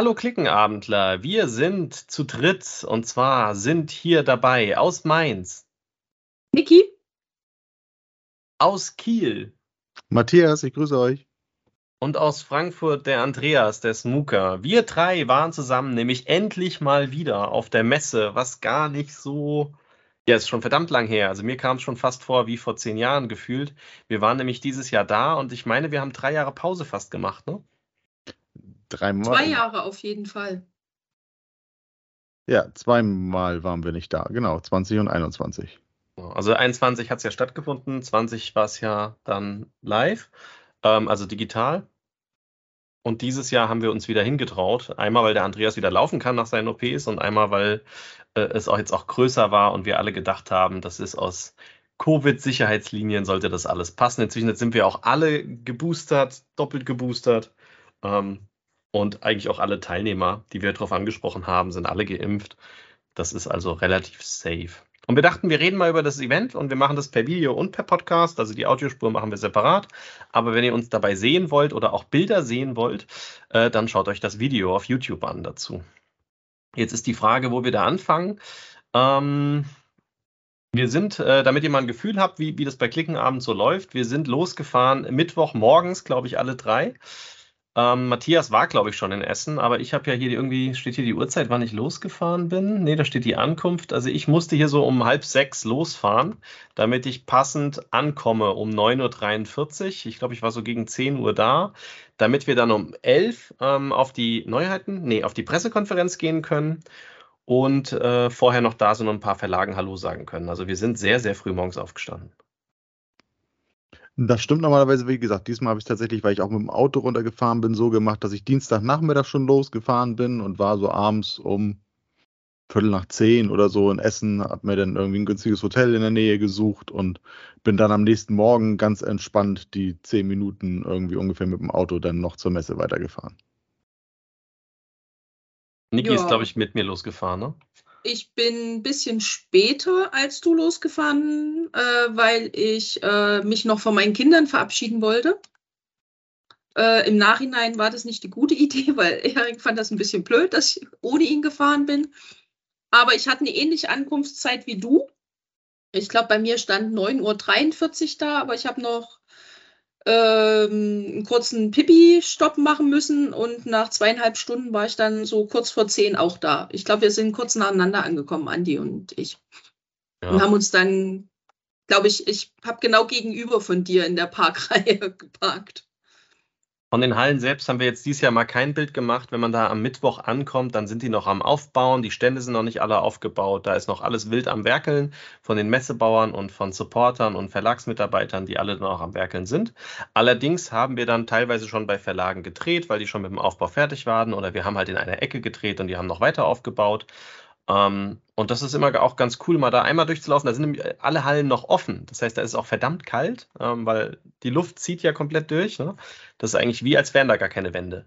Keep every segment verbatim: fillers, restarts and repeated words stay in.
Hallo Klickenabendler, wir sind zu dritt und zwar sind hier dabei aus Mainz, Niki? aus Kiel Matthias, ich grüße euch. und aus Frankfurt der Andreas, der Smooker. Wir drei waren zusammen nämlich endlich mal wieder auf der Messe, was gar nicht so, ja, ist schon verdammt lang her. Also mir kam es schon fast vor wie vor zehn Jahren gefühlt. Wir waren nämlich dieses Jahr da und ich meine, wir haben drei Jahre Pause fast gemacht, ne? Dreimal. Zwei Jahre auf jeden Fall. Ja, zweimal waren wir nicht da, genau, zwanzig und einundzwanzig. Also einundzwanzig hat es ja stattgefunden, zwanzig war es ja dann live, ähm, also digital. Und dieses Jahr haben wir uns wieder hingetraut. Einmal, weil der Andreas wieder laufen kann nach seinen O Ps und einmal, weil äh, es auch jetzt auch größer war und wir alle gedacht haben, das ist aus Covid-Sicherheitslinien sollte das alles passen. Inzwischen sind wir auch alle geboostert, doppelt geboostert. Ähm, und eigentlich auch alle Teilnehmer, die wir darauf angesprochen haben, sind alle geimpft. Das ist also relativ safe. Und wir dachten, wir reden mal über das Event und wir machen das per Video und per Podcast. Also die Audiospur machen wir separat. Aber wenn ihr uns dabei sehen wollt oder auch Bilder sehen wollt, äh, dann schaut euch das Video auf YouTube an dazu. Jetzt ist die Frage, wo wir da anfangen. Ähm, wir sind, äh, damit ihr mal ein Gefühl habt, wie, wie das bei Klickenabend so läuft, wir sind losgefahren Mittwochmorgens, glaube ich, alle drei. Ähm, Matthias war, glaube ich, schon in Essen, aber ich habe ja hier die, irgendwie, steht hier die Uhrzeit, wann ich losgefahren bin? Nee, da steht die Ankunft. Also ich musste hier so um halb sechs losfahren, damit ich passend ankomme um neun Uhr dreiundvierzig. Ich glaube, ich war so gegen zehn Uhr da, damit wir dann um elf ähm, auf die Neuheiten, nee, auf die Pressekonferenz gehen können und äh, vorher noch da sind und ein paar Verlagen Hallo sagen können. Also wir sind sehr, sehr früh morgens aufgestanden. Das stimmt normalerweise, wie gesagt, diesmal habe ich es tatsächlich, weil ich auch mit dem Auto runtergefahren bin, so gemacht, dass ich Dienstagnachmittag schon losgefahren bin und war so abends um Viertel nach zehn oder so in Essen, habe mir dann irgendwie ein günstiges Hotel in der Nähe gesucht und bin dann am nächsten Morgen ganz entspannt die zehn Minuten irgendwie ungefähr mit dem Auto dann noch zur Messe weitergefahren. Niki Ja. ist, glaube ich, mit mir losgefahren, ne? Ich bin ein bisschen später als du losgefahren, äh, weil ich äh, mich noch von meinen Kindern verabschieden wollte. Äh, Im Nachhinein war das nicht die gute Idee, weil Erik fand das ein bisschen blöd, dass ich ohne ihn gefahren bin. Aber ich hatte eine ähnliche Ankunftszeit wie du. Ich glaube, bei mir stand neun Uhr dreiundvierzig da, aber ich habe noch ähm, einen kurzen Pipi-Stopp machen müssen und nach zweieinhalb Stunden war ich dann so kurz vor zehn auch da. Ich glaube, wir sind kurz nacheinander angekommen, Andi und ich. Ja. Und haben uns dann, glaube ich, ich habe genau gegenüber von dir in der Parkreihe geparkt. Von den Hallen selbst haben wir jetzt dieses Jahr mal kein Bild gemacht. Wenn man da am Mittwoch ankommt, dann sind die noch am Aufbauen. Die Stände sind noch nicht alle aufgebaut. Da ist noch alles wild am Werkeln von den Messebauern und von Supportern und Verlagsmitarbeitern, die alle noch am Werkeln sind. Allerdings haben wir dann teilweise schon bei Verlagen gedreht, weil die schon mit dem Aufbau fertig waren. Oder wir haben halt in einer Ecke gedreht und die haben noch weiter aufgebaut. Ähm, und das ist immer auch ganz cool, mal da einmal durchzulaufen. Da sind nämlich alle Hallen noch offen. Das heißt, da ist es auch verdammt kalt, ähm, weil die Luft zieht ja komplett durch. Ne? Das ist eigentlich wie, als wären da gar keine Wände.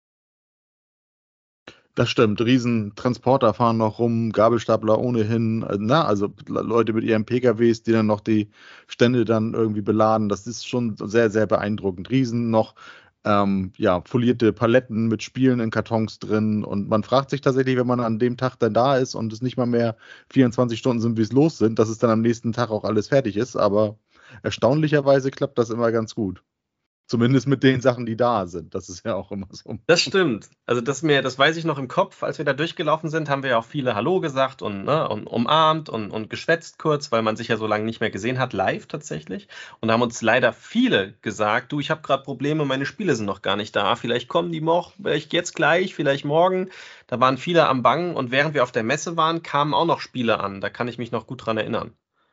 Das stimmt, Riesentransporter fahren noch rum, Gabelstapler ohnehin, äh, na, also Leute mit ihren P K Ws, die dann noch die Stände dann irgendwie beladen. Das ist schon sehr, sehr beeindruckend. Riesen noch, ähm, ja, folierte Paletten mit Spielen in Kartons drin und man fragt sich tatsächlich, wenn man an dem Tag dann da ist und es nicht mal mehr vierundzwanzig Stunden sind, wie es los sind, dass es dann am nächsten Tag auch alles fertig ist, aber erstaunlicherweise klappt das immer ganz gut. Zumindest mit den Sachen, die da sind. Das ist ja auch immer so. Das stimmt. Also das mir, das weiß ich noch im Kopf, als wir da durchgelaufen sind, haben wir ja auch viele Hallo gesagt und, ne, und umarmt und, und geschwätzt kurz, weil man sich ja so lange nicht mehr gesehen hat, live tatsächlich. Und da haben uns leider viele gesagt, du, ich habe gerade Probleme, meine Spiele sind noch gar nicht da. Vielleicht kommen die noch, vielleicht jetzt gleich, vielleicht morgen. Da waren viele am Bangen und während wir auf der Messe waren, kamen auch noch Spiele an. Da kann ich mich noch gut dran erinnern.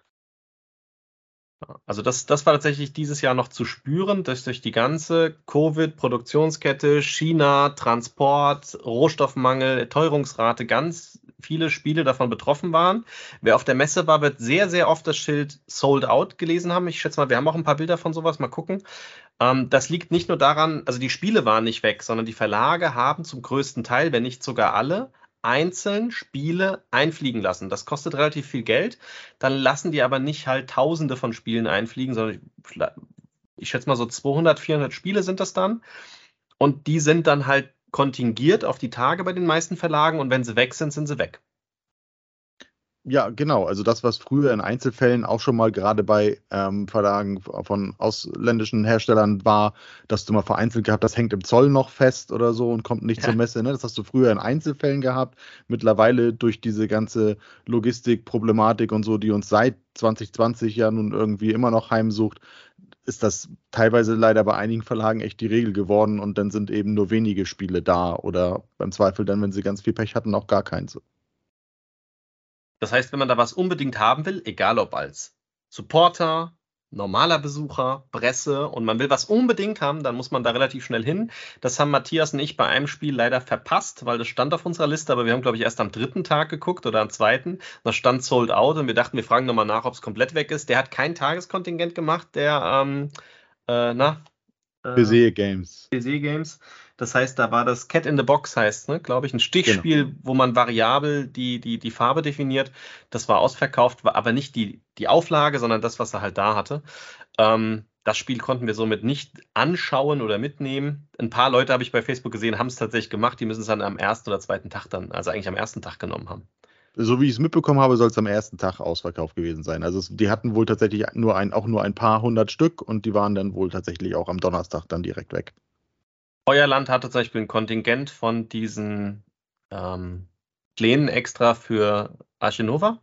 Also das, das war tatsächlich dieses Jahr noch zu spüren, dass durch die ganze Covid-Produktionskette, China, Transport, Rohstoffmangel, Teuerungsrate ganz viele Spiele davon betroffen waren. Wer auf der Messe war, wird sehr, sehr oft das Schild Sold Out gelesen haben. Ich schätze mal, wir haben auch ein paar Bilder von sowas. Mal gucken. Ähm, das liegt nicht nur daran, also die Spiele waren nicht weg, sondern die Verlage haben zum größten Teil, wenn nicht sogar alle, einzeln Spiele einfliegen lassen. Das kostet relativ viel Geld. Dann lassen die aber nicht halt Tausende von Spielen einfliegen, sondern ich, ich schätze mal so zweihundert, vierhundert Spiele sind das dann. Und die sind dann halt kontingiert auf die Tage bei den meisten Verlagen und wenn sie weg sind, sind sie weg. Ja, genau. Also das, was früher in Einzelfällen auch schon mal gerade bei ähm, Verlagen von ausländischen Herstellern war, dass du mal vereinzelt gehabt, das hängt im Zoll noch fest oder so und kommt nicht Ja. zur Messe. Ne? Das hast du früher in Einzelfällen gehabt. Mittlerweile durch diese ganze Logistikproblematik und so, die uns seit zwanzig zwanzig ja nun irgendwie immer noch heimsucht, ist das teilweise leider bei einigen Verlagen echt die Regel geworden und dann sind eben nur wenige Spiele da oder beim Zweifel dann, wenn sie ganz viel Pech hatten, auch gar keins. Das heißt, wenn man da was unbedingt haben will, egal ob als Supporter, normaler Besucher, Presse und man will was unbedingt haben, dann muss man da relativ schnell hin. Das haben Matthias und ich bei einem Spiel leider verpasst, weil das stand auf unserer Liste, aber wir haben, glaube ich, erst am dritten Tag geguckt oder am zweiten. Da stand Sold Out und wir dachten, wir fragen nochmal nach, ob es komplett weg ist. Der hat kein Tageskontingent gemacht, der, ähm, äh, na, äh, P C Games. P C Games. Das heißt, da war das Cat in the Box, heißt, ne, glaube ich, ein Stichspiel, Genau. wo man variabel die, die, die Farbe definiert. Das war ausverkauft, war aber nicht die, die Auflage, sondern das, was er halt da hatte. Ähm, das Spiel konnten wir somit nicht anschauen oder mitnehmen. Ein paar Leute habe ich bei Facebook gesehen, haben es tatsächlich gemacht. Die müssen es dann am ersten oder zweiten Tag dann, also eigentlich am ersten Tag genommen haben. So wie ich es mitbekommen habe, soll es am ersten Tag ausverkauft gewesen sein. Also es, die hatten wohl tatsächlich nur ein, auch nur ein paar hundert Stück und die waren dann wohl tatsächlich auch am Donnerstag dann direkt weg. Feuerland hatte zum Beispiel ein Kontingent von diesen ähm, Plänen extra für Arche Nova.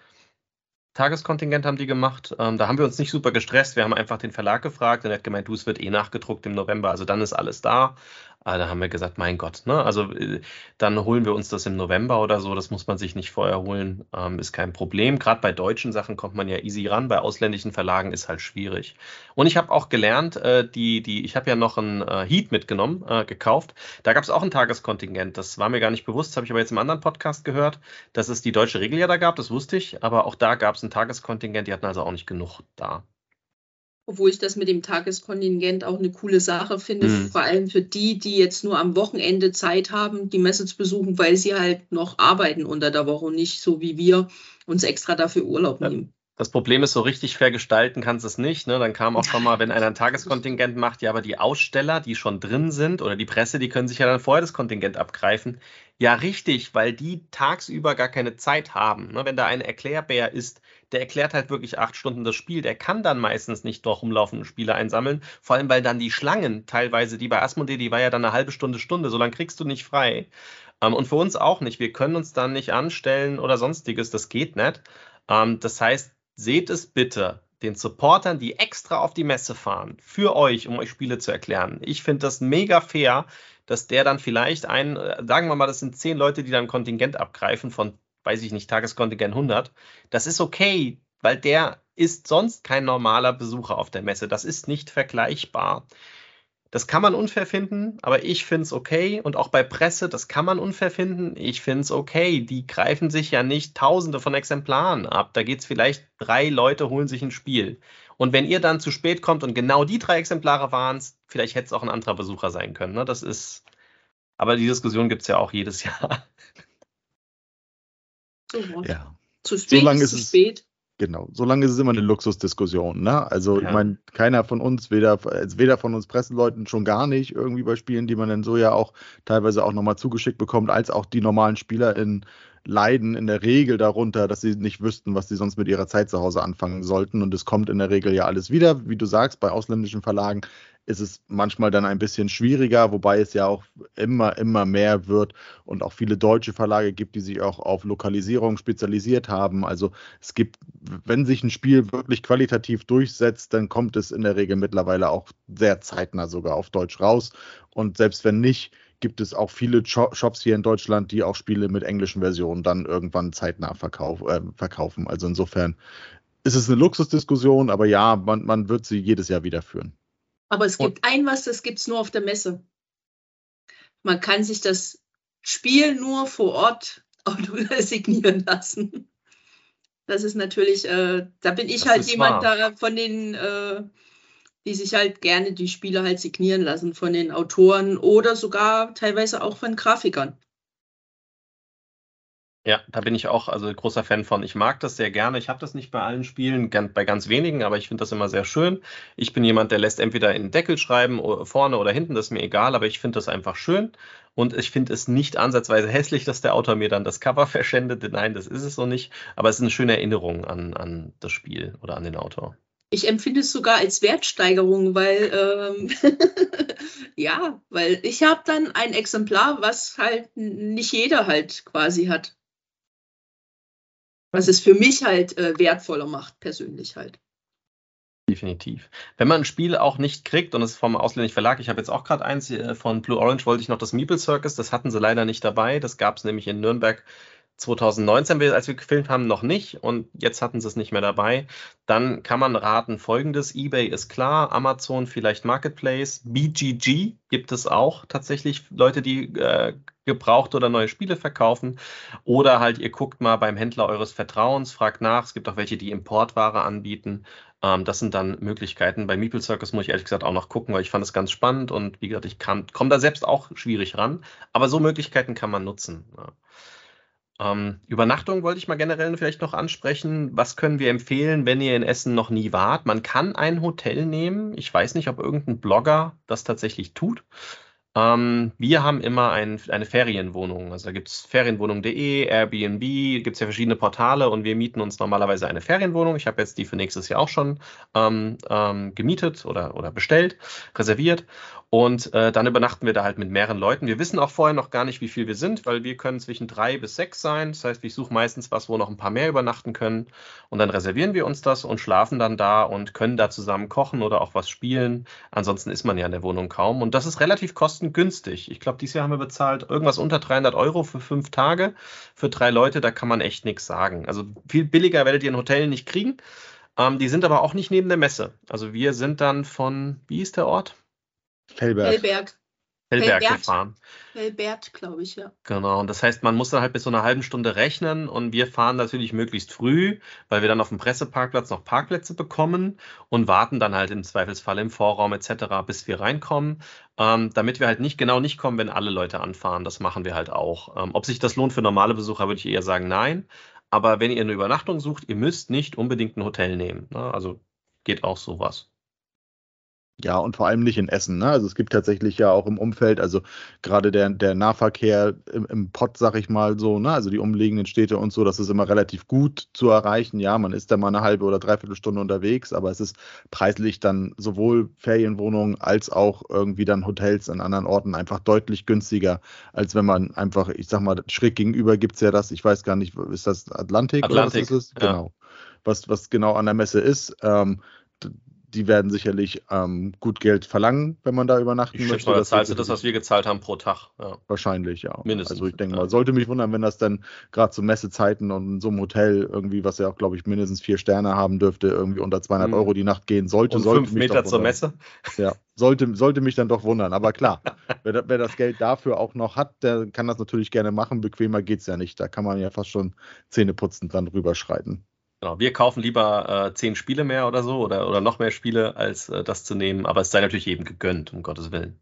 Tageskontingent haben die gemacht. Ähm, da haben wir uns nicht super gestresst. Wir haben einfach den Verlag gefragt und er hat gemeint, du, es wird eh nachgedruckt im November. Also dann ist alles da. Aber da haben wir gesagt, mein Gott, ne? Also äh, dann holen wir uns das im November oder so. Das muss man sich nicht vorher holen. Ähm, ist kein Problem. Gerade bei deutschen Sachen kommt man ja easy ran. Bei ausländischen Verlagen ist halt schwierig. Und ich habe auch gelernt, äh, die, die, ich habe ja noch ein äh, Heat mitgenommen, äh, gekauft. Da gab es auch ein Tageskontingent. Das war mir gar nicht bewusst. Das habe ich aber jetzt im anderen Podcast gehört, dass es die deutsche Regel ja da gab. Das wusste ich. Aber auch da gab es ein Tageskontingent. Die hatten also auch nicht genug da. Obwohl ich das mit dem Tageskontingent auch eine coole Sache finde, Hm. vor allem für die, die jetzt nur am Wochenende Zeit haben, die Messe zu besuchen, weil sie halt noch arbeiten unter der Woche und nicht so wie wir uns extra dafür Urlaub Ja. nehmen. Das Problem ist, so richtig vergestalten kannst du es nicht. Ne? Dann kam auch schon mal, wenn einer ein Tageskontingent macht, ja, aber die Aussteller, die schon drin sind oder die Presse, die können sich ja dann vorher das Kontingent abgreifen. Ja, richtig, weil die tagsüber gar keine Zeit haben. Ne? Wenn da ein Erklärbär ist, der erklärt halt wirklich acht Stunden das Spiel, der kann dann meistens nicht durch rumlaufende Spiele einsammeln. Vor allem, weil dann die Schlangen teilweise, die bei Asmodee, die war ja dann eine halbe Stunde, Stunde, so lange kriegst du nicht frei. Ähm, und für uns auch nicht. Wir können uns dann nicht anstellen oder sonstiges, das geht nicht. Ähm, das heißt, seht es bitte den Supportern, die extra auf die Messe fahren, für euch, um euch Spiele zu erklären. Ich finde das mega fair, dass der dann vielleicht ein, äh, sagen wir mal, das sind zehn Leute, die dann ein Kontingent abgreifen von, weiß ich nicht, Tageskontingent hundert. Das ist okay, weil der ist sonst kein normaler Besucher auf der Messe. Das ist nicht vergleichbar. Das kann man unfair finden, aber ich finde es okay. Und auch bei Presse, das kann man unfair finden. Ich finde es okay. Die greifen sich ja nicht Tausende von Exemplaren ab. Da geht es vielleicht, drei Leute holen sich ein Spiel. Und wenn ihr dann zu spät kommt und genau die drei Exemplare waren es, vielleicht hätte es auch ein anderer Besucher sein können. Ne? Das ist. Aber die Diskussion gibt es ja auch jedes Jahr. So was. Ja. Zu spät Solange ist ist zu es- spät. Genau, solange ist es immer eine Luxusdiskussion, ne? Also, Ja. ich meine, keiner von uns, weder, also weder von uns Presseleuten schon gar nicht, irgendwie bei Spielen, die man dann so ja auch teilweise auch nochmal zugeschickt bekommt, als auch die normalen SpielerInnen leiden in der Regel darunter, dass sie nicht wüssten, was sie sonst mit ihrer Zeit zu Hause anfangen sollten. Und es kommt in der Regel ja alles wieder. Wie du sagst, bei ausländischen Verlagen ist es manchmal dann ein bisschen schwieriger, wobei es ja auch immer, immer mehr wird und auch viele deutsche Verlage gibt, die sich auch auf Lokalisierung spezialisiert haben. Also es gibt, wenn sich ein Spiel wirklich qualitativ durchsetzt, dann kommt es in der Regel mittlerweile auch sehr zeitnah sogar auf Deutsch raus. Und selbst wenn nicht, gibt es auch viele Shops hier in Deutschland, die auch Spiele mit englischen Versionen dann irgendwann zeitnah verkauf, äh, verkaufen. Also insofern ist es eine Luxusdiskussion, aber ja, man, man wird sie jedes Jahr wieder führen. Aber es gibt ein was, das gibt es nur auf der Messe. Man kann sich das Spiel nur vor Ort signieren lassen. Das ist natürlich, äh, da bin ich Das halt ist jemand wahr. da von den, äh, die sich halt gerne die Spiele halt signieren lassen von den Autoren oder sogar teilweise auch von Grafikern. Ja, da bin ich auch also großer Fan von. Ich mag das sehr gerne. Ich habe das nicht bei allen Spielen, gan- bei ganz wenigen, aber ich finde das immer sehr schön. Ich bin jemand, der lässt entweder in den Deckel schreiben, o- vorne oder hinten, das ist mir egal, aber ich finde das einfach schön. Und ich finde es nicht ansatzweise hässlich, dass der Autor mir dann das Cover verschendet. Nein, das ist es so nicht. Aber es ist eine schöne Erinnerung an, an das Spiel oder an den Autor. Ich empfinde es sogar als Wertsteigerung, weil ähm, ja, weil ich habe dann ein Exemplar, was halt n- nicht jeder halt quasi hat. Was es für mich halt äh, wertvoller macht, persönlich halt. Definitiv. Wenn man ein Spiel auch nicht kriegt und es ist vom ausländischen Verlag, ich habe jetzt auch gerade eins äh, von Blue Orange, wollte ich noch das Meeple Circus, das hatten sie leider nicht dabei. Das gab es nämlich in Nürnberg zwanzig neunzehn, als wir gefilmt haben, noch nicht und jetzt hatten sie es nicht mehr dabei. Dann kann man raten Folgendes: eBay ist klar, Amazon vielleicht Marketplace, B G G gibt es auch tatsächlich Leute, die äh, gebrauchte oder neue Spiele verkaufen. Oder halt ihr guckt mal beim Händler eures Vertrauens, fragt nach. Es gibt auch welche, die Importware anbieten. Ähm, das sind dann Möglichkeiten. Bei Meeple Circus muss ich ehrlich gesagt auch noch gucken, weil ich fand es ganz spannend und wie gesagt, ich komme da selbst auch schwierig ran. Aber so Möglichkeiten kann man nutzen. Ja. Ähm, Übernachtung wollte ich mal generell vielleicht noch ansprechen. Was können wir empfehlen, wenn ihr in Essen noch nie wart? Man kann ein Hotel nehmen. Ich weiß nicht, ob irgendein Blogger das tatsächlich tut. Ähm, wir haben immer ein, eine Ferienwohnung. Also da gibt es ferienwohnung punkt de, Airbnb, gibt es ja verschiedene Portale und wir mieten uns normalerweise eine Ferienwohnung. Ich habe jetzt die für nächstes Jahr auch schon ähm, ähm, gemietet oder, oder bestellt, reserviert. Und äh, dann übernachten wir da halt mit mehreren Leuten. Wir wissen auch vorher noch gar nicht, wie viel wir sind, weil wir können zwischen drei bis sechs sein. Das heißt, ich suche meistens was, wo noch ein paar mehr übernachten können. Und dann reservieren wir uns das und schlafen dann da und können da zusammen kochen oder auch was spielen. Ansonsten ist man ja in der Wohnung kaum. Und das ist relativ kostengünstig. Ich glaube, dieses Jahr haben wir bezahlt irgendwas unter dreihundert Euro für fünf Tage. Für drei Leute, da kann man echt nichts sagen. Also viel billiger werdet ihr in Hotels nicht kriegen. Ähm, die sind aber auch nicht neben der Messe. Also wir sind dann von, wie ist der Ort? Fellberg. Hellberg. Hellberg Hellbert. gefahren. Hellbert, glaube ich, ja. Genau, und das heißt, man muss dann halt bis so einer halben Stunde rechnen und wir fahren natürlich möglichst früh, weil wir dann auf dem Presseparkplatz noch Parkplätze bekommen und warten dann halt im Zweifelsfall im Vorraum et cetera, bis wir reinkommen, ähm, damit wir halt nicht genau nicht kommen, wenn alle Leute anfahren. Das machen wir halt auch. Ähm, ob sich das lohnt für normale Besucher, würde ich eher sagen, nein. Aber wenn ihr eine Übernachtung sucht, ihr müsst nicht unbedingt ein Hotel nehmen. Ne? Also geht auch sowas. Ja, und vor allem nicht in Essen. Ne? Also es gibt tatsächlich ja auch im Umfeld, also gerade der, der Nahverkehr im, im Pott, sag ich mal so, ne? Also die umliegenden Städte und so, das ist immer relativ gut zu erreichen. Ja, man ist da mal eine halbe oder dreiviertel Stunde unterwegs, aber es ist preislich dann sowohl Ferienwohnungen als auch irgendwie dann Hotels an anderen Orten einfach deutlich günstiger, als wenn man einfach, ich sag mal, schräg gegenüber gibt's ja das, ich weiß gar nicht, ist das Atlantik, Atlantik, oder was ist es? ja. Genau. Was, was genau an der Messe ist. Ähm, die werden sicherlich ähm, gut Geld verlangen, wenn man da übernachten Ich schätze möchte. mal, da Das wird zahlst du das, was wir sicherlich gezahlt haben pro Tag. Ja, wahrscheinlich, ja. mindestens. Also ich denke Ja. mal, sollte mich wundern, wenn das dann gerade zu Messezeiten und in so einem Hotel irgendwie, was ja auch, glaube ich, mindestens vier Sterne haben dürfte, irgendwie unter zweihundert Hm. Euro die Nacht gehen sollte. Und sollte fünf mich Meter doch zur wundern. Messe. Ja, sollte, sollte mich dann doch wundern. Aber klar, wer, da- wer das Geld dafür auch noch hat, der kann das natürlich gerne machen. Bequemer geht es ja nicht. Da kann man ja fast schon Zähneputzen dran rüberschreiten. Genau, wir kaufen lieber äh, zehn Spiele mehr oder so oder, oder noch mehr Spiele, als äh, das zu nehmen. Aber es sei natürlich jedem gegönnt, um Gottes Willen.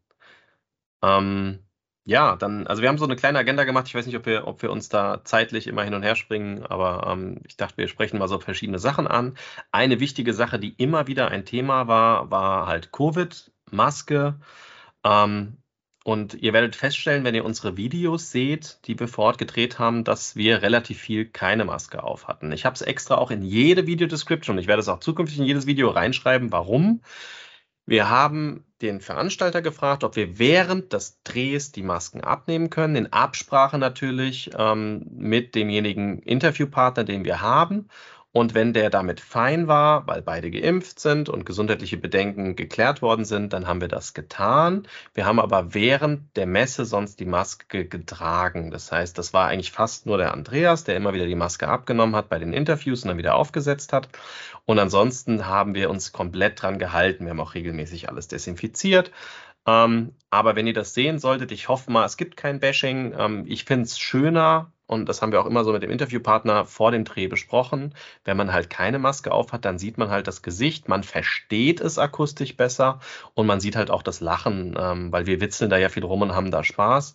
Ähm, ja, dann, also wir haben so eine kleine Agenda gemacht. Ich weiß nicht, ob wir, ob wir uns da zeitlich immer hin und her springen, aber ähm, ich dachte, wir sprechen mal so verschiedene Sachen an. Eine wichtige Sache, die immer wieder ein Thema war, war halt Covid, Maske. Ähm, und ihr werdet feststellen, wenn ihr unsere Videos seht, die wir vor Ort gedreht haben, dass wir relativ viel keine Maske auf hatten. Ich habe es extra auch in jede Videodescription und ich werde es auch zukünftig in jedes Video reinschreiben. Warum? Wir haben den Veranstalter gefragt, ob wir während des Drehs die Masken abnehmen können, in Absprache natürlich ähm, mit demjenigen Interviewpartner, den wir haben. Und wenn der damit fein war, weil beide geimpft sind und gesundheitliche Bedenken geklärt worden sind, dann haben wir das getan. Wir haben aber während der Messe sonst die Maske getragen. Das heißt, das war eigentlich fast nur der Andreas, der immer wieder die Maske abgenommen hat bei den Interviews und dann wieder aufgesetzt hat. Und ansonsten haben wir uns komplett dran gehalten. Wir haben auch regelmäßig alles desinfiziert. Ähm, aber wenn ihr das sehen solltet, ich hoffe mal, es gibt kein Bashing. Ähm, ich finde es schöner, und das haben wir auch immer so mit dem Interviewpartner vor dem Dreh besprochen, wenn man halt keine Maske auf hat, dann sieht man halt das Gesicht, man versteht es akustisch besser und man sieht halt auch das Lachen, ähm, weil wir witzeln da ja viel rum und haben da Spaß.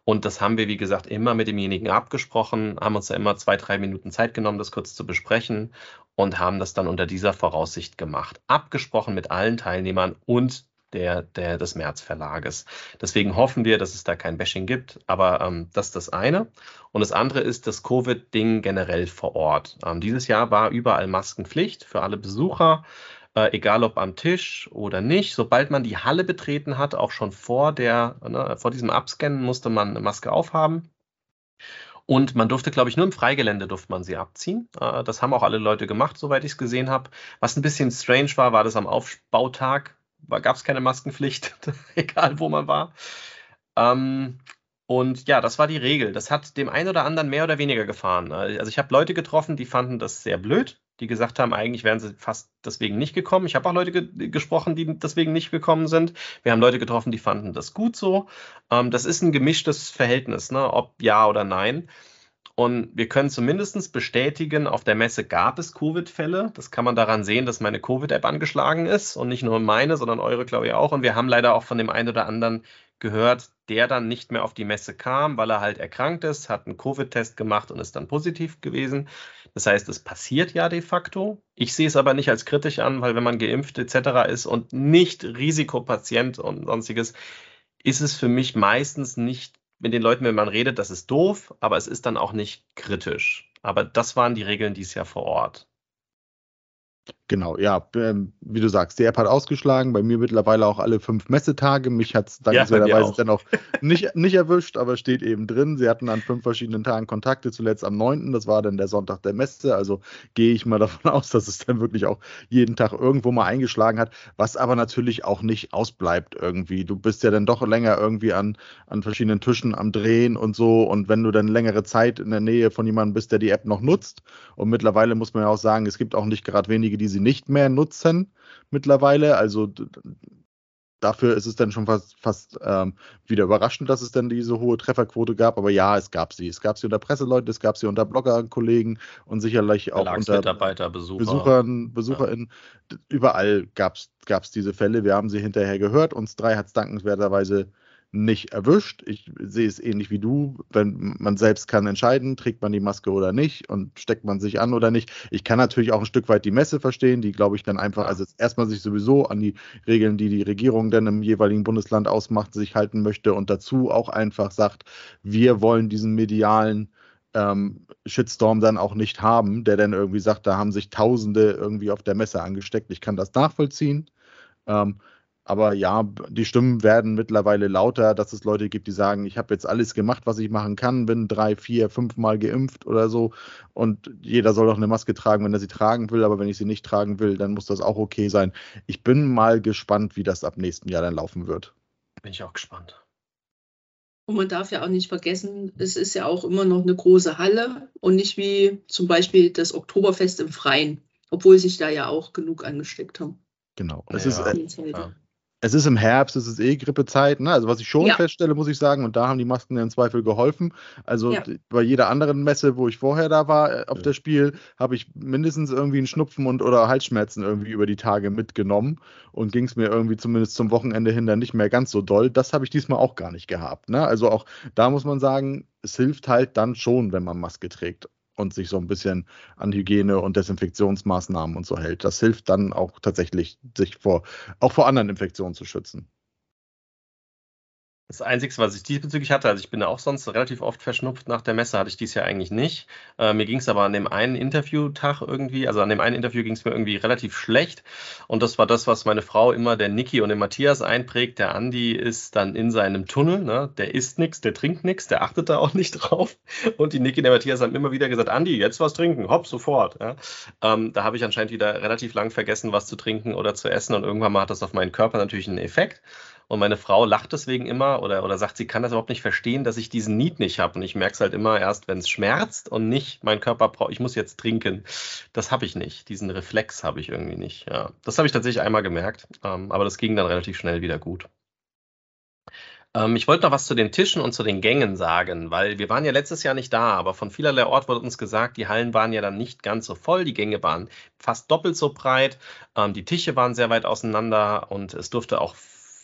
Und das haben wir, wie gesagt, immer mit demjenigen abgesprochen, haben uns da immer zwei, drei Minuten Zeit genommen, das kurz zu besprechen und haben das dann unter dieser Voraussicht gemacht. Abgesprochen mit allen Teilnehmern und der, der, des März-Verlages. Deswegen hoffen wir, dass es da kein Bashing gibt, aber ähm, das ist das eine. Und das andere ist das Covid-Ding generell vor Ort. Ähm, dieses Jahr war überall Maskenpflicht für alle Besucher. Äh, egal ob am Tisch oder nicht, sobald man die Halle betreten hat, auch schon vor der, ne, vor diesem Abscannen musste man eine Maske aufhaben. Und man durfte, glaube ich, nur im Freigelände durfte man sie abziehen. Äh, das haben auch alle Leute gemacht, soweit ich es gesehen habe. Was ein bisschen strange war, war das am Aufbautag, gab es keine Maskenpflicht, egal wo man war. Ähm, und ja, das war die Regel. Das hat dem einen oder anderen mehr oder weniger gefahren. Also ich habe Leute getroffen, die fanden das sehr blöd, die gesagt haben, eigentlich wären sie fast deswegen nicht gekommen. Ich habe auch Leute ge gesprochen, die deswegen nicht gekommen sind. Wir haben Leute getroffen, die fanden das gut so. Ähm, das ist ein gemischtes Verhältnis, ne? Ob ja oder nein. Und wir können zumindest bestätigen, auf der Messe gab es Covid-Fälle. Das kann man daran sehen, dass meine Covid-App angeschlagen ist und nicht nur meine, sondern eure, glaube ich, auch. Und wir haben leider auch von dem einen oder anderen gehört, der dann nicht mehr auf die Messe kam, weil er halt erkrankt ist, hat einen Covid-Test gemacht und ist dann positiv gewesen. Das heißt, es passiert ja de facto. Ich sehe es aber nicht als kritisch an, weil wenn man geimpft et cetera ist und nicht Risikopatient und sonstiges, ist es für mich meistens nicht mit den Leuten, wenn man redet, das ist doof, aber es ist dann auch nicht kritisch. Aber das waren die Regeln dieses Jahr vor Ort. Genau, ja, ähm, wie du sagst, die App hat ausgeschlagen, bei mir mittlerweile auch alle fünf Messetage. Mich hat es dankenswerterweise dann auch nicht, nicht erwischt, aber steht eben drin. Sie hatten an fünf verschiedenen Tagen Kontakte, zuletzt am neunten Das war dann der Sonntag der Messe. Also gehe ich mal davon aus, dass es dann wirklich auch jeden Tag irgendwo mal eingeschlagen hat, was aber natürlich auch nicht ausbleibt irgendwie. Du bist ja dann doch länger irgendwie an, an verschiedenen Tischen am Drehen und so. Und wenn du dann längere Zeit in der Nähe von jemandem bist, der die App noch nutzt, und mittlerweile muss man ja auch sagen, es gibt auch nicht gerade wenige, die sie nicht mehr nutzen mittlerweile. Also dafür ist es dann schon fast, fast ähm, wieder überraschend, dass es dann diese hohe Trefferquote gab. Aber ja, es gab sie. Es gab sie unter Presseleute, es gab sie unter Bloggerkollegen und sicherlich auch unter Mitarbeiter, Besucher. Besuchern, BesucherInnen. Ja. Überall gab es diese Fälle. Wir haben sie hinterher gehört. Uns drei hat es dankenswerterweise nicht erwischt. Ich sehe es ähnlich wie du. Wenn man selbst kann entscheiden, trägt man die Maske oder nicht und steckt man sich an oder nicht. Ich kann natürlich auch ein Stück weit die Messe verstehen, die, glaube ich, dann einfach, ja. also erstmal sich sowieso an die Regeln, die die Regierung dann im jeweiligen Bundesland ausmacht, sich halten möchte und dazu auch einfach sagt, wir wollen diesen medialen ähm, Shitstorm dann auch nicht haben, der dann irgendwie sagt, da haben sich Tausende irgendwie auf der Messe angesteckt. Ich kann das nachvollziehen. Ähm, Aber ja, die Stimmen werden mittlerweile lauter, dass es Leute gibt, die sagen, ich habe jetzt alles gemacht, was ich machen kann, bin drei, vier, fünf Mal geimpft oder so und jeder soll doch eine Maske tragen, wenn er sie tragen will, aber wenn ich sie nicht tragen will, dann muss das auch okay sein. Ich bin mal gespannt, wie das ab nächstem Jahr dann laufen wird. Bin ich auch gespannt. Und man darf ja auch nicht vergessen, es ist ja auch immer noch eine große Halle und nicht wie zum Beispiel das Oktoberfest im Freien, obwohl sich da ja auch genug angesteckt haben. Genau. Es Ja, ist, äh, ja. Es ist im Herbst, es ist eh Grippezeit, ne? Also was ich schon Ja. feststelle, muss ich sagen, und da haben die Masken ja im Zweifel geholfen. Also Ja. d- bei jeder anderen Messe, wo ich vorher da war, äh, auf Ja. der Spiel, habe ich mindestens irgendwie einen Schnupfen und oder Halsschmerzen irgendwie über die Tage mitgenommen und ging es mir irgendwie zumindest zum Wochenende hin dann nicht mehr ganz so doll. Das habe ich diesmal auch gar nicht gehabt, ne? Also auch da muss man sagen, es hilft halt dann schon, wenn man Maske trägt und sich so ein bisschen an Hygiene- und Desinfektionsmaßnahmen und so hält. Das hilft dann auch tatsächlich, sich vor, auch vor anderen Infektionen zu schützen. Das Einzige, was ich diesbezüglich hatte, also ich bin da auch sonst relativ oft verschnupft nach der Messe, hatte ich dies Jahr eigentlich nicht. Äh, mir ging es aber an dem einen Interviewtag irgendwie, also an dem einen Interview ging es mir irgendwie relativ schlecht. Und das war das, was meine Frau immer der Niki und dem Matthias einprägt. Der Andi ist dann in seinem Tunnel, ne? Der isst nichts, der trinkt nichts, der achtet da auch nicht drauf. Und die Niki und der Matthias haben immer wieder gesagt, Andi, jetzt was trinken, hopp, sofort. Ja? Ähm, da habe ich anscheinend wieder relativ lang vergessen, was zu trinken oder zu essen. Und irgendwann mal hat das auf meinen Körper natürlich einen Effekt. Und meine Frau lacht deswegen immer oder, oder sagt, sie kann das überhaupt nicht verstehen, dass ich diesen Need nicht habe. Und ich merke es halt immer erst, wenn es schmerzt und nicht, mein Körper braucht, ich muss jetzt trinken. Das habe ich nicht. Diesen Reflex habe ich irgendwie nicht. Ja. Das habe ich tatsächlich einmal gemerkt. Ähm, aber das ging dann relativ schnell wieder gut. Ähm, ich wollte noch was zu den Tischen und zu den Gängen sagen, weil wir waren ja letztes Jahr nicht da, aber von vielerlei Ort wurde uns gesagt, die Hallen waren ja dann nicht ganz so voll, die Gänge waren fast doppelt so breit, ähm, die Tische waren sehr weit auseinander und es durfte auch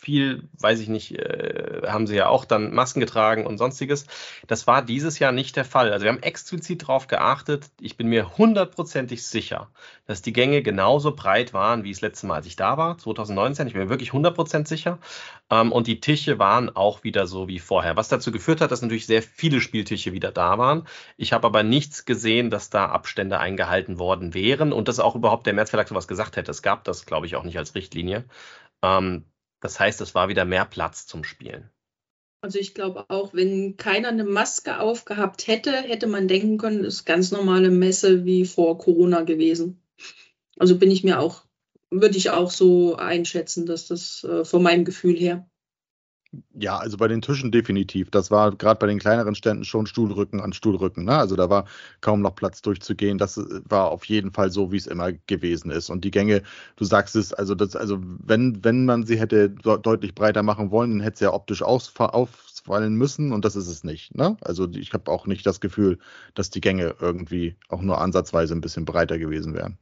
viel, weiß ich nicht, äh, haben sie ja auch dann Masken getragen und sonstiges. Das war dieses Jahr nicht der Fall. Also wir haben explizit darauf geachtet. Ich bin mir hundertprozentig sicher, dass die Gänge genauso breit waren wie das letzte Mal, als ich da war, zwanzig neunzehn. Ich bin mir wirklich hundertprozentig sicher. Ähm, und die Tische waren auch wieder so wie vorher. Was dazu geführt hat, dass natürlich sehr viele Spieltische wieder da waren. Ich habe aber nichts gesehen, dass da Abstände eingehalten worden wären und dass auch überhaupt der Märzverlag sowas gesagt hätte. Es gab das, glaube ich, auch nicht als Richtlinie. Ähm, das heißt, es war wieder mehr Platz zum Spielen. Also ich glaube auch, wenn keiner eine Maske aufgehabt hätte, hätte man denken können, es ist ganz normale Messe wie vor Corona gewesen. Also bin ich mir auch, würde ich auch so einschätzen, dass das äh, von meinem Gefühl her. Ja, also bei den Tischen definitiv. Das war gerade bei den kleineren Ständen schon Stuhlrücken an Stuhlrücken. Ne? Also da war kaum noch Platz durchzugehen. Das äh, war auf jeden Fall so, wie es immer gewesen ist. Und die Gänge, du sagst es, also das, also wenn, wenn man sie hätte de- deutlich breiter machen wollen, dann hätte es ja optisch ausfa- auffallen müssen und das ist es nicht. Ne? Also ich habe auch nicht das Gefühl, dass die Gänge irgendwie auch nur ansatzweise ein bisschen breiter gewesen wären.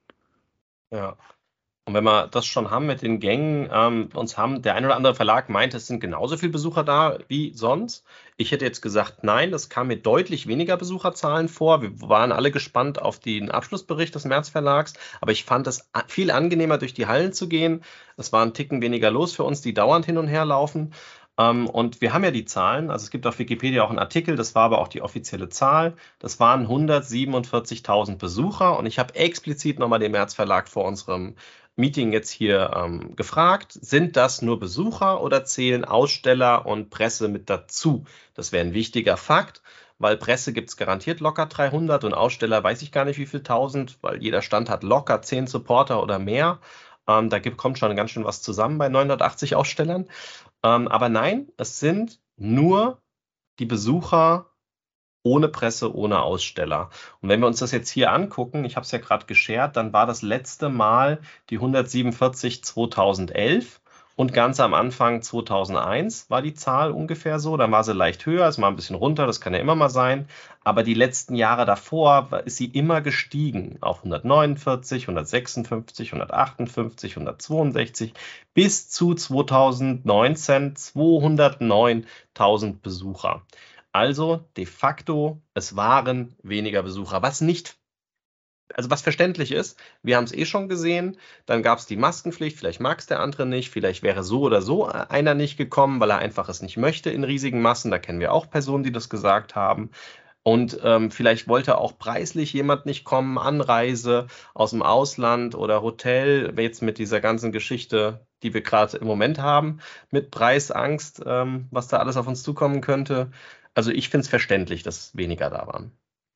Ja. Und wenn wir das schon haben mit den Gängen, ähm, uns haben, der ein oder andere Verlag meint, es sind genauso viele Besucher da wie sonst. Ich hätte jetzt gesagt, nein, das kam mir deutlich weniger Besucherzahlen vor. Wir waren alle gespannt auf den Abschlussbericht des Märzverlags, aber ich fand es a- viel angenehmer, durch die Hallen zu gehen. Es war ein Ticken weniger los für uns, die dauernd hin und her laufen. Ähm, und wir haben ja die Zahlen, also es gibt auf Wikipedia auch einen Artikel, das war aber auch die offizielle Zahl. Das waren hundertsiebenundvierzigtausend Besucher und ich habe explizit nochmal den Märzverlag vor unserem Meeting jetzt hier ähm, gefragt, sind das nur Besucher oder zählen Aussteller und Presse mit dazu? Das wäre ein wichtiger Fakt, weil Presse gibt es garantiert locker dreihundert und Aussteller weiß ich gar nicht wie viel tausend, weil jeder Stand hat locker zehn Supporter oder mehr. Ähm, da gibt, kommt schon ganz schön was zusammen bei neunhundertachtzig Ausstellern. Ähm, aber nein, es sind nur die Besucher ohne Presse, ohne Aussteller. Und wenn wir uns das jetzt hier angucken, ich habe es ja gerade geshared, dann war das letzte Mal die hundertsiebenundvierzig zweitausendelf und ganz am Anfang zweitausendeins war die Zahl ungefähr so. Dann war sie leicht höher, ist mal ein bisschen runter, das kann ja immer mal sein. Aber die letzten Jahre davor war- ist sie immer gestiegen auf hundertneunundvierzig, hundertsechsundfünfzig, hundertachtundfünfzig, hundertzweiundsechzig bis zu zweitausendneunzehn zweihundertneuntausend Besucher. Also de facto, es waren weniger Besucher, was nicht, also was verständlich ist. Wir haben es eh schon gesehen, dann gab es die Maskenpflicht, vielleicht mag es der andere nicht, vielleicht wäre so oder so einer nicht gekommen, weil er einfach es nicht möchte in riesigen Massen. Da kennen wir auch Personen, die das gesagt haben. Und ähm, vielleicht wollte auch preislich jemand nicht kommen, Anreise aus dem Ausland oder Hotel, jetzt mit dieser ganzen Geschichte, die wir gerade im Moment haben, mit Preisangst, ähm, was da alles auf uns zukommen könnte. Also ich finde es verständlich, dass weniger da waren.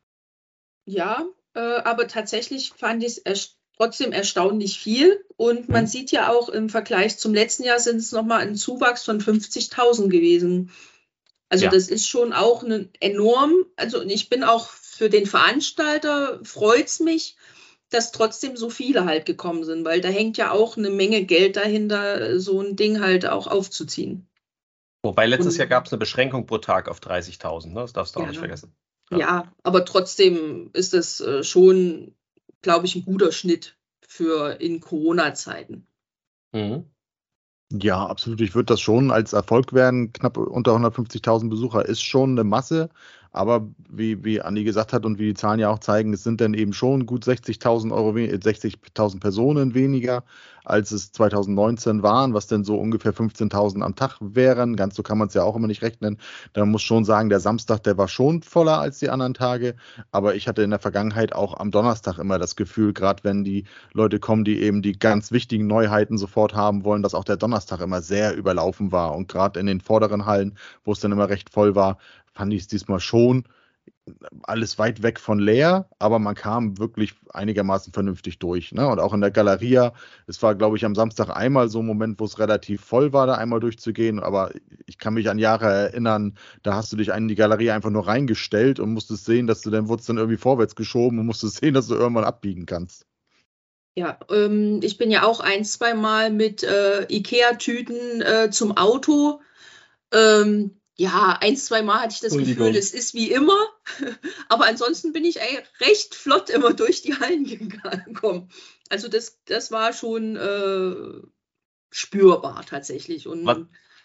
Ja, äh, aber tatsächlich fand ich es erst trotzdem erstaunlich viel. Und man Hm? sieht ja auch im Vergleich zum letzten Jahr sind es nochmal ein Zuwachs von fünfzigtausend gewesen. Also Ja. das ist schon auch eine enorm, also ich bin auch für den Veranstalter, freut es mich, dass trotzdem so viele halt gekommen sind, weil da hängt ja auch eine Menge Geld dahinter, so ein Ding halt auch aufzuziehen. Wobei letztes Jahr gab Und es eine Beschränkung pro Tag auf dreißigtausend, ne? Das darfst du auch ja, nicht vergessen. Ja. ja, aber trotzdem ist es äh, schon, glaube ich, ein guter Schnitt für in Corona-Zeiten. Mhm. Ja, absolut. Ich würde das schon als Erfolg werden. Knapp unter hundertfünfzigtausend Besucher ist schon eine Masse. Aber wie, wie Andi gesagt hat und wie die Zahlen ja auch zeigen, es sind dann eben schon gut sechzigtausend Euro, we- äh, sechzigtausend Personen weniger, als es zweitausendneunzehn waren, was dann so ungefähr fünfzehntausend am Tag wären. Ganz so kann man es ja auch immer nicht rechnen. Da muss schon sagen, der Samstag, der war schon voller als die anderen Tage. Aber ich hatte in der Vergangenheit auch am Donnerstag immer das Gefühl, gerade wenn die Leute kommen, die eben die ganz wichtigen Neuheiten sofort haben wollen, dass auch der Donnerstag immer sehr überlaufen war. Und gerade in den vorderen Hallen, wo es dann immer recht voll war, fand ich es diesmal schon alles weit weg von leer, aber man kam wirklich einigermaßen vernünftig durch. Ne? Und auch in der Galeria, es war, glaube ich, am Samstag einmal so ein Moment, wo es relativ voll war, da einmal durchzugehen, aber ich kann mich an Jahre erinnern, da hast du dich in die Galerie einfach nur reingestellt und musstest sehen, dass du dann wurdest dann irgendwie vorwärts geschoben und musstest sehen, dass du irgendwann abbiegen kannst. Ja, ähm, ich bin ja auch ein, zwei Mal mit äh, IKEA-Tüten äh, zum Auto. Ähm, ja, ein, zwei Mal hatte ich das Gefühl, Entschuldigung. es ist wie immer. Aber ansonsten bin ich ey, recht flott immer durch die Hallen gekommen. Also das, das war schon, äh, spürbar tatsächlich. Und Was,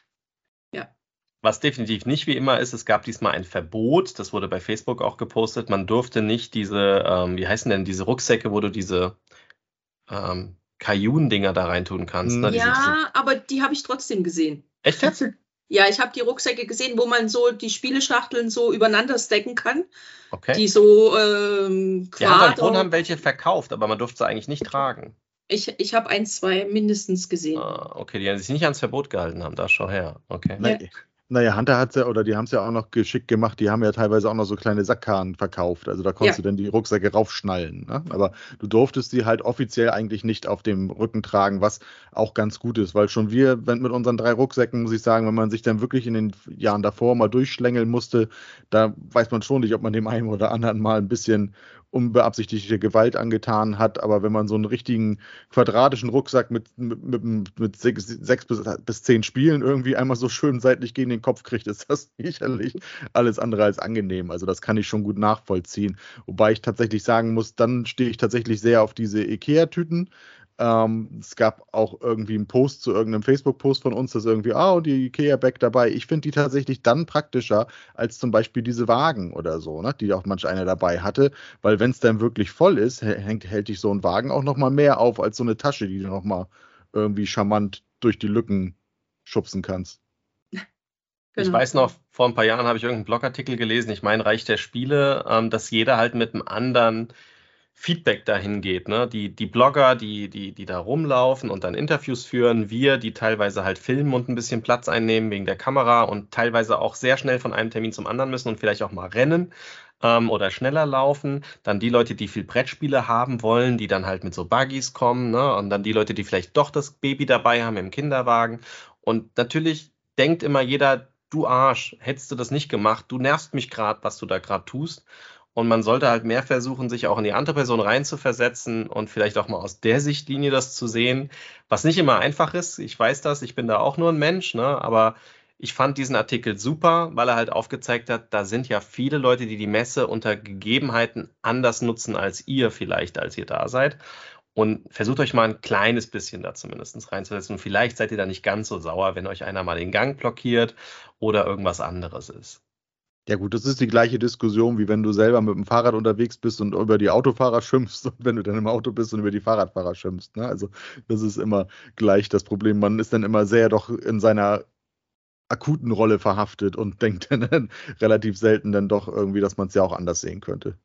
ja. was definitiv nicht wie immer ist, es gab diesmal ein Verbot, das wurde bei Facebook auch gepostet, man durfte nicht diese, ähm, wie heißen denn diese Rucksäcke, wo du diese ähm, Kajun-Dinger da reintun kannst. Ne? Diese, diese, Ja, aber die habe ich trotzdem gesehen. echt jetzt? Ja, ich habe die Rucksäcke gesehen, wo man so die Spieleschachteln so übereinander stacken kann, Okay. die so ähm, Die Hand und Brot Quader. haben welche verkauft, aber man durfte sie eigentlich nicht tragen. Ich, ich habe ein, zwei mindestens gesehen. Ah, okay, die sich nicht ans Verbot gehalten haben, da schau her. Okay. Ja. Naja, Hunter hat ja, oder die haben es ja auch noch geschickt gemacht, die haben ja teilweise auch noch so kleine Sackkarren verkauft. Also da konntest Ja. du dann die Rucksäcke raufschnallen. Ne? Aber du durftest die halt offiziell eigentlich nicht auf dem Rücken tragen, was auch ganz gut ist, weil schon wir, wenn mit unseren drei Rucksäcken, muss ich sagen, wenn man sich dann wirklich in den Jahren davor mal durchschlängeln musste, da weiß man schon nicht, ob man dem einen oder anderen mal ein bisschen unbeabsichtigte Gewalt angetan hat. Aber wenn man so einen richtigen quadratischen Rucksack mit, mit, mit, mit sechs, sechs bis, bis zehn Spielen irgendwie einmal so schön seitlich gegen den Kopf kriegt, ist das sicherlich alles andere als angenehm. Also das kann ich schon gut nachvollziehen. Wobei ich tatsächlich sagen muss, dann stehe ich tatsächlich sehr auf diese Ikea-Tüten. Ähm, es gab auch irgendwie einen Post zu irgendeinem Facebook-Post von uns, dass irgendwie, ah, und die Ikea-Bag dabei. Ich finde die tatsächlich dann praktischer als zum Beispiel diese Wagen oder so, ne, die auch manch einer dabei hatte. Weil wenn es dann wirklich voll ist, hängt, hält dich so ein Wagen auch noch mal mehr auf als so eine Tasche, die du noch mal irgendwie charmant durch die Lücken schubsen kannst. Ich Genau. weiß noch, vor ein paar Jahren habe ich irgendeinen Blogartikel gelesen, ich meine Reich der Spiele, ähm, dass jeder halt mit einem anderen Feedback dahin geht. Ne? Die, die Blogger, die, die, die da rumlaufen und dann Interviews führen, wir, die teilweise halt filmen und ein bisschen Platz einnehmen wegen der Kamera und teilweise auch sehr schnell von einem Termin zum anderen müssen und vielleicht auch mal rennen ähm, oder schneller laufen. Dann die Leute, die viel Brettspiele haben wollen, die dann halt mit so Buggies kommen. Ne? Und dann die Leute, die vielleicht doch das Baby dabei haben im Kinderwagen. Und natürlich denkt immer jeder, du Arsch, hättest du das nicht gemacht, du nervst mich gerade, was du da gerade tust. Und man sollte halt mehr versuchen, sich auch in die andere Person reinzuversetzen und vielleicht auch mal aus der Sichtlinie das zu sehen, was nicht immer einfach ist. Ich weiß das, ich bin da auch nur ein Mensch, ne? Aber ich fand diesen Artikel super, weil er halt aufgezeigt hat, da sind ja viele Leute, die die Messe unter Gegebenheiten anders nutzen als ihr vielleicht, als ihr da seid. Und versucht euch mal ein kleines bisschen da zumindest reinzusetzen. Und vielleicht seid ihr da nicht ganz so sauer, wenn euch einer mal den Gang blockiert oder irgendwas anderes ist. Ja gut, das ist die gleiche Diskussion, wie wenn du selber mit dem Fahrrad unterwegs bist und über die Autofahrer schimpfst und wenn du dann im Auto bist und über die Fahrradfahrer schimpfst. Ne? Also das ist immer gleich das Problem. Man ist dann immer sehr doch in seiner akuten Rolle verhaftet und denkt dann relativ selten dann doch irgendwie, dass man es ja auch anders sehen könnte.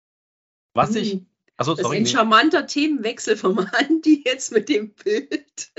Was ich... Hm. Also, Das sorry, ist ein nee. charmanter Themenwechsel vom Andi jetzt mit dem Bild.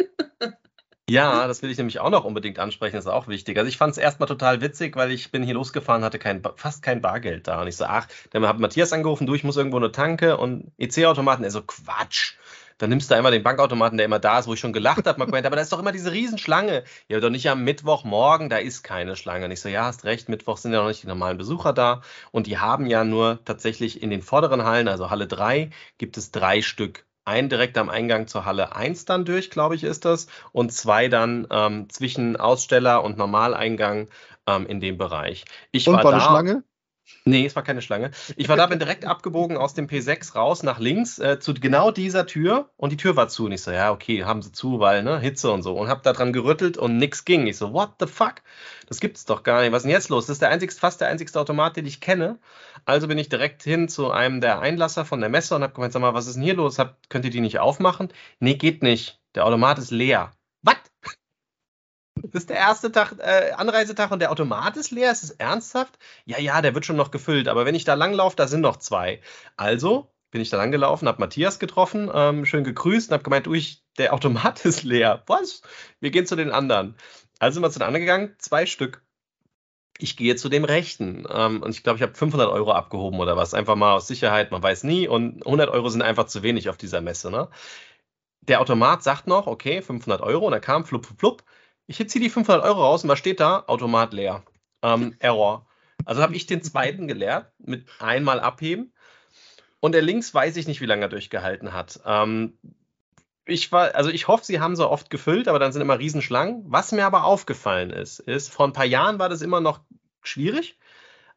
Ja, das will ich nämlich auch noch unbedingt ansprechen, das ist auch wichtig. Also ich fand es erstmal total witzig, weil ich bin hier losgefahren, hatte kein, Ba- fast kein Bargeld da. Und ich so, ach, dann hat Matthias angerufen, du, ich muss irgendwo eine Tanke und E C-Automaten. Er so, Quatsch. Dann nimmst du einmal den Bankautomaten, der immer da ist, wo ich schon gelacht habe. Man gemeint, aber da ist doch immer diese Riesenschlange. Ja, doch nicht am Mittwochmorgen, da ist keine Schlange. Und ich so, ja, hast recht, Mittwoch sind ja noch nicht die normalen Besucher da. Und die haben ja nur tatsächlich in den vorderen Hallen, also Halle drei, gibt es drei Stück. Ein direkt am Eingang zur Halle eins dann durch, glaube ich, ist das. Und zwei dann ähm, zwischen Aussteller und Normaleingang ähm, in dem Bereich. Ich Und war war da. eine Schlange? Nee, es war keine Schlange. Ich war da, bin direkt abgebogen aus dem P sechs raus nach links äh, zu genau dieser Tür und die Tür war zu. Und ich so, ja, okay, haben sie zu, weil, ne, Hitze und so. Und hab da dran gerüttelt und nix ging. Ich so, what the fuck? Das gibt's doch gar nicht. Was ist denn jetzt los? Das ist der einzigste, fast der einzigste Automat, den ich kenne. Also bin ich direkt hin zu einem der Einlasser von der Messe und hab gemeint, sag mal, was ist denn hier los? Hab, könnt ihr die nicht aufmachen? Nee, geht nicht. Der Automat ist leer. Was? Das ist der erste Tag, äh, Anreisetag und der Automat ist leer? Ist das ernsthaft? Ja, ja, der wird schon noch gefüllt, aber wenn ich da langlaufe, da sind noch zwei. Also bin ich da langgelaufen, habe Matthias getroffen, ähm, schön gegrüßt und habe gemeint, du, ich, der Automat ist leer. Was? Wir gehen zu den anderen. Also sind wir zu den anderen gegangen, zwei Stück. Ich gehe zu dem Rechten ähm, und ich glaube, ich habe fünfhundert Euro abgehoben oder was. Einfach mal aus Sicherheit, man weiß nie und hundert Euro sind einfach zu wenig auf dieser Messe, ne? Der Automat sagt noch, okay, fünfhundert Euro und er kam, flupp, flupp, flupp. Ich ziehe die fünfhundert Euro raus und was steht da? Automat leer. Ähm, Error. Also habe ich den zweiten geleert mit einmal abheben. Und der links weiß ich nicht, wie lange er durchgehalten hat. Ähm, ich war, also ich hoffe, sie haben so oft gefüllt, aber dann sind immer Riesenschlangen. Was mir aber aufgefallen ist, ist, vor ein paar Jahren war das immer noch schwierig.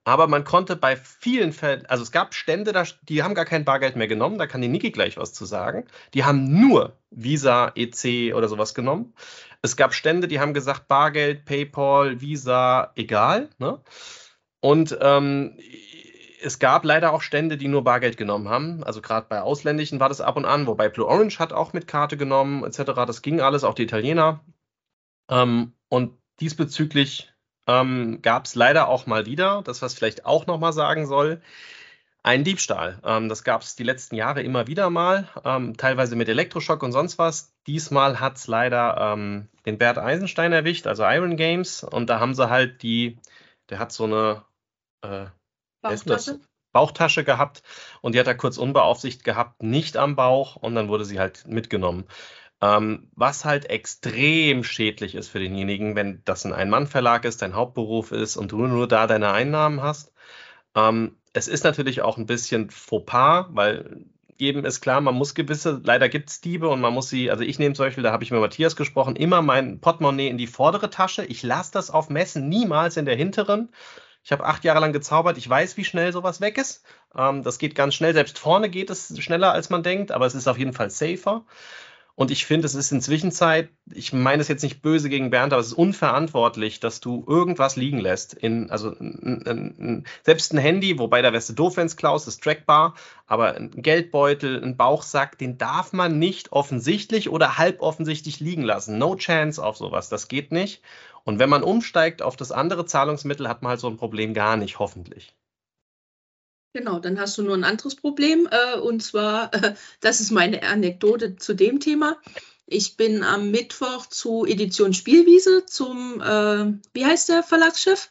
Aber man konnte bei vielen Fällen, also es gab Stände, da, die haben gar kein Bargeld mehr genommen, da kann die Niki gleich was zu sagen. Die haben nur Visa, E C oder sowas genommen. Es gab Stände, die haben gesagt, Bargeld, PayPal, Visa, egal. Ne? Und ähm, es gab leider auch Stände, die nur Bargeld genommen haben. Also gerade bei Ausländischen war das ab und an, wobei Blue Orange hat auch mit Karte genommen, et cetera. Das ging alles, auch die Italiener. Ähm, und diesbezüglich ähm, gab es leider auch mal wieder, das was vielleicht auch nochmal sagen soll, einen Diebstahl. Ähm, das gab es die letzten Jahre immer wieder mal, ähm, teilweise mit Elektroschock und sonst was. Diesmal hat es leider ähm, den Bert Eisenstein erwischt, also Iron Games. Und da haben sie halt die, der hat so eine äh, wer ist denn das? Bauchtasche. Bauchtasche gehabt und die hat er kurz unbeaufsichtigt gehabt, nicht am Bauch und dann wurde sie halt mitgenommen. Ähm, was halt extrem schädlich ist für denjenigen, wenn das ein Ein-Mann-Verlag ist, dein Hauptberuf ist und du nur da deine Einnahmen hast. Ähm, es ist natürlich auch ein bisschen Fauxpas, weil jedem ist klar, man muss gewisse, leider gibt es Diebe und man muss sie, also ich nehme zum Beispiel, da habe ich mit Matthias gesprochen, immer mein Portemonnaie in die vordere Tasche. Ich lasse das auf Messen niemals in der hinteren. Ich habe acht Jahre lang gezaubert, ich weiß, wie schnell sowas weg ist. Ähm, das geht ganz schnell, selbst vorne geht es schneller, als man denkt, aber es ist auf jeden Fall safer. Und ich finde, es ist inzwischen Zeit, ich meine es jetzt nicht böse gegen Bernd, aber es ist unverantwortlich, dass du irgendwas liegen lässt. In, also n, n, n, selbst ein Handy, wobei da wärst du doof, wenn es klaust, ist trackbar, aber ein Geldbeutel, ein Bauchsack, den darf man nicht offensichtlich oder halb offensichtlich liegen lassen. No chance auf sowas, das geht nicht. Und wenn man umsteigt auf das andere Zahlungsmittel, hat man halt so ein Problem gar nicht, hoffentlich. Genau, dann hast du nur ein anderes Problem. Äh, und zwar, äh, das ist meine Anekdote zu dem Thema. Ich bin am Mittwoch zu Edition Spielwiese zum, äh, wie heißt der Verlagschef?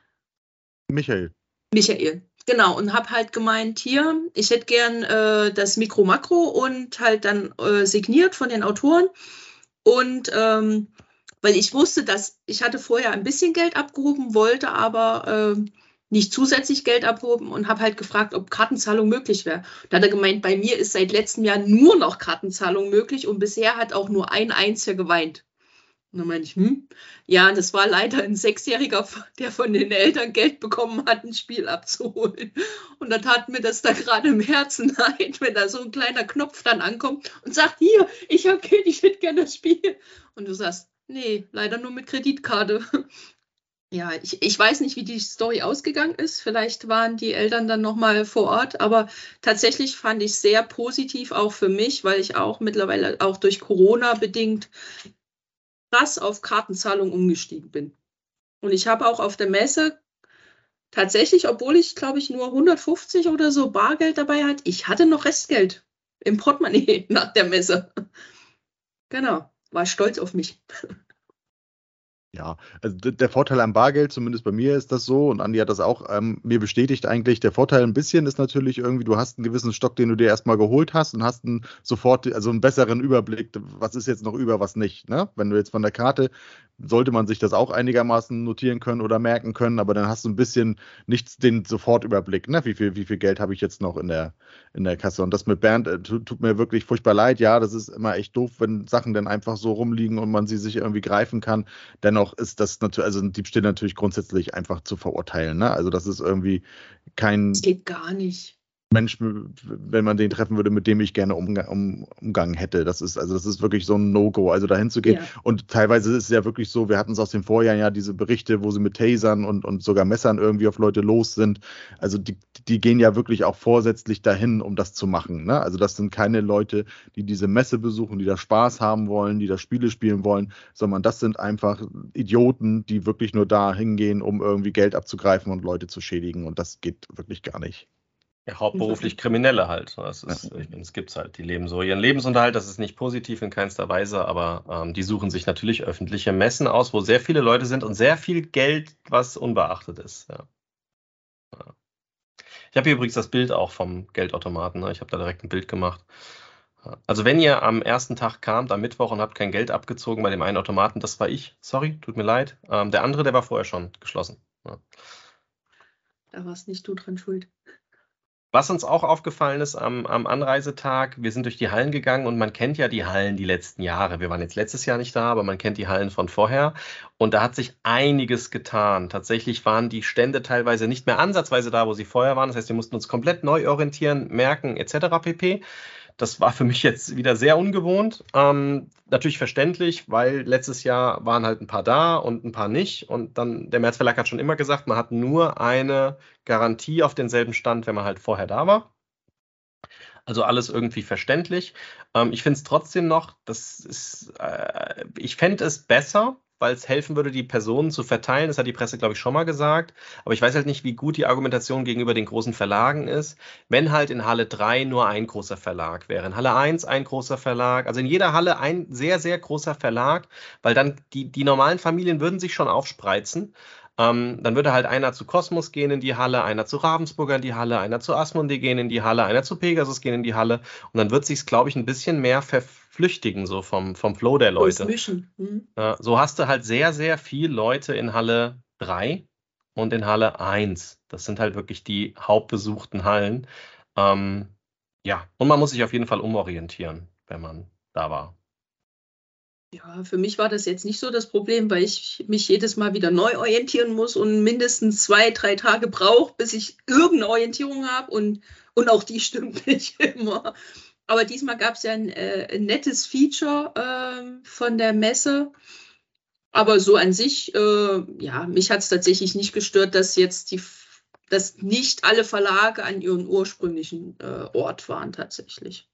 Michael. Michael. Genau, und habe halt gemeint, hier, ich hätte gern äh, das Mikro Makro und halt dann äh, signiert von den Autoren. Und ähm, weil ich wusste, dass ich hatte vorher ein bisschen Geld abgehoben, wollte aber äh, nicht zusätzlich Geld abhoben und habe halt gefragt, ob Kartenzahlung möglich wäre. Da hat er gemeint, bei mir ist seit letztem Jahr nur noch Kartenzahlung möglich und bisher hat auch nur ein Einziger geweint. Und dann meinte ich, hm, ja, das war leider ein Sechsjähriger, der von den Eltern Geld bekommen hat, ein Spiel abzuholen. Und da tat mir das da gerade im Herzen leid, wenn da so ein kleiner Knopf dann ankommt und sagt, hier, ich habe Geld, ich hätte gerne das Spiel. Und du sagst, nee, leider nur mit Kreditkarte. Ja, ich, ich weiß nicht, wie die Story ausgegangen ist. Vielleicht waren die Eltern dann nochmal vor Ort, aber tatsächlich fand ich sehr positiv auch für mich, weil ich auch mittlerweile auch durch Corona bedingt krass auf Kartenzahlung umgestiegen bin. Und ich habe auch auf der Messe tatsächlich, obwohl ich, glaube ich, nur hundertfünfzig oder so Bargeld dabei hatte, ich hatte noch Restgeld im Portemonnaie nach der Messe. Genau, war stolz auf mich. Ja, also d- der Vorteil am Bargeld, zumindest bei mir ist das so, und Andi hat das auch ähm, mir bestätigt eigentlich, der Vorteil ein bisschen ist natürlich irgendwie, du hast einen gewissen Stock, den du dir erstmal geholt hast und hast einen sofort, also einen besseren Überblick, was ist jetzt noch über, was nicht, ne? Wenn du jetzt von der Karte, sollte man sich das auch einigermaßen notieren können oder merken können, aber dann hast du ein bisschen nicht den Sofortüberblick, ne? Wie viel, wie viel Geld habe ich jetzt noch in der, in der Kasse? Und das mit Bernd äh, tut, tut mir wirklich furchtbar leid. Ja, das ist immer echt doof, wenn Sachen dann einfach so rumliegen und man sie sich irgendwie greifen kann. Dennoch ist das natürlich, also ein Diebstahl natürlich grundsätzlich einfach zu verurteilen. Ne? Also das ist irgendwie kein Das geht gar nicht. Mensch, wenn man den treffen würde, mit dem ich gerne umga um, Umgang hätte. Das ist, also das ist wirklich so ein No-Go, also dahin zu gehen. Ja. Und teilweise ist es ja wirklich so, wir hatten es aus den Vorjahren ja diese Berichte, wo sie mit Tasern und, und sogar Messern irgendwie auf Leute los sind. Also die, die gehen ja wirklich auch vorsätzlich dahin, um das zu machen. Ne? Also das sind keine Leute, die diese Messe besuchen, die da Spaß haben wollen, die da Spiele spielen wollen, sondern das sind einfach Idioten, die wirklich nur da hingehen, um irgendwie Geld abzugreifen und Leute zu schädigen. Und das geht wirklich gar nicht. Ja, hauptberuflich Kriminelle halt. Das ist, Ja. ich meine, es gibt's halt. Die leben so ihren Lebensunterhalt, das ist nicht positiv in keinster Weise, aber ähm, die suchen sich natürlich öffentliche Messen aus, wo sehr viele Leute sind und sehr viel Geld, was unbeachtet ist. Ja. Ja. Ich habe hier übrigens das Bild auch vom Geldautomaten. Ne? Ich habe da direkt ein Bild gemacht. Ja. Also wenn ihr am ersten Tag kamt, am Mittwoch und habt kein Geld abgezogen bei dem einen Automaten, das war ich. Sorry, tut mir leid. Ähm, der andere, der war vorher schon geschlossen. Ja. Da warst nicht du dran schuld. Was uns auch aufgefallen ist am, am Anreisetag, wir sind durch die Hallen gegangen und man kennt ja die Hallen die letzten Jahre. Wir waren jetzt letztes Jahr nicht da, aber man kennt die Hallen von vorher. Und da hat sich einiges getan. Tatsächlich waren die Stände teilweise nicht mehr ansatzweise da, wo sie vorher waren. Das heißt, wir mussten uns komplett neu orientieren, merken et cetera pp. Das war für mich jetzt wieder sehr ungewohnt. Ähm, natürlich verständlich, weil letztes Jahr waren halt ein paar da und ein paar nicht. Und dann, der März Verlag hat schon immer gesagt, man hat nur eine Garantie auf denselben Stand, wenn man halt vorher da war. Also alles irgendwie verständlich. Ähm, ich finde es trotzdem noch, das ist, äh, ich fände es besser, weil es helfen würde, die Personen zu verteilen. Das hat die Presse, glaube ich, schon mal gesagt. Aber ich weiß halt nicht, wie gut die Argumentation gegenüber den großen Verlagen ist, wenn halt in Halle drei nur ein großer Verlag wäre. In Halle eins ein großer Verlag. Also in jeder Halle ein sehr, sehr großer Verlag, weil dann die, die normalen Familien würden sich schon aufspreizen. Ähm, dann würde halt einer zu Kosmos gehen in die Halle, einer zu Ravensburger in die Halle, einer zu Asmodee gehen in die Halle, einer zu Pegasus gehen in die Halle. Und dann wird sich's, glaube ich, ein bisschen mehr verflüchtigen, so vom, vom Flow der Leute. Durchmischen. Mhm. Äh, so hast du halt sehr, sehr viel Leute in Halle drei und in Halle eins. Das sind halt wirklich die hauptbesuchten Hallen. Ähm, ja, und man muss sich auf jeden Fall umorientieren, wenn man da war. Ja, für mich war das jetzt nicht so das Problem, weil ich mich jedes Mal wieder neu orientieren muss und mindestens zwei, drei Tage brauche, bis ich irgendeine Orientierung habe und, und auch die stimmt nicht immer. Aber diesmal gab es ja ein, äh, ein nettes Feature äh, von der Messe. Aber so an sich, äh, ja, mich hat es tatsächlich nicht gestört, dass jetzt die, dass nicht alle Verlage an ihren ursprünglichen äh, Ort waren tatsächlich.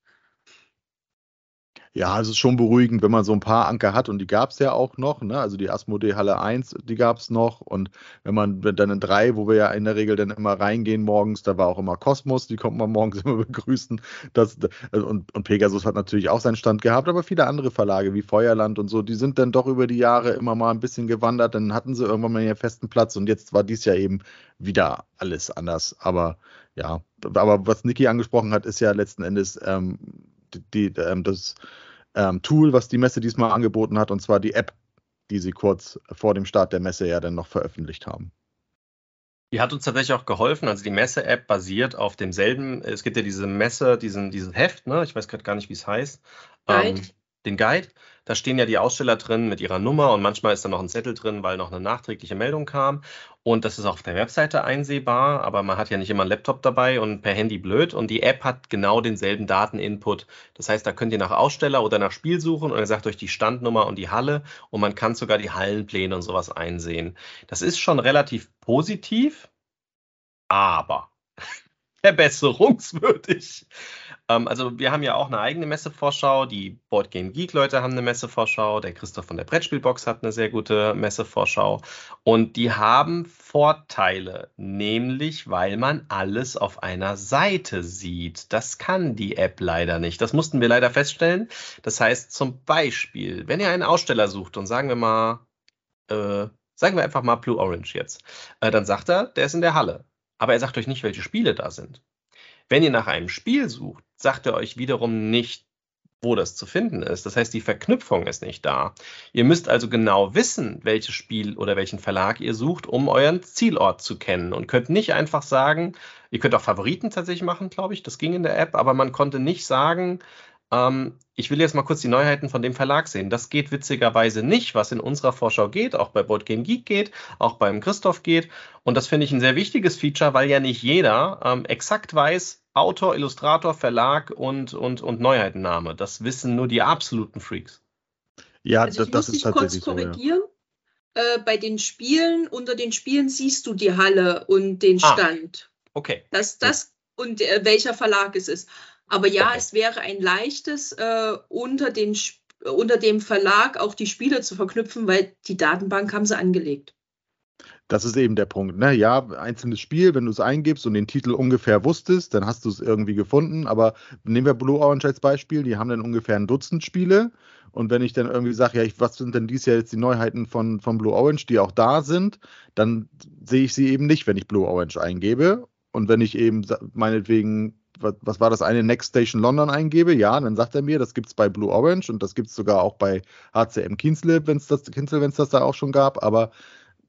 Ja, es ist schon beruhigend, wenn man so ein paar Anker hat und die gab es ja auch noch, ne? Also die Asmodee Halle eins, die gab es noch und wenn man dann in drei, wo wir ja in der Regel dann immer reingehen morgens, da war auch immer Kosmos, die konnte man morgens immer begrüßen. Das, und, und Pegasus hat natürlich auch seinen Stand gehabt, aber viele andere Verlage wie Feuerland und so, die sind dann doch über die Jahre immer mal ein bisschen gewandert, dann hatten sie irgendwann mal ihren festen Platz und jetzt war dies Jahr eben wieder alles anders. Aber ja, aber was Niki angesprochen hat, ist ja letzten Endes ähm, die, die, ähm, das ähm, Tool, was die Messe diesmal angeboten hat, und zwar die App, die sie kurz vor dem Start der Messe ja dann noch veröffentlicht haben. Die hat uns tatsächlich auch geholfen. Also die Messe-App basiert auf demselben, es gibt ja diese Messe, diesen, diesen Heft, ne? Ich weiß gerade gar nicht, wie es heißt. Guide. Ähm, den Guide. Da stehen ja die Aussteller drin mit ihrer Nummer und manchmal ist da noch ein Zettel drin, weil noch eine nachträgliche Meldung kam. Und das ist auch auf der Webseite einsehbar, aber man hat ja nicht immer einen Laptop dabei und per Handy blöd. Und die App hat genau denselben Dateninput. Das heißt, da könnt ihr nach Aussteller oder nach Spiel suchen und er sagt euch die Standnummer und die Halle und man kann sogar die Hallenpläne und sowas einsehen. Das ist schon relativ positiv, aber verbesserungswürdig. Ähm, also wir haben ja auch eine eigene Messevorschau. Die Board Game Geek Leute haben eine Messevorschau. Der Christoph von der Brettspielbox hat eine sehr gute Messevorschau. Und die haben Vorteile, nämlich weil man alles auf einer Seite sieht. Das kann die App leider nicht. Das mussten wir leider feststellen. Das heißt zum Beispiel, wenn ihr einen Aussteller sucht und sagen wir mal, äh, sagen wir einfach mal Blue Orange jetzt, äh, dann sagt er, der ist in der Halle. Aber er sagt euch nicht, welche Spiele da sind. Wenn ihr nach einem Spiel sucht, sagt er euch wiederum nicht, wo das zu finden ist. Das heißt, die Verknüpfung ist nicht da. Ihr müsst also genau wissen, welches Spiel oder welchen Verlag ihr sucht, um euren Zielort zu kennen und könnt nicht einfach sagen, ihr könnt auch Favoriten tatsächlich machen, glaube ich, das ging in der App, aber man konnte nicht sagen, ähm, ich will jetzt mal kurz die Neuheiten von dem Verlag sehen. Das geht witzigerweise nicht, was in unserer Vorschau geht, auch bei Board Game Geek geht, auch beim Christoph geht. Und das finde ich ein sehr wichtiges Feature, weil ja nicht jeder ähm, exakt weiß, Autor, Illustrator, Verlag und, und, und Neuheitenname. Das wissen nur die absoluten Freaks. Ja, Also ich das muss ist dich kurz tatsächlich so, ja. korrigieren. Äh, bei den Spielen, unter den Spielen siehst du die Halle und den Ah. Stand. Okay. Das, das und äh, welcher Verlag es ist. Aber ja, Okay. es wäre ein leichtes, äh, unter, den, Sp- unter dem Verlag auch die Spiele zu verknüpfen, weil die Datenbank haben sie angelegt. Das ist eben der Punkt. Ne? Ja, einzelnes Spiel, wenn du es eingibst und den Titel ungefähr wusstest, dann hast du es irgendwie gefunden. Aber nehmen wir Blue Orange als Beispiel, die haben dann ungefähr ein Dutzend Spiele. Und wenn ich dann irgendwie sage, ja, ich, was sind denn dies Jahr jetzt die Neuheiten von, von Blue Orange, die auch da sind, dann sehe ich sie eben nicht, wenn ich Blue Orange eingebe. Und wenn ich eben sa- meinetwegen, was, was war das eine, Next Station London eingebe, ja, dann sagt er mir, das gibt es bei Blue Orange und das gibt es sogar auch bei H C M Kienzle, wenn es das, Kienzle, wenn es das da auch schon gab. Aber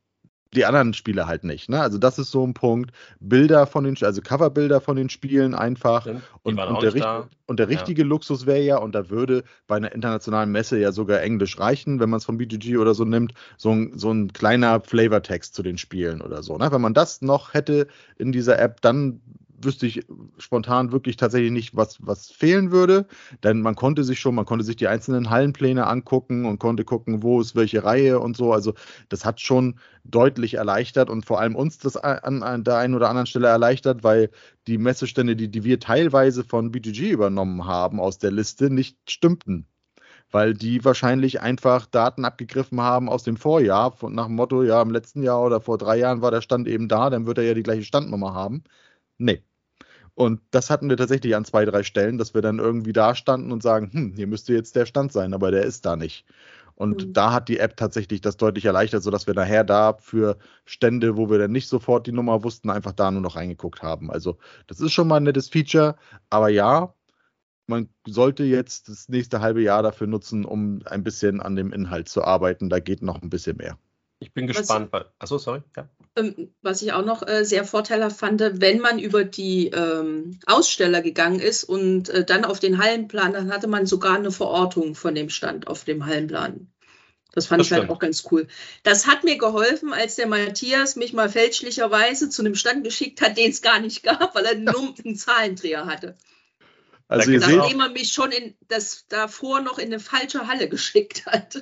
die anderen Spiele halt nicht. Ne? Also das ist so ein Punkt. Bilder von den, also Coverbilder von den Spielen einfach. Stimmt, die Und, waren und, auch der, nicht richt- da. und der Ja. richtige Luxus wäre ja, und da würde bei einer internationalen Messe ja sogar Englisch reichen, wenn man es von B G G oder so nimmt, so ein, so ein kleiner Flavortext zu den Spielen oder so. Ne? Wenn man das noch hätte in dieser App, dann wüsste ich spontan wirklich tatsächlich nicht, was, was fehlen würde. Denn man konnte sich schon, man konnte sich die einzelnen Hallenpläne angucken und konnte gucken, wo ist welche Reihe und so. Also das hat schon deutlich erleichtert und vor allem uns das an, an der einen oder anderen Stelle erleichtert, weil die Messestände, die, die wir teilweise von B G G übernommen haben aus der Liste, nicht stimmten. Weil die wahrscheinlich einfach Daten abgegriffen haben aus dem Vorjahr, von, nach dem Motto, ja, im letzten Jahr oder vor drei Jahren war der Stand eben da, dann wird er ja die gleiche Standnummer haben. Nee. Und das hatten wir tatsächlich an zwei, drei Stellen, dass wir dann irgendwie da standen und sagen, hm, hier müsste jetzt der Stand sein, aber der ist da nicht. Und Mhm. da hat die App tatsächlich das deutlich erleichtert, sodass wir nachher da für Stände, wo wir dann nicht sofort die Nummer wussten, einfach da nur noch reingeguckt haben. Also das ist schon mal ein nettes Feature, aber ja, man sollte jetzt das nächste halbe Jahr dafür nutzen, um ein bisschen an dem Inhalt zu arbeiten. Da geht noch ein bisschen mehr. Ich bin Was- gespannt. Weil, achso, sorry. Ja. Ähm, Was ich auch noch äh, sehr vorteilhaft fand, wenn man über die ähm, Aussteller gegangen ist und äh, dann auf den Hallenplan, dann hatte man sogar eine Verortung von dem Stand auf dem Hallenplan. Das fand Das ich halt stimmt. auch ganz cool. Das hat mir geholfen, als der Matthias mich mal fälschlicherweise zu einem Stand geschickt hat, den es gar nicht gab, weil er nur einen Zahlendreher hatte. Also Da ihr gibt's seht, auch- Nachdem er mich schon in das davor noch in eine falsche Halle geschickt hat.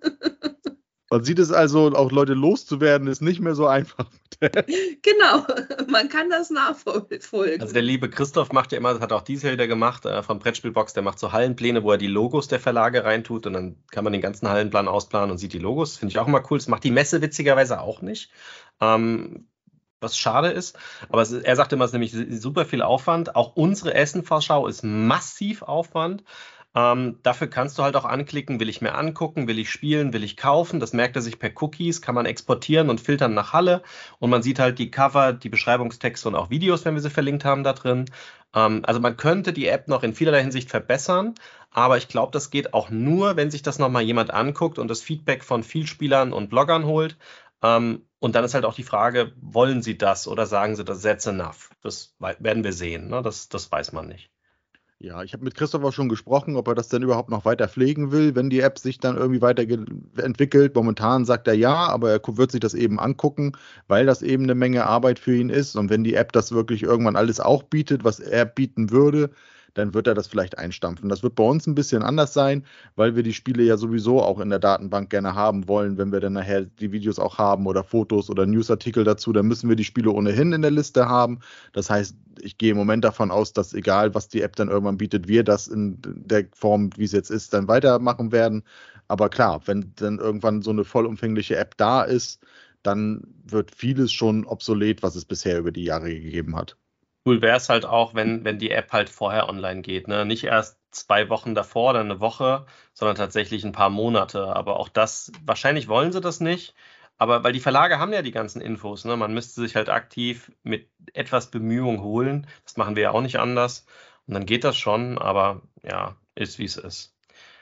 man sieht es also, auch Leute loszuwerden, ist nicht mehr so einfach. Genau, man kann das nachverfolgen. Also der liebe Christoph macht ja immer, das hat auch dieses Jahr wieder gemacht, äh, vom Brettspielbox, der macht so Hallenpläne, wo er die Logos der Verlage reintut und dann kann man den ganzen Hallenplan ausplanen und sieht die Logos. Finde ich auch immer cool. Das macht die Messe witzigerweise auch nicht. Ähm, was schade ist. Aber es ist, er sagt immer, es ist nämlich super viel Aufwand. Auch unsere Essen-Vorschau ist massiv Aufwand. Ähm, dafür kannst du halt auch anklicken, will ich mir angucken, will ich spielen, will ich kaufen. Das merkt er sich per Cookies, kann man exportieren und filtern nach Halle. Und man sieht halt die Cover, die Beschreibungstexte und auch Videos, wenn wir sie verlinkt haben, da drin. Ähm, also man könnte die App noch in vielerlei Hinsicht verbessern. Aber ich glaube, das geht auch nur, wenn sich das nochmal jemand anguckt und das Feedback von Vielspielern und Bloggern holt. Ähm, und dann ist halt auch die Frage, wollen sie das oder sagen sie, das that's enough? Das wei- werden wir sehen. Ne? Das, das weiß man nicht. Ja, ich habe mit Christoph auch schon gesprochen, ob er das denn überhaupt noch weiter pflegen will, wenn die App sich dann irgendwie weiterentwickelt. Momentan sagt er ja, aber er gu- wird sich das eben angucken, weil das eben eine Menge Arbeit für ihn ist. Und wenn die App das wirklich irgendwann alles auch bietet, was er bieten würde, dann wird er das vielleicht einstampfen. Das wird bei uns ein bisschen anders sein, weil wir die Spiele ja sowieso auch in der Datenbank gerne haben wollen. Wenn wir dann nachher die Videos auch haben oder Fotos oder Newsartikel dazu, dann müssen wir die Spiele ohnehin in der Liste haben. Das heißt, ich gehe im Moment davon aus, dass egal, was die App dann irgendwann bietet, wir das in der Form, wie es jetzt ist, dann weitermachen werden. Aber klar, wenn dann irgendwann so eine vollumfängliche App da ist, dann wird vieles schon obsolet, was es bisher über die Jahre gegeben hat. Cool wäre es halt auch, wenn, wenn die App halt vorher online geht. Ne? Nicht erst zwei Wochen davor oder eine Woche, sondern tatsächlich ein paar Monate. Aber auch das, wahrscheinlich wollen sie das nicht. Aber weil die Verlage haben ja die ganzen Infos. Ne? Man müsste sich halt aktiv mit etwas Bemühung holen. Das machen wir ja auch nicht anders. Und dann geht das schon. Aber ja, ist wie es ist.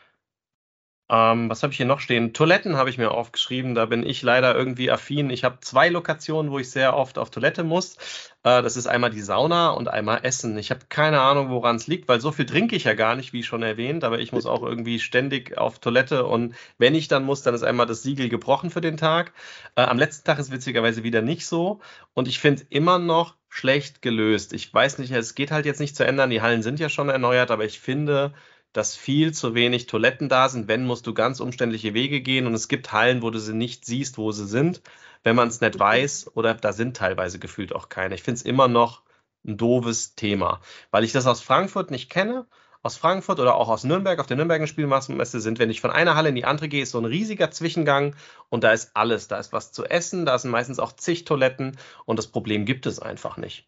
Ähm, was habe ich hier noch stehen? Toiletten habe ich mir aufgeschrieben. Da bin ich leider irgendwie affin. Ich habe zwei Lokationen, wo ich sehr oft auf Toilette muss. Äh, das ist einmal die Sauna und einmal Essen. Ich habe keine Ahnung, woran es liegt, weil so viel trinke ich ja gar nicht, wie schon erwähnt. Aber ich muss auch irgendwie ständig auf Toilette. Und wenn ich dann muss, dann ist einmal das Siegel gebrochen für den Tag. Äh, am letzten Tag ist witzigerweise wieder nicht so. Und ich finde es immer noch schlecht gelöst. Ich weiß nicht, es geht halt jetzt nicht zu ändern. Die Hallen sind ja schon erneuert, aber ich finde, dass viel zu wenig Toiletten da sind. Wenn, musst du ganz umständliche Wege gehen und es gibt Hallen, wo du sie nicht siehst, wo sie sind, wenn man es nicht weiß oder da sind teilweise gefühlt auch keine. Ich finde es immer noch ein doofes Thema, weil ich das aus Frankfurt nicht kenne. Aus Frankfurt oder auch aus Nürnberg, auf der Nürnberger Spielmesse sind, wenn ich von einer Halle in die andere gehe, ist so ein riesiger Zwischengang und da ist alles. Da ist was zu essen, da sind meistens auch zig Toiletten und das Problem gibt es einfach nicht.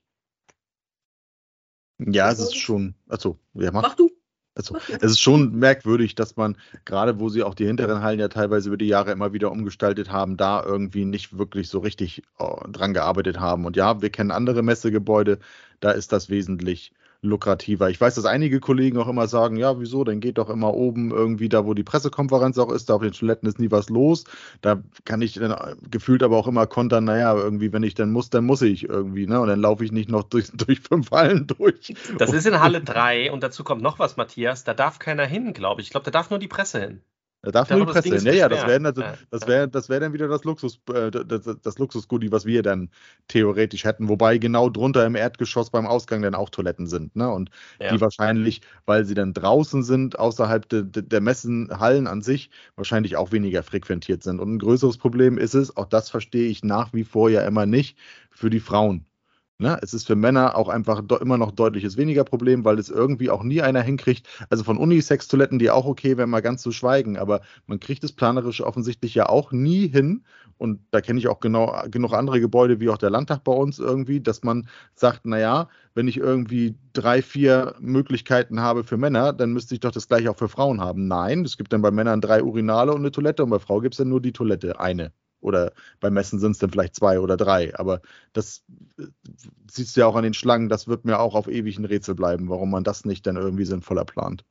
Ja, es ist schon, achso, ja, mach. Mach du. Also, es ist schon merkwürdig, dass man, gerade wo sie auch die hinteren Hallen ja teilweise über die Jahre immer wieder umgestaltet haben, da irgendwie nicht wirklich so richtig oh, dran gearbeitet haben. Und ja, wir kennen andere Messegebäude, da ist das wesentlich lukrativer. Ich weiß, dass einige Kollegen auch immer sagen, ja, wieso, dann geht doch immer oben irgendwie da, wo die Pressekonferenz auch ist, da auf den Toiletten ist nie was los. Da kann ich dann gefühlt aber auch immer kontern, naja, irgendwie, wenn ich dann muss, dann muss ich irgendwie, ne? Und dann laufe ich nicht noch durch, durch fünf Hallen durch. Das ist in Halle drei und dazu kommt noch was, Matthias, da darf keiner hin, glaube ich. Ich glaube, da darf nur die Presse hin. Da darf Da nur wird die das Presse Ding hin. Ja, ja, das gesperrt. wäre also, Ja, das ja. wär, das wär dann wieder das Luxus, äh, das, das Luxusgoodie, was wir dann theoretisch hätten. Wobei genau drunter im Erdgeschoss beim Ausgang dann auch Toiletten sind. Ne? Und Ja. die wahrscheinlich, weil sie dann draußen sind, außerhalb de, de, der Messenhallen an sich, wahrscheinlich auch weniger frequentiert sind. Und ein größeres Problem ist es, auch das verstehe ich nach wie vor ja immer nicht, für die Frauen. Ne? Es ist für Männer auch einfach do, immer noch deutliches weniger Problem, weil es irgendwie auch nie einer hinkriegt. Also von Unisex-Toiletten, die auch okay, wenn mal ganz zu schweigen, aber man kriegt es planerisch offensichtlich ja auch nie hin. Und da kenne ich auch genau genug andere Gebäude, wie auch der Landtag bei uns irgendwie, dass man sagt, naja, wenn ich irgendwie drei, vier Möglichkeiten habe für Männer, dann müsste ich doch das gleiche auch für Frauen haben. Nein, es gibt dann bei Männern drei Urinale und eine Toilette und bei Frau gibt es dann nur die Toilette, eine. Oder beim Messen sind es dann vielleicht zwei oder drei. Aber das äh, siehst du ja auch an den Schlangen, das wird mir auch auf ewig ein Rätsel bleiben, warum man das nicht dann irgendwie sinnvoller plant.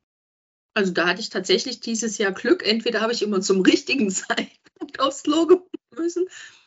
Also da hatte ich tatsächlich dieses Jahr Glück. Entweder habe ich immer zum richtigen Zeitpunkt aufs Klo müssen.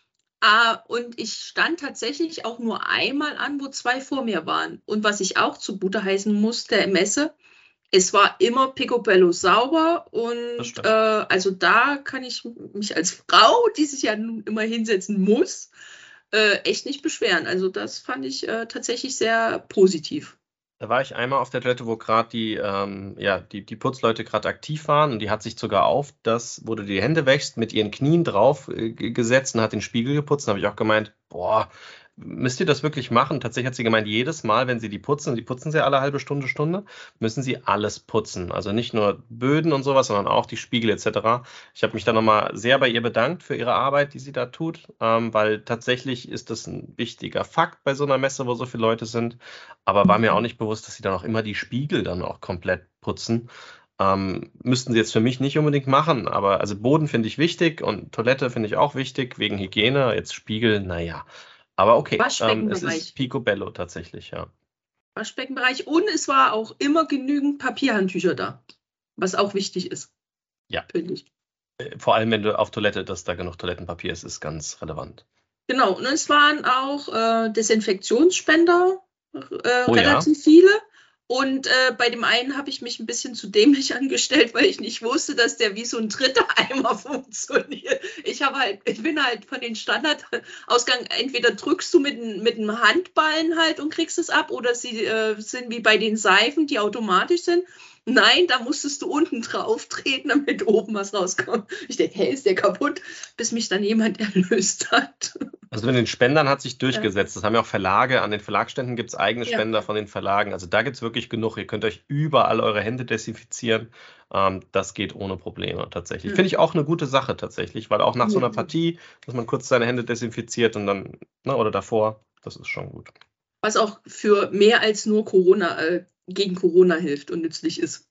Ah, und ich stand tatsächlich auch nur einmal an, wo zwei vor mir waren. Und was ich auch zugute heißen muss, der Messe, es war immer picobello sauber Das und stimmt. äh, also da kann ich mich als Frau, die sich ja nun immer hinsetzen muss, äh, echt nicht beschweren. Also das fand ich äh, tatsächlich sehr positiv. Da war ich einmal auf der Toilette, wo gerade die, ähm, ja, die, die Putzleute gerade aktiv waren und die hat sich sogar auf das, wo du die Hände wäschst, mit ihren Knien drauf äh, ge- gesetzt und hat den Spiegel geputzt. Da habe ich auch gemeint, boah, müsst ihr das wirklich machen? Tatsächlich hat sie gemeint, jedes Mal, wenn sie die putzen, die putzen sie alle halbe Stunde, Stunde, müssen sie alles putzen. Also nicht nur Böden und sowas, sondern auch die Spiegel et cetera. Ich habe mich da nochmal sehr bei ihr bedankt für ihre Arbeit, die sie da tut, ähm, weil tatsächlich ist das ein wichtiger Fakt bei so einer Messe, wo so viele Leute sind. Aber war mir auch nicht bewusst, dass sie dann auch immer die Spiegel dann auch komplett putzen. Ähm, müssten sie jetzt für mich nicht unbedingt machen, aber also Boden finde ich wichtig und Toilette finde ich auch wichtig, wegen Hygiene. Jetzt Spiegel, naja. Aber okay, ähm, es Waschbeckenbereich. ist Picobello tatsächlich, ja. Waschbeckenbereich und es war auch immer genügend Papierhandtücher da, was auch wichtig ist. Ja. Finde ich. Äh, Vor allem, wenn du auf Toilette, dass da genug Toilettenpapier ist, ist ganz relevant. Genau, und es waren auch äh, Desinfektionsspender, äh, Oh ja. relativ viele. Und äh, bei dem einen habe ich mich ein bisschen zu dämlich angestellt, weil ich nicht wusste, dass der wie so ein dritter Eimer funktioniert. Ich habe halt, ich bin halt von den Standardausgang, entweder drückst du mit, mit einem Handballen halt und kriegst es ab, oder sie äh, sind wie bei den Seifen, die automatisch sind. Nein, da musstest du unten drauf treten, damit oben was rauskommt. Ich denke, hey, ist der kaputt, bis mich dann jemand erlöst hat. Also mit den Spendern hat sich durchgesetzt. Das haben ja auch Verlage. An den Verlagsständen gibt es eigene Ja. Spender von den Verlagen. Also da gibt es wirklich genug. Ihr könnt euch überall eure Hände desinfizieren. Ähm, das geht ohne Probleme tatsächlich. Ja. Finde ich auch eine gute Sache tatsächlich, weil auch nach so Ja. einer Partie, dass man kurz seine Hände desinfiziert und dann, ne, oder davor, das ist schon gut. Was auch für mehr als nur Corona, äh, gegen Corona hilft und nützlich ist.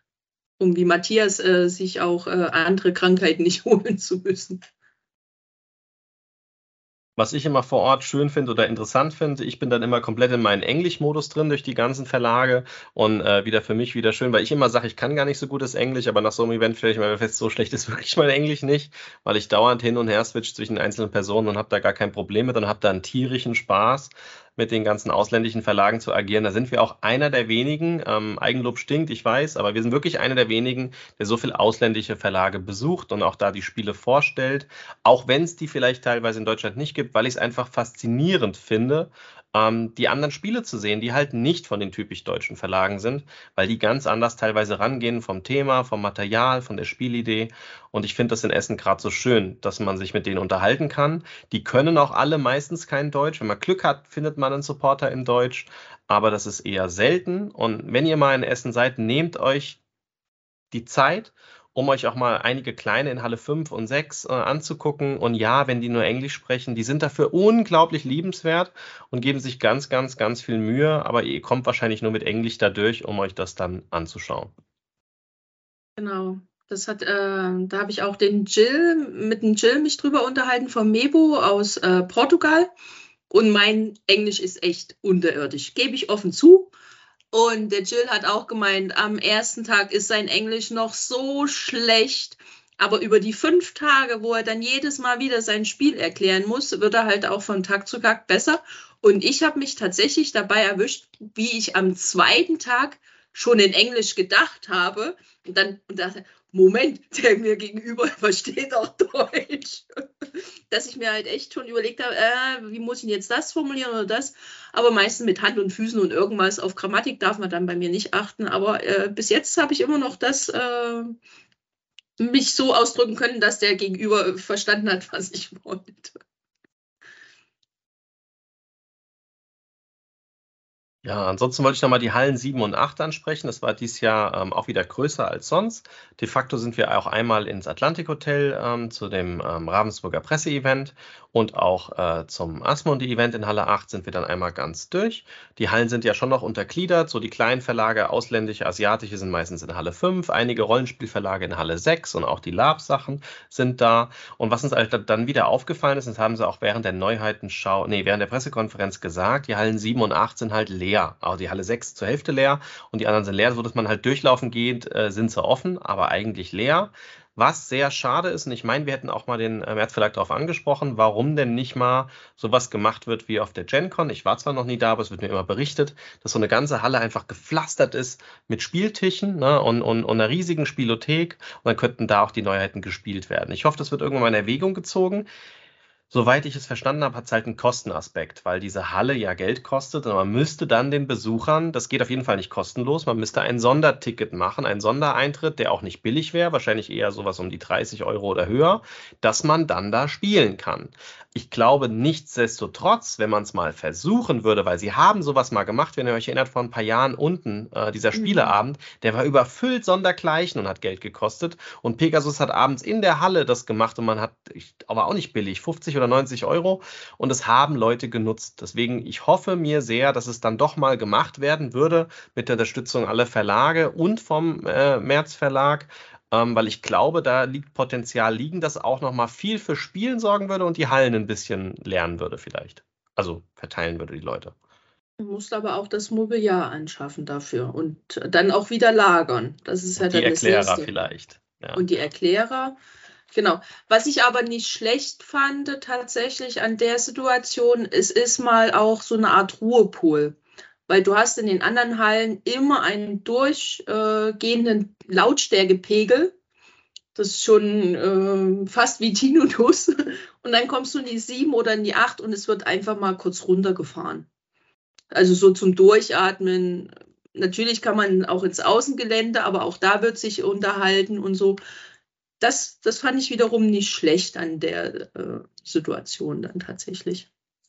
Um wie Matthias äh, sich auch äh, andere Krankheiten nicht holen zu müssen. Was ich immer vor Ort schön finde oder interessant finde, ich bin dann immer komplett in meinen Englisch-Modus drin durch die ganzen Verlage und äh, wieder für mich wieder schön, weil ich immer sage, ich kann gar nicht so gutes Englisch, aber nach so einem Event stelle ich mir fest, so schlecht ist wirklich mein Englisch nicht, weil ich dauernd hin und her switch zwischen einzelnen Personen und habe da gar kein Problem mit und habe da einen tierischen Spaß, mit den ganzen ausländischen Verlagen zu agieren. Da sind wir auch einer der wenigen, ähm, Eigenlob stinkt, ich weiß, aber wir sind wirklich einer der wenigen, der so viel ausländische Verlage besucht und auch da die Spiele vorstellt, auch wenn es die vielleicht teilweise in Deutschland nicht gibt, weil ich es einfach faszinierend finde, ähm, die anderen Spiele zu sehen, die halt nicht von den typisch deutschen Verlagen sind, weil die ganz anders teilweise rangehen vom Thema, vom Material, von der Spielidee. Und ich finde das in Essen gerade so schön, dass man sich mit denen unterhalten kann. Die können auch alle meistens kein Deutsch. Wenn man Glück hat, findet man einen Supporter in Deutsch, aber das ist eher selten. Und wenn ihr mal in Essen seid, nehmt euch die Zeit, um euch auch mal einige kleine in Halle fünf und sechs äh, anzugucken. Und ja, wenn die nur Englisch sprechen, die sind dafür unglaublich liebenswert und geben sich ganz, ganz, ganz viel Mühe. Aber ihr kommt wahrscheinlich nur mit Englisch da durch, um euch das dann anzuschauen. Genau. Das hat, äh, da habe ich auch den Jill, mit dem Jill mich drüber unterhalten vom Mebo aus äh, Portugal. Und mein Englisch ist echt unterirdisch, gebe ich offen zu. Und der Jill hat auch gemeint, am ersten Tag ist sein Englisch noch so schlecht. Aber über die fünf Tage, wo er dann jedes Mal wieder sein Spiel erklären muss, wird er halt auch von Tag zu Tag besser. Und ich habe mich tatsächlich dabei erwischt, wie ich am zweiten Tag schon in Englisch gedacht habe. Und dann und dachte, Moment, der mir gegenüber versteht auch Deutsch. Dass ich mir halt echt schon überlegt habe, äh, wie muss ich jetzt das formulieren oder das. Aber meistens mit Hand und Füßen und irgendwas. Auf Grammatik darf man dann bei mir nicht achten. Aber äh, bis jetzt habe ich immer noch das... Äh, mich so ausdrücken können, dass der Gegenüber verstanden hat, was ich wollte. Ja, ansonsten wollte ich nochmal die Hallen sieben und acht ansprechen. Das war dieses Jahr ähm, auch wieder größer als sonst. De facto sind wir auch einmal ins Atlantic Hotel ähm, zu dem ähm, Ravensburger Presseevent und auch äh, zum Asmundi-Event in Halle acht sind wir dann einmal ganz durch. Die Hallen sind ja schon noch untergliedert. So die kleinen Verlage, ausländische, asiatische, sind meistens in Halle fünf. Einige Rollenspielverlage in Halle sechs und auch die Lab-Sachen sind da. Und was uns dann wieder aufgefallen ist, das haben sie auch während der Neuheitenschau, nee, während der Pressekonferenz gesagt, die Hallen sieben und acht sind halt leer. Also die Halle sechs zur Hälfte leer und die anderen sind leer, so dass man halt durchlaufen geht, äh, sind sie offen, aber eigentlich leer. Was sehr schade ist, und ich meine, wir hätten auch mal den äh, März-Verlag darauf angesprochen, warum denn nicht mal sowas gemacht wird wie auf der GenCon. Ich war zwar noch nie da, aber es wird mir immer berichtet, dass so eine ganze Halle einfach gepflastert ist mit Spieltischen, ne, und, und, und einer riesigen Spielothek und dann könnten da auch die Neuheiten gespielt werden. Ich hoffe, das wird irgendwann mal in Erwägung gezogen. Soweit ich es verstanden habe, hat es halt einen Kostenaspekt, weil diese Halle ja Geld kostet und man müsste dann den Besuchern, das geht auf jeden Fall nicht kostenlos, man müsste ein Sonderticket machen, einen Sondereintritt, der auch nicht billig wäre, wahrscheinlich eher sowas um die dreißig Euro oder höher, dass man dann da spielen kann. Ich glaube nichtsdestotrotz, wenn man es mal versuchen würde, weil sie haben sowas mal gemacht, wenn ihr euch erinnert, vor ein paar Jahren unten, äh, dieser Spieleabend, der war überfüllt sondergleichen und hat Geld gekostet und Pegasus hat abends in der Halle das gemacht und man hat, ich, aber auch nicht billig, fünfzig oder neunzig Euro und es haben Leute genutzt. Deswegen, ich hoffe mir sehr, dass es dann doch mal gemacht werden würde mit der Unterstützung aller Verlage und vom äh, März Verlag, ähm, weil ich glaube, da liegt Potenzial liegen, das auch noch mal viel für Spielen sorgen würde und die Hallen ein bisschen lernen würde vielleicht. Also verteilen würde die Leute. Du musst aber auch das Mobiliar anschaffen dafür und dann auch wieder lagern. Das ist ja Und die dann das Erklärer Nächste. vielleicht. Ja. Und die Erklärer. Genau. Was ich aber nicht schlecht fand tatsächlich an der Situation, es ist mal auch so eine Art Ruhepol. Weil du hast in den anderen Hallen immer einen durchgehenden Lautstärkepegel. Das ist schon äh, fast wie Tinnitus. Und dann kommst du in die sieben oder in die acht und es wird einfach mal kurz runtergefahren. Also so zum Durchatmen. Natürlich kann man auch ins Außengelände, aber auch da wird sich unterhalten und so. Das, das fand ich wiederum nicht schlecht an der äh, Situation dann tatsächlich.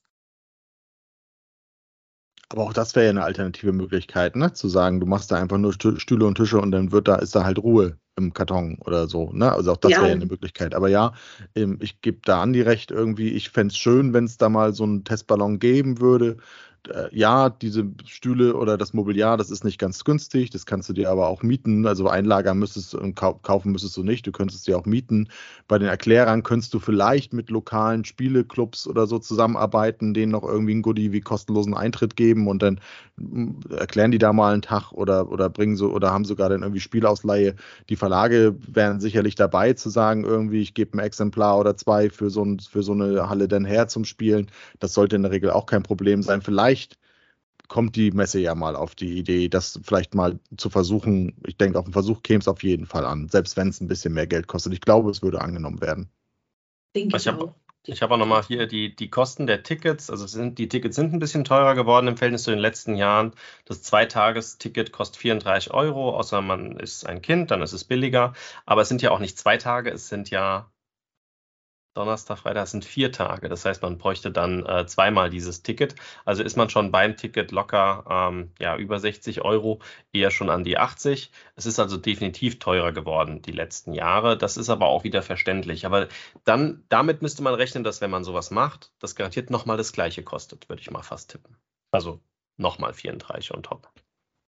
Aber auch das wäre ja eine alternative Möglichkeit, ne? Zu sagen, du machst da einfach nur Stühle und Tische und dann wird da, ist da halt Ruhe im Karton oder so, ne? Also auch das Ja. wäre ja eine Möglichkeit. Aber ja, ähm, ich gebe da Andi recht irgendwie. Ich fände es schön, wenn es da mal so einen Testballon geben würde. Äh, ja, diese Stühle oder das Mobiliar, das ist nicht ganz günstig. Das kannst du dir aber auch mieten. Also einlagern müsstest du und kau kaufen müsstest du nicht. Du könntest es dir auch mieten. Bei den Erklärern könntest du vielleicht mit lokalen Spieleclubs oder so zusammenarbeiten, denen noch irgendwie ein Goodie wie kostenlosen Eintritt geben und dann mm, erklären die da mal einen Tag oder, oder bringen so oder haben sogar dann irgendwie Spielausleihe. Die Verlage wären sicherlich dabei zu sagen, irgendwie, ich gebe ein Exemplar oder zwei für so, ein, für so eine Halle dann her zum Spielen. Das sollte in der Regel auch kein Problem sein. Vielleicht kommt die Messe ja mal auf die Idee, das vielleicht mal zu versuchen. Ich denke, auf den Versuch käme es auf jeden Fall an, selbst wenn es ein bisschen mehr Geld kostet. Ich glaube, es würde angenommen werden. Denke Ich ich habe auch. ich hab auch nochmal hier die, die Kosten der Tickets. Also sind, die Tickets sind ein bisschen teurer geworden im Verhältnis zu den letzten Jahren. Das Zweitagesticket kostet vierunddreißig Euro, außer man ist ein Kind, dann ist es billiger. Aber es sind ja auch nicht zwei Tage, es sind ja Donnerstag, Freitag, es sind vier Tage. Das heißt, man bräuchte dann äh, zweimal dieses Ticket. Also ist man schon beim Ticket locker ähm, ja, über sechzig Euro, eher schon an die achtzig. Es ist also definitiv teurer geworden die letzten Jahre. Das ist aber auch wieder verständlich. Aber dann, damit müsste man rechnen, dass wenn man sowas macht, das garantiert nochmal das Gleiche kostet, würde ich mal fast tippen. Also nochmal vierunddreißig on top.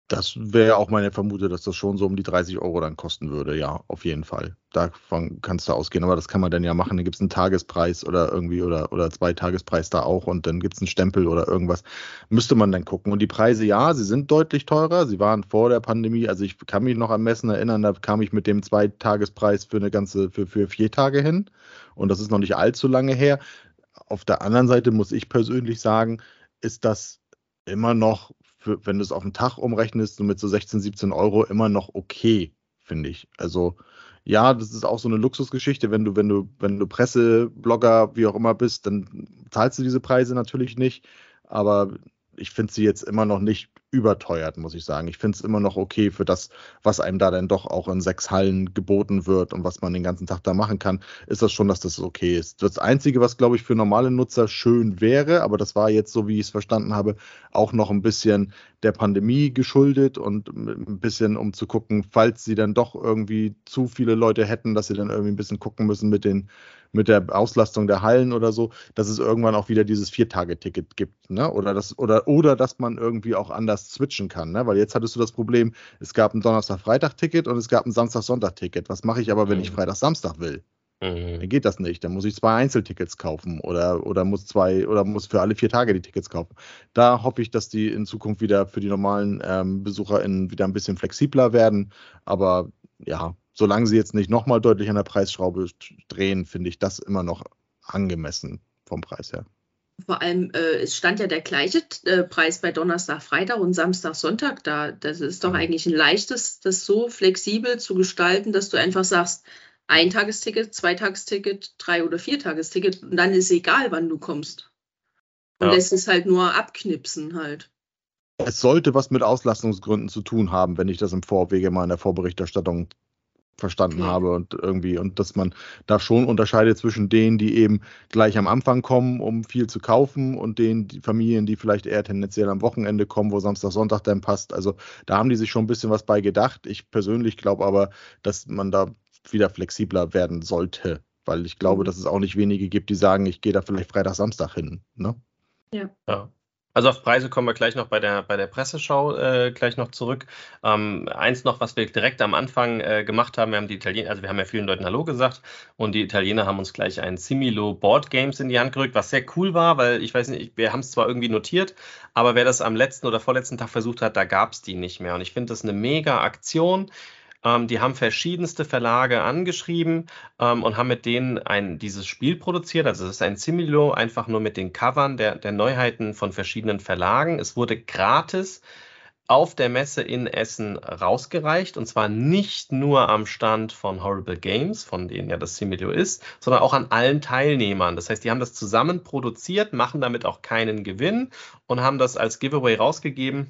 Das wäre auch meine Vermutung, dass das schon so um die dreißig Euro dann kosten würde. Ja, auf jeden Fall. Davon kannst du ausgehen. Aber das kann man dann ja machen. Dann gibt es einen Tagespreis oder irgendwie oder, oder zwei Tagespreis da auch und dann gibt es einen Stempel oder irgendwas. Müsste man dann gucken. Und die Preise, ja, sie sind deutlich teurer. Sie waren vor der Pandemie, also ich kann mich noch am Messen erinnern, da kam ich mit dem Zweitagespreis für eine ganze, für, für vier Tage hin. Und das ist noch nicht allzu lange her. Auf der anderen Seite muss ich persönlich sagen, ist das immer noch, für, wenn du es auf den Tag umrechnest, so mit so sechzehn, siebzehn Euro immer noch okay, finde ich. Also ja, das ist auch so eine Luxusgeschichte, wenn du, wenn du, wenn du Presseblogger, wie auch immer bist, dann zahlst du diese Preise natürlich nicht, aber ich finde sie jetzt immer noch nicht überteuert, muss ich sagen. Ich finde es immer noch okay für das, was einem da dann doch auch in sechs Hallen geboten wird und was man den ganzen Tag da machen kann, ist das schon, dass das okay ist. Das Einzige, was, glaube ich, für normale Nutzer schön wäre, aber das war jetzt, so wie ich es verstanden habe, auch noch ein bisschen der Pandemie geschuldet und ein bisschen, um zu gucken, falls sie dann doch irgendwie zu viele Leute hätten, dass sie dann irgendwie ein bisschen gucken müssen mit den mit der Auslastung der Hallen oder so, dass es irgendwann auch wieder dieses Vier-Tage-Ticket gibt, ne? Oder das, oder, oder dass man irgendwie auch anders switchen kann, ne? Weil jetzt hattest du das Problem, es gab ein Donnerstag-Freitag-Ticket und es gab ein Samstag-Sonntag-Ticket. Was mache ich aber, wenn ich Mhm. Freitag-Samstag will? Dann Mhm. geht das nicht. Dann muss ich zwei Einzeltickets kaufen oder, oder muss zwei oder muss für alle vier Tage die Tickets kaufen. Da hoffe ich, dass die in Zukunft wieder für die normalen ähm, BesucherInnen wieder ein bisschen flexibler werden. Aber ja, solange sie jetzt nicht nochmal deutlich an der Preisschraube drehen, finde ich das immer noch angemessen vom Preis her. Vor allem, äh, es stand ja der gleiche äh, Preis bei Donnerstag, Freitag und Samstag, Sonntag da. Das ist doch Mhm. eigentlich ein leichtes, das so flexibel zu gestalten, dass du einfach sagst, Eintagesticket, Zweitagesticket, Drei- oder Viertagesticket und dann ist egal, wann du kommst. Und Ja. lässt es halt nur abknipsen halt. Es sollte was mit Auslastungsgründen zu tun haben, wenn ich das im Vorwege mal in der Vorberichterstattung verstanden Okay. habe und irgendwie und dass man da schon unterscheidet zwischen denen, die eben gleich am Anfang kommen, um viel zu kaufen und den die Familien, die vielleicht eher tendenziell am Wochenende kommen, wo Samstag, Sonntag dann passt. Also da haben die sich schon ein bisschen was bei gedacht. Ich persönlich glaube aber, dass man da wieder flexibler werden sollte, weil ich glaube, Mhm. dass es auch nicht wenige gibt, die sagen, ich gehe da vielleicht Freitag, Samstag hin. Ne? Ja. Ja. Also auf Preise kommen wir gleich noch bei der, bei der Presseschau äh, gleich noch zurück. Ähm, eins noch, was wir direkt am Anfang äh, gemacht haben, wir haben die Italiener, also wir haben ja vielen Leuten Hallo gesagt und die Italiener haben uns gleich ein Similo Board Games in die Hand gerückt, was sehr cool war, weil ich weiß nicht, wir haben es zwar irgendwie notiert, aber wer das am letzten oder vorletzten Tag versucht hat, da gab es die nicht mehr. Und ich finde das eine mega Aktion. Ähm, die haben verschiedenste Verlage angeschrieben ähm, und haben mit denen ein, dieses Spiel produziert. Also es ist ein Similo, einfach nur mit den Covern der, der Neuheiten von verschiedenen Verlagen. Es wurde gratis auf der Messe in Essen rausgereicht und zwar nicht nur am Stand von Horrible Games, von denen ja das Similo ist, sondern auch an allen Teilnehmern. Das heißt, die haben das zusammen produziert, machen damit auch keinen Gewinn und haben das als Giveaway rausgegeben.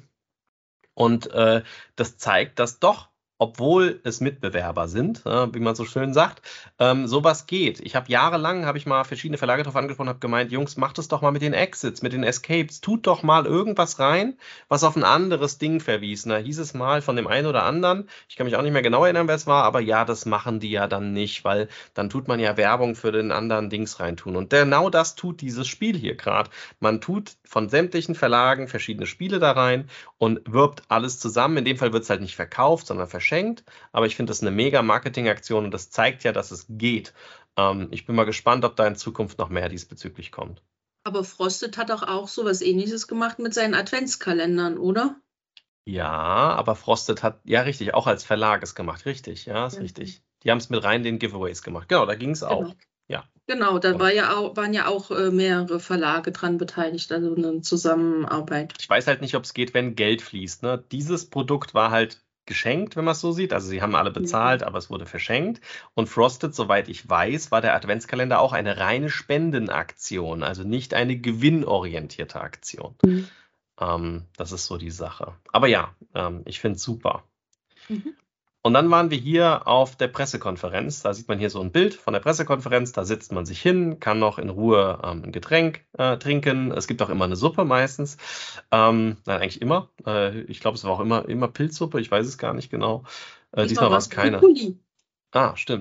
Und äh, das zeigt, dass doch, obwohl es Mitbewerber sind, äh, wie man so schön sagt, ähm, sowas geht. Ich habe jahrelang, habe ich mal verschiedene Verlage drauf angesprochen, habe gemeint, Jungs, macht es doch mal mit den Exits, mit den Escapes, tut doch mal irgendwas rein, was auf ein anderes Ding verwies. Da hieß es mal von dem einen oder anderen, ich kann mich auch nicht mehr genau erinnern, wer es war, aber ja, das machen die ja dann nicht, weil dann tut man ja Werbung für den anderen Dings reintun. Und genau das tut dieses Spiel hier gerade. Man tut von sämtlichen Verlagen verschiedene Spiele da rein und wirbt alles zusammen. In dem Fall wird es halt nicht verkauft, sondern verschenkt. Aber ich finde das eine mega Marketingaktion und das zeigt ja, dass es geht. Ähm, ich bin mal gespannt, ob da in Zukunft noch mehr diesbezüglich kommt. Aber Frosted hat doch auch sowas Ähnliches gemacht mit seinen Adventskalendern, oder? Ja, aber Frosted hat, ja richtig, auch als Verlag es gemacht. Richtig, ja, ist Ja. richtig. Die haben es mit rein den Giveaways gemacht. Genau, da ging es auch. Genau. Ja. Genau, da Und war ja auch, waren ja auch äh, mehrere Verlage dran beteiligt, also eine Zusammenarbeit. ich weiß halt nicht, ob es geht, wenn Geld fließt. Ne? Dieses Produkt war halt geschenkt, wenn man es so sieht. Also sie haben alle bezahlt, aber es wurde verschenkt. Und Frosted, soweit ich weiß, war der Adventskalender auch eine reine Spendenaktion, also nicht eine gewinnorientierte Aktion. Mhm. Ähm, das ist so die Sache. Aber ja, ähm, ich finde es super. Mhm. Und dann waren wir hier auf der Pressekonferenz. Da sieht man hier so ein Bild von der Pressekonferenz. Da sitzt man sich hin, kann noch in Ruhe ähm, ein Getränk äh, trinken. Es gibt auch immer eine Suppe meistens. Ähm, nein, eigentlich immer. Äh, ich glaube, es war auch immer, immer Pilzsuppe. Ich weiß es gar nicht genau. Äh, Diesmal diesmal war war es es keine. Brokkoli. Ah, stimmt.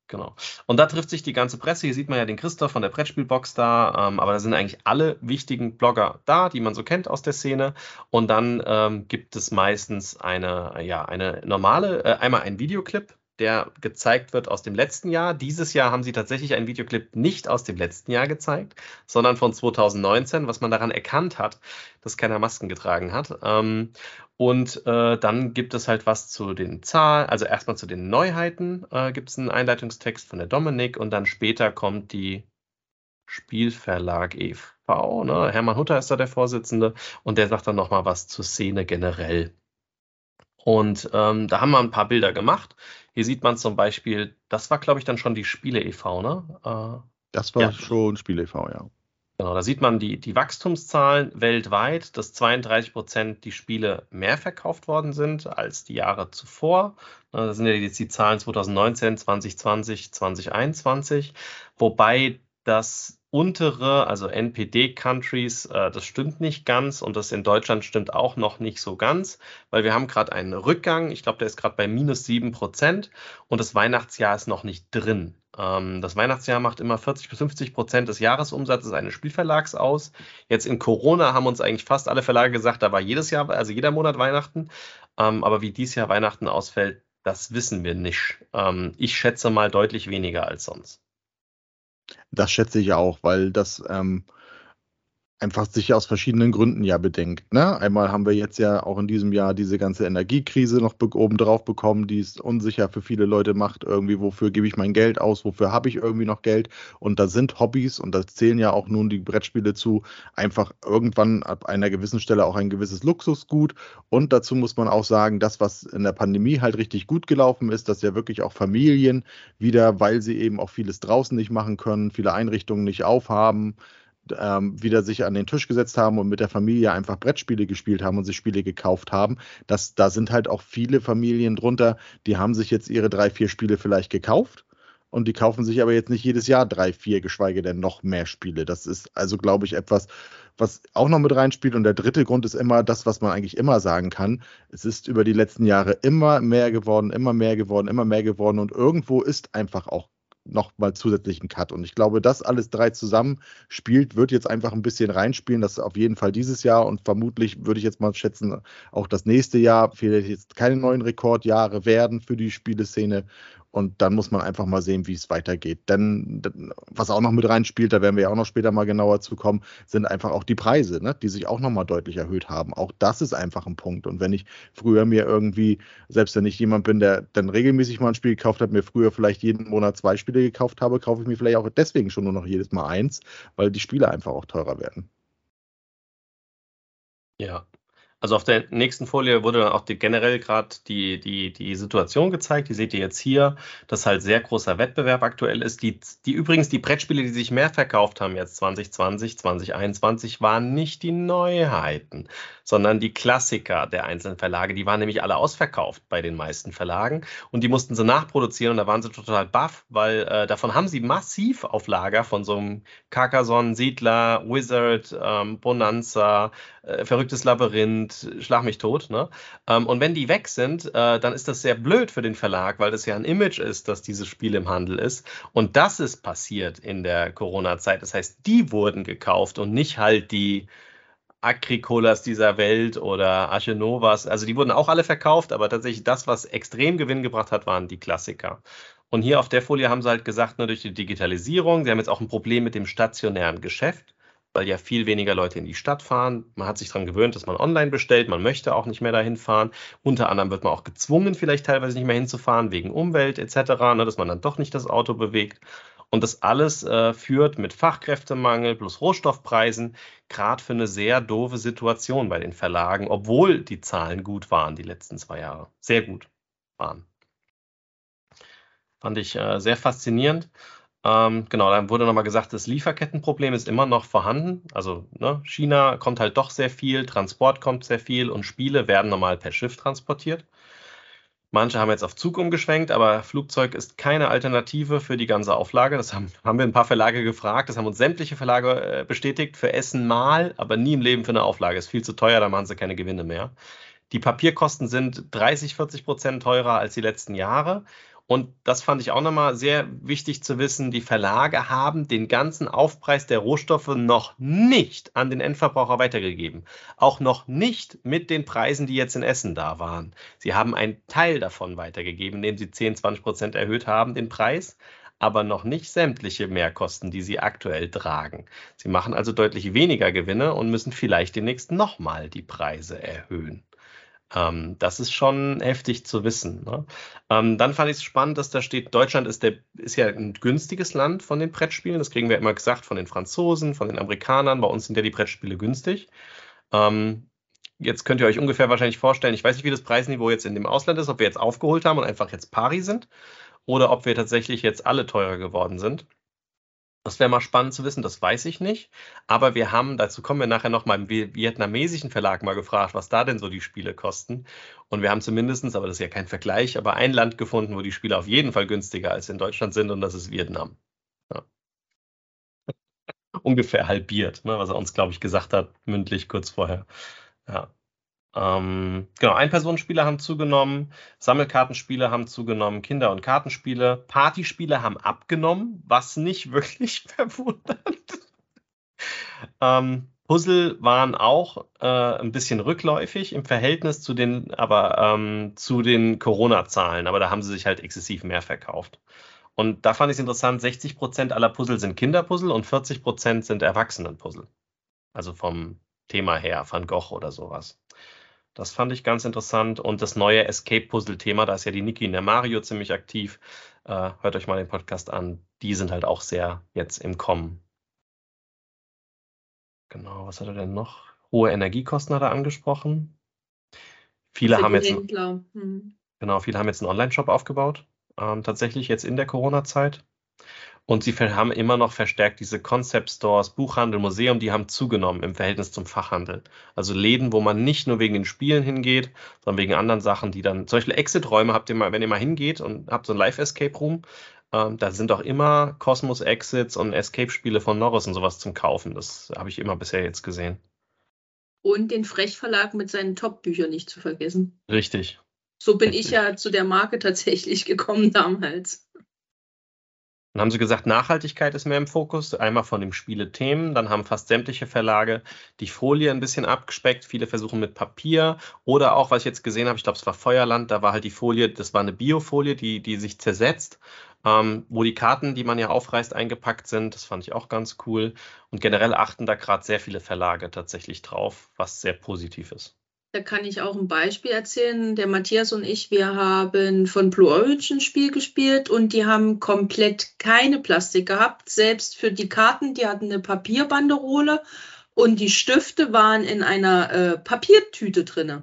Genau. Und da trifft sich die ganze Presse. Hier sieht man ja den Christoph von der Brettspielbox da, ähm, aber da sind eigentlich alle wichtigen Blogger da, die man so kennt aus der Szene. Und dann ähm, gibt es meistens eine, ja, eine normale, äh, einmal einen Videoclip, der gezeigt wird aus dem letzten Jahr. Dieses Jahr haben sie tatsächlich einen Videoclip nicht aus dem letzten Jahr gezeigt, sondern von zweitausendneunzehn, was man daran erkannt hat, dass keiner Masken getragen hat. Ähm, und äh, dann gibt es halt was zu den Zahlen, also erstmal zu den Neuheiten äh, gibt es einen Einleitungstext von der Dominik und dann später kommt die Spielverlag e V, ne? Hermann Hutter ist da der Vorsitzende und der sagt dann nochmal was zur Szene generell. Und ähm, da haben wir ein paar Bilder gemacht. Hier sieht man zum Beispiel, das war glaube ich dann schon die Spiele e V, ne? Äh, Das war ja. schon Spiele e V, ja. Genau, da sieht man die, die Wachstumszahlen weltweit, dass zweiunddreißig Prozent die Spiele mehr verkauft worden sind als die Jahre zuvor. Das sind ja jetzt die Zahlen zweitausendneunzehn, zweitausendzwanzig, zweitausendeinundzwanzig, wobei das untere, also N P D-Countries, äh, das stimmt nicht ganz und das in Deutschland stimmt auch noch nicht so ganz, weil wir haben gerade einen Rückgang, ich glaube, der ist gerade bei minus sieben Prozent und das Weihnachtsjahr ist noch nicht drin. Ähm, das Weihnachtsjahr macht immer vierzig bis fünfzig Prozent des Jahresumsatzes eines Spielverlags aus. Jetzt in Corona haben uns eigentlich fast alle Verlage gesagt, da war jedes Jahr, also jeder Monat Weihnachten, ähm, aber wie dieses Jahr Weihnachten ausfällt, das wissen wir nicht. Ähm, ich schätze mal deutlich weniger als sonst. Das schätze ich auch, weil das ähm, einfach sich aus verschiedenen Gründen ja bedenkt. Ne? Einmal haben wir jetzt ja auch in diesem Jahr diese ganze Energiekrise noch obendrauf bekommen, die es unsicher für viele Leute macht, irgendwie, wofür gebe ich mein Geld aus, wofür habe ich irgendwie noch Geld. Und da sind Hobbys, und da zählen ja auch nun die Brettspiele zu, einfach irgendwann ab einer gewissen Stelle auch ein gewisses Luxusgut. Und dazu muss man auch sagen, das, was in der Pandemie halt richtig gut gelaufen ist, dass ja wirklich auch Familien wieder, weil sie eben auch vieles draußen nicht machen können, viele Einrichtungen nicht aufhaben, Ähm, wieder sich an den Tisch gesetzt haben und mit der Familie einfach Brettspiele gespielt haben und sich Spiele gekauft haben. Das, da sind halt auch viele Familien drunter, die haben sich jetzt ihre drei, vier Spiele vielleicht gekauft und die kaufen sich aber jetzt nicht jedes Jahr drei, vier, geschweige denn noch mehr Spiele. Das ist also, glaube ich, etwas, was auch noch mit reinspielt. Und der dritte Grund ist immer das, was man eigentlich immer sagen kann. Es ist über die letzten Jahre immer mehr geworden, immer mehr geworden, immer mehr geworden und irgendwo ist einfach auch noch mal zusätzlichen Cut. Und ich glaube, das alles drei zusammen spielt, wird jetzt einfach ein bisschen reinspielen. Das auf jeden Fall dieses Jahr und vermutlich würde ich jetzt mal schätzen, auch das nächste Jahr vielleicht jetzt keine neuen Rekordjahre werden für die Spieleszene. Und dann muss man einfach mal sehen, wie es weitergeht. Denn was auch noch mit reinspielt, da werden wir ja auch noch später mal genauer zu kommen, sind einfach auch die Preise, ne, die sich auch noch mal deutlich erhöht haben. Auch das ist einfach ein Punkt. Und wenn ich früher mir irgendwie, selbst wenn ich jemand bin, der dann regelmäßig mal ein Spiel gekauft hat, mir früher vielleicht jeden Monat zwei Spiele gekauft habe, kaufe ich mir vielleicht auch deswegen schon nur noch jedes Mal eins, weil die Spiele einfach auch teurer werden. Ja. Also auf der nächsten Folie wurde dann auch die, generell gerade die, die, die Situation gezeigt. Die seht ihr jetzt hier, dass halt sehr großer Wettbewerb aktuell ist. Die, die übrigens die Brettspiele, die sich mehr verkauft haben jetzt zwanzig zwanzig, zwanzig einundzwanzig, waren nicht die Neuheiten, sondern die Klassiker der einzelnen Verlage. Die waren nämlich alle ausverkauft bei den meisten Verlagen und die mussten sie nachproduzieren und da waren sie total baff, weil äh, davon haben sie massiv auf Lager von so einem Carcassonne, Siedler, Wizard, ähm, Bonanza, äh, Verrücktes Labyrinth, Schlag mich tot, ne? Ähm, und wenn die weg sind, äh, dann ist das sehr blöd für den Verlag, weil das ja ein Image ist, dass dieses Spiel im Handel ist. Und das ist passiert in der Corona-Zeit. Das heißt, die wurden gekauft und nicht halt die Agricolas dieser Welt oder Arche Novas. Also die wurden auch alle verkauft, aber tatsächlich das, was extrem Gewinn gebracht hat, waren die Klassiker. Und hier auf der Folie haben sie halt gesagt, nur durch die Digitalisierung, sie haben jetzt auch ein Problem mit dem stationären Geschäft, weil ja viel weniger Leute in die Stadt fahren. Man hat sich daran gewöhnt, dass man online bestellt. Man möchte auch nicht mehr dahin fahren. Unter anderem wird man auch gezwungen, vielleicht teilweise nicht mehr hinzufahren, wegen Umwelt et cetera, ne, dass man dann doch nicht das Auto bewegt. Und das alles äh, führt mit Fachkräftemangel plus Rohstoffpreisen gerade für eine sehr doofe Situation bei den Verlagen, obwohl die Zahlen gut waren die letzten zwei Jahre. Sehr gut waren. Fand ich äh, sehr faszinierend. Ähm, genau, dann wurde nochmal gesagt, das Lieferkettenproblem ist immer noch vorhanden. Also ne, China kommt halt doch sehr viel, Transport kommt sehr viel und Spiele werden normal per Schiff transportiert. Manche haben jetzt auf Zug umgeschwenkt, aber Flugzeug ist keine Alternative für die ganze Auflage. Das haben, haben wir ein paar Verlage gefragt. Das haben uns sämtliche Verlage äh, bestätigt. Für Essen mal, aber nie im Leben für eine Auflage. Ist viel zu teuer, da machen sie keine Gewinne mehr. Die Papierkosten sind dreißig, vierzig Prozent teurer als die letzten Jahre. Und das fand ich auch nochmal sehr wichtig zu wissen. Die Verlage haben den ganzen Aufpreis der Rohstoffe noch nicht an den Endverbraucher weitergegeben. Auch noch nicht mit den Preisen, die jetzt in Essen da waren. Sie haben einen Teil davon weitergegeben, indem sie zehn, zwanzig Prozent erhöht haben, den Preis, aber noch nicht sämtliche Mehrkosten, die sie aktuell tragen. Sie machen also deutlich weniger Gewinne und müssen vielleicht demnächst nochmal die Preise erhöhen. Ähm, das ist schon heftig zu wissen. Ne? Ähm, dann fand ich es spannend, dass da steht, Deutschland ist, der, ist ja ein günstiges Land von den Brettspielen. Das kriegen wir immer gesagt von den Franzosen, von den Amerikanern. Bei uns sind ja die Brettspiele günstig. Ähm, jetzt könnt ihr euch ungefähr wahrscheinlich vorstellen, ich weiß nicht, wie das Preisniveau jetzt in dem Ausland ist, ob wir jetzt aufgeholt haben und einfach jetzt pari sind oder ob wir tatsächlich jetzt alle teurer geworden sind. Das wäre mal spannend zu wissen, das weiß ich nicht. Aber wir haben, dazu kommen wir nachher noch mal im vietnamesischen Verlag mal gefragt, was da denn so die Spiele kosten. Und wir haben zumindestens, aber das ist ja kein Vergleich, aber ein Land gefunden, wo die Spiele auf jeden Fall günstiger als in Deutschland sind, und das ist Vietnam. Ja. Ungefähr halbiert, ne, was er uns, glaube ich, gesagt hat, mündlich kurz vorher. Ja. Ähm, genau, Ein-Personen-Spiele haben zugenommen, Sammelkartenspiele haben zugenommen, Kinder- und Kartenspiele, Partyspiele haben abgenommen, was nicht wirklich verwundert. ähm, Puzzle waren auch äh, ein bisschen rückläufig im Verhältnis zu den, aber ähm, zu den Corona-Zahlen, aber da haben sie sich halt exzessiv mehr verkauft. Und da fand ich es interessant, sechzig Prozent aller Puzzle sind Kinderpuzzle und vierzig Prozent sind Erwachsenenpuzzle. Also vom Thema her, Van Gogh oder sowas. Das fand ich ganz interessant. Und das neue Escape-Puzzle-Thema, da ist ja die Niki in der Mario ziemlich aktiv. Äh, hört euch mal den Podcast an. Die sind halt auch sehr jetzt im Kommen. Genau, was hat er denn noch? Hohe Energiekosten hat er angesprochen. Viele Für haben die jetzt, einen, Händler. Hm. genau, viele haben jetzt einen Online-Shop aufgebaut. Ähm, tatsächlich jetzt in der Corona-Zeit. Und sie ver- haben immer noch verstärkt diese Concept Stores, Buchhandel, Museum, die haben zugenommen im Verhältnis zum Fachhandel. Also Läden, wo man nicht nur wegen den Spielen hingeht, sondern wegen anderen Sachen, die dann, zum Beispiel Exit-Räume habt ihr mal, wenn ihr mal hingeht und habt so ein Live-Escape-Room, ähm, da sind auch immer Cosmos Exits und Escape-Spiele von Norris und sowas zum Kaufen. Das habe ich immer bisher jetzt gesehen. Und den Frech-Verlag mit seinen Top-Büchern nicht zu vergessen. Richtig. So bin Richtig. ich ja zu der Marke tatsächlich gekommen damals. Dann haben sie gesagt, Nachhaltigkeit ist mehr im Fokus, einmal von dem Spielethemen, dann haben fast sämtliche Verlage die Folie ein bisschen abgespeckt, viele versuchen mit Papier oder auch, was ich jetzt gesehen habe, ich glaube, es war Feuerland, da war halt die Folie, das war eine Biofolie, die, die sich zersetzt, ähm, wo die Karten, die man ja aufreißt, eingepackt sind, das fand ich auch ganz cool, und generell achten da gerade sehr viele Verlage tatsächlich drauf, was sehr positiv ist. Da kann ich auch ein Beispiel erzählen. Der Matthias und ich, wir haben von Blue Origin ein Spiel gespielt und die haben komplett keine Plastik gehabt. Selbst für die Karten, die hatten eine Papierbanderole und die Stifte waren in einer äh, Papiertüte drinne.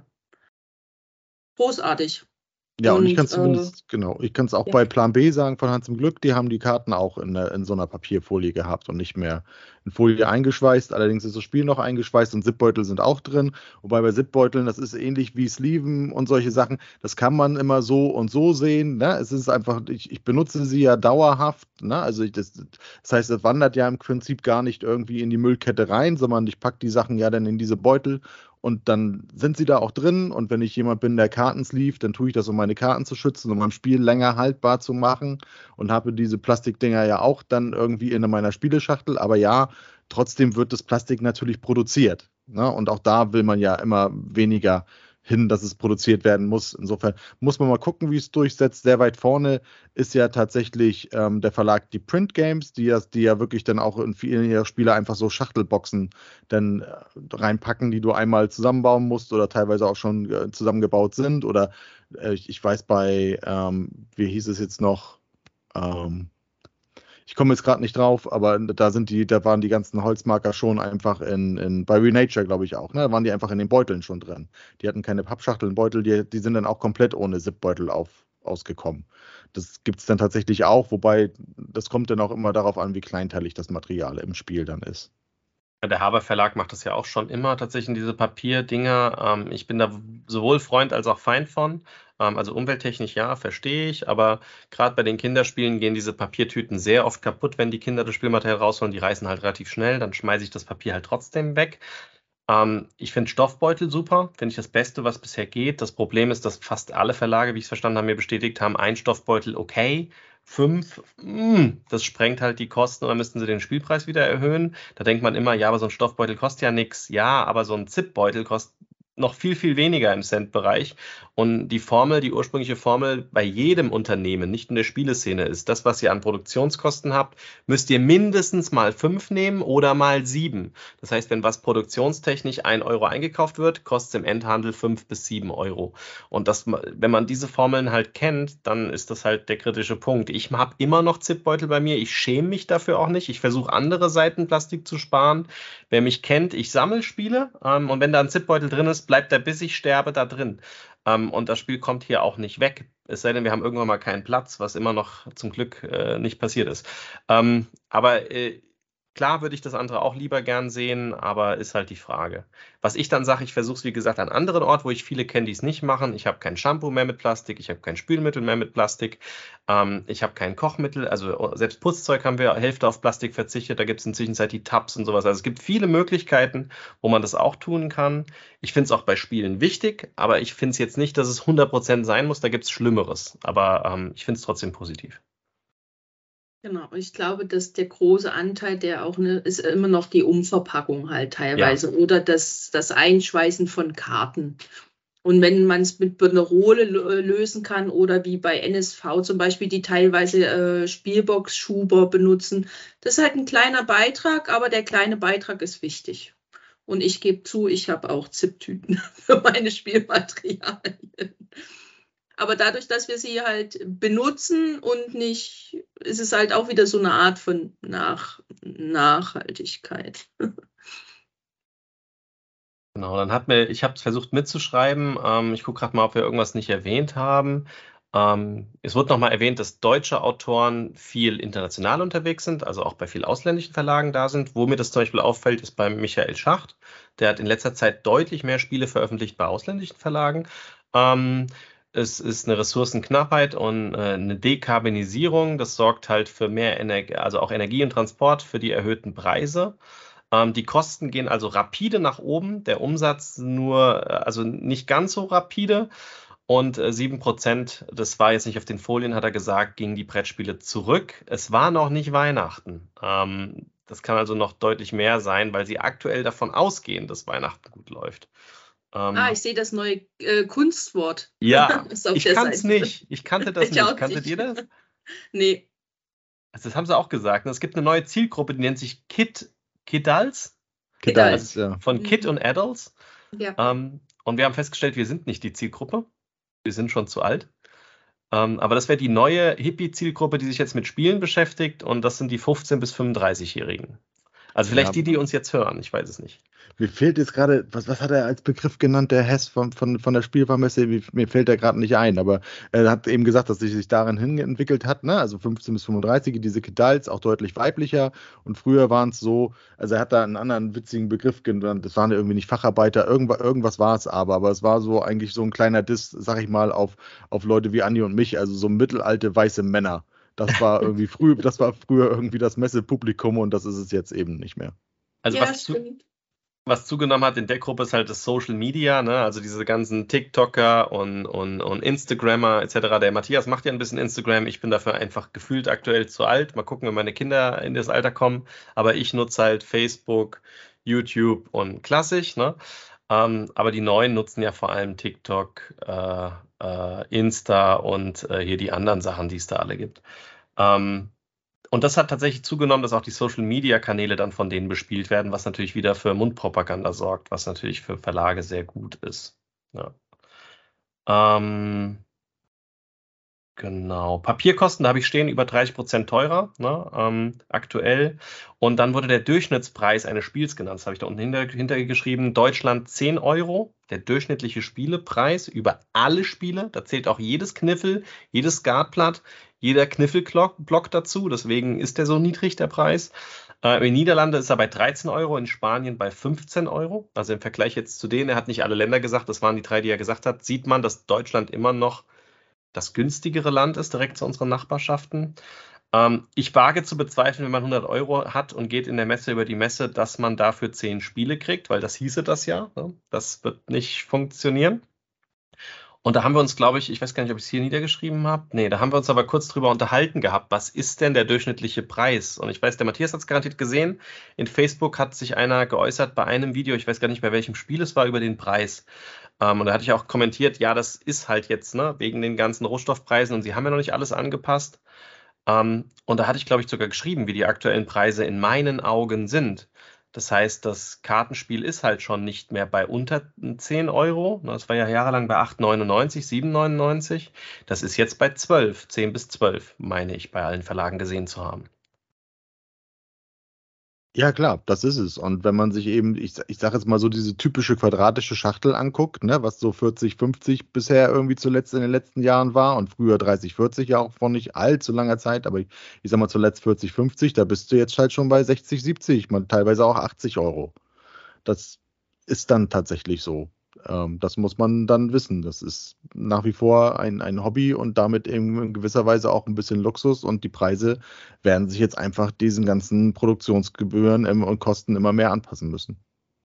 Großartig. Ja, und, Und, ich kann es äh, zumindest, genau, ich kann es auch ja. bei Plan B sagen von Hans im Glück, die haben die Karten auch in, der- in so einer Papierfolie gehabt und nicht mehr in Folie eingeschweißt. Allerdings ist das Spiel noch eingeschweißt und Zipbeutel sind auch drin. Wobei bei Zipbeuteln, das ist ähnlich wie Sleeven und solche Sachen, das kann man immer so und so sehen. Ne? Es ist einfach, ich, ich benutze sie ja dauerhaft. Ne? Also ich, das, das heißt, es wandert ja im Prinzip gar nicht irgendwie in die Müllkette rein, sondern ich packe die Sachen ja dann in diese Beutel. Und dann sind sie da auch drin. Und wenn ich jemand bin, der Karten sleeve, dann tue ich das, um meine Karten zu schützen, um mein Spiel länger haltbar zu machen. Und habe diese Plastikdinger ja auch dann irgendwie in meiner Spieleschachtel. Aber ja, trotzdem wird das Plastik natürlich produziert. Ne? Und auch da will man ja immer weniger hin, dass es produziert werden muss. Insofern muss man mal gucken, wie es durchsetzt. Sehr weit vorne ist ja tatsächlich ähm, der Verlag die Print Games, die ja, die ja wirklich dann auch in vielen ihrer Spiele einfach so Schachtelboxen dann äh, reinpacken, die du einmal zusammenbauen musst oder teilweise auch schon äh, zusammengebaut sind. Oder äh, ich, ich weiß bei, ähm, wie hieß es jetzt noch, ähm, ich komme jetzt gerade nicht drauf, aber da sind die, da waren die ganzen Holzmarker schon einfach in, in bei Renature, glaube ich auch, ne? Da waren die einfach in den Beuteln schon drin. Die hatten keine Pappschachteln, Beutel, die, die sind dann auch komplett ohne Zipbeutel auf, ausgekommen. Das gibt es dann tatsächlich auch, wobei das kommt dann auch immer darauf an, wie kleinteilig das Material im Spiel dann ist. Der Haber Verlag macht das ja auch schon immer tatsächlich in diese Papierdinger. Ähm, ich bin da sowohl Freund als auch Feind von. Ähm, also umwelttechnisch ja, verstehe ich, aber gerade bei den Kinderspielen gehen diese Papiertüten sehr oft kaputt, wenn die Kinder das Spielmaterial rausholen. Die reißen halt relativ schnell, dann schmeiße ich das Papier halt trotzdem weg. Ähm, ich finde Stoffbeutel super, finde ich das Beste, was bisher geht. Das Problem ist, dass fast alle Verlage, wie ich es verstanden habe, mir bestätigt haben, ein Stoffbeutel okay, fünf, mh, das sprengt halt die Kosten und dann müssten sie den Spielpreis wieder erhöhen. Da denkt man immer, ja, aber so ein Stoffbeutel kostet ja nichts. Ja, aber so ein Zipbeutel kostet noch viel, viel weniger im Cent-Bereich. Und die Formel, die ursprüngliche Formel bei jedem Unternehmen, nicht in der Spieleszene, ist, das, was ihr an Produktionskosten habt, müsst ihr mindestens mal fünf nehmen oder mal sieben. Das heißt, wenn was produktionstechnisch ein Euro eingekauft wird, kostet es im Endhandel fünf bis sieben Euro. Und das, wenn man diese Formeln halt kennt, dann ist das halt der kritische Punkt. Ich habe immer noch Zipbeutel bei mir. Ich schäme mich dafür auch nicht. Ich versuche andere Seitenplastik zu sparen. Wer mich kennt, ich sammle Spiele. Ähm, und wenn da ein Zipbeutel drin ist, bleibt der, bis ich sterbe, da drin. Ähm, und das Spiel kommt hier auch nicht weg. Es sei denn, wir haben irgendwann mal keinen Platz, was immer noch zum Glück äh, nicht passiert ist. Ähm, aber äh, klar würde ich das andere auch lieber gern sehen, aber ist halt die Frage. Was ich dann sage, ich versuche es wie gesagt an anderen Orten, wo ich viele kenne, die es nicht machen. Ich habe kein Shampoo mehr mit Plastik, ich habe kein Spülmittel mehr mit Plastik, ähm, ich habe kein Kochmittel, also selbst Putzzeug haben wir Hälfte auf Plastik verzichtet, da gibt es inzwischen die Tabs und sowas. Also es gibt viele Möglichkeiten, wo man das auch tun kann. Ich finde es auch bei Spielen wichtig, aber ich finde es jetzt nicht, dass es hundert Prozent sein muss, da gibt es Schlimmeres. Aber ähm, ich finde es trotzdem positiv. Genau, ich glaube, dass der große Anteil, der auch ne, ist immer noch die Umverpackung halt teilweise ja. Oder das, das Einschweißen von Karten. Und wenn man es mit Banderole lösen kann oder wie bei N S V zum Beispiel, die teilweise äh, Spielbox-Schuber benutzen, das ist halt ein kleiner Beitrag, aber der kleine Beitrag ist wichtig. Und ich gebe zu, ich habe auch Zip-Tüten für meine Spielmaterialien. Aber dadurch, dass wir sie halt benutzen und nicht, ist es halt auch wieder so eine Art von Nach Nachhaltigkeit. Genau, dann hat mir, ich habe es versucht mitzuschreiben. Ähm, ich gucke gerade mal, ob wir irgendwas nicht erwähnt haben. Ähm, es wird nochmal erwähnt, dass deutsche Autoren viel international unterwegs sind, also auch bei vielen ausländischen Verlagen da sind. Wo mir das zum Beispiel auffällt, ist bei Michael Schacht. Der hat in letzter Zeit deutlich mehr Spiele veröffentlicht bei ausländischen Verlagen. Ähm, Es ist eine Ressourcenknappheit und äh, eine Dekarbonisierung. Das sorgt halt für mehr Energie, also auch Energie und Transport für die erhöhten Preise. Ähm, die Kosten gehen also rapide nach oben, der Umsatz nur, äh, also nicht ganz so rapide. Und äh, sieben Prozent, das war jetzt nicht auf den Folien, hat er gesagt, gingen die Brettspiele zurück. Es war noch nicht Weihnachten. Ähm, das kann also noch deutlich mehr sein, weil sie aktuell davon ausgehen, dass Weihnachten gut läuft. Ähm, ah, ich sehe das neue äh, Kunstwort. Ja, ich kann es nicht. Ich kannte das ich nicht. Kanntet ihr das? Nee. Also das haben sie auch gesagt. Es gibt eine neue Zielgruppe, die nennt sich Kid, Kidals. Kidals, also ja. Von Kid und Adults. Ja. Ähm, und wir haben festgestellt, wir sind nicht die Zielgruppe. Wir sind schon zu alt. Ähm, aber das wäre die neue Hippie-Zielgruppe, die sich jetzt mit Spielen beschäftigt. Und das sind die fünfzehn- bis fünfunddreißig-Jährigen. Also vielleicht ja, die, die uns jetzt hören. Ich weiß es nicht. Mir fehlt jetzt gerade, was, was hat er als Begriff genannt, der Hess von, von, von der Spielwarenmesse? Mir fällt der gerade nicht ein, aber er hat eben gesagt, dass sich sich darin hin entwickelt hat, ne? Also fünfzehn bis fünfunddreißig, diese Kidals, auch deutlich weiblicher. Und früher waren es so, also er hat da einen anderen witzigen Begriff genannt, das waren irgendwie nicht Facharbeiter, irgendwas, irgendwas war es aber, aber es war so eigentlich so ein kleiner Diss, sag ich mal, auf, auf Leute wie Andi und mich, also so mittelalte weiße Männer. Das war irgendwie früh, das war früher irgendwie das Messepublikum und das ist es jetzt eben nicht mehr. Also ja, was zu, was zugenommen hat in der Gruppe ist halt das Social Media, ne? Also diese ganzen TikToker und, und, und Instagrammer et cetera. Der Matthias macht ja ein bisschen Instagram. Ich bin dafür einfach gefühlt aktuell zu alt. Mal gucken, wenn meine Kinder in das Alter kommen. Aber ich nutze halt Facebook, YouTube und klassisch, ne? Ähm, aber die Neuen nutzen ja vor allem TikTok, äh, äh, Insta und äh, hier die anderen Sachen, die es da alle gibt. Ähm, Und das hat tatsächlich zugenommen, dass auch die Social-Media-Kanäle dann von denen bespielt werden, was natürlich wieder für Mundpropaganda sorgt, was natürlich für Verlage sehr gut ist. Ja. Ähm, genau. Papierkosten, da habe ich stehen, über dreißig Prozent teurer, ne, ähm, aktuell. Und dann wurde der Durchschnittspreis eines Spiels genannt. Das habe ich da unten hinter, hintergeschrieben. Deutschland zehn Euro. Der durchschnittliche Spielepreis über alle Spiele. Da zählt auch jedes Kniffel, jedes Skatblatt, jeder Kniffelblock dazu. Deswegen ist der so niedrig, der Preis. Äh, in den Niederlanden ist er bei dreizehn Euro, in Spanien bei fünfzehn Euro. Also im Vergleich jetzt zu denen, er hat nicht alle Länder gesagt, das waren die drei, die er gesagt hat, sieht man, dass Deutschland immer noch das günstigere Land ist, direkt zu unseren Nachbarschaften. Ähm, ich wage zu bezweifeln, wenn man hundert Euro hat und geht in der Messe über die Messe, dass man dafür zehn Spiele kriegt, weil das hieße das ja. Ne? Das wird nicht funktionieren. Und da haben wir uns, glaube ich, ich weiß gar nicht, ob ich es hier niedergeschrieben habe. Nee, da haben wir uns aber kurz drüber unterhalten gehabt. Was ist denn der durchschnittliche Preis? Und ich weiß, der Matthias hat es garantiert gesehen. In Facebook hat sich einer geäußert bei einem Video, ich weiß gar nicht, bei welchem Spiel es war, über den Preis. Ähm, und da hatte ich auch kommentiert, ja, das ist halt jetzt, ne, wegen den ganzen Rohstoffpreisen und sie haben ja noch nicht alles angepasst. Ähm, und da hatte ich, glaube ich, sogar geschrieben, wie die aktuellen Preise in meinen Augen sind. Das heißt, das Kartenspiel ist halt schon nicht mehr bei unter zehn Euro. Das war ja jahrelang bei acht neunundneunzig, sieben neunundneunzig. Das ist jetzt bei zwölf, zehn bis zwölf, meine ich, bei allen Verlagen gesehen zu haben. Ja, klar, das ist es. Und wenn man sich eben, ich, ich sage jetzt mal so, diese typische quadratische Schachtel anguckt, ne, was so vierzig, fünfzig bisher irgendwie zuletzt in den letzten Jahren war und früher dreißig, vierzig ja auch vor nicht allzu langer Zeit, aber ich, ich sag mal zuletzt vierzig, fünfzig, da bist du jetzt halt schon bei sechzig, siebzig, man teilweise auch achtzig Euro. Das ist dann tatsächlich so. Ähm, das muss man dann wissen. Das ist nach wie vor ein, ein Hobby und damit eben in gewisser Weise auch ein bisschen Luxus und die Preise werden sich jetzt einfach diesen ganzen Produktionsgebühren ähm, und Kosten immer mehr anpassen müssen.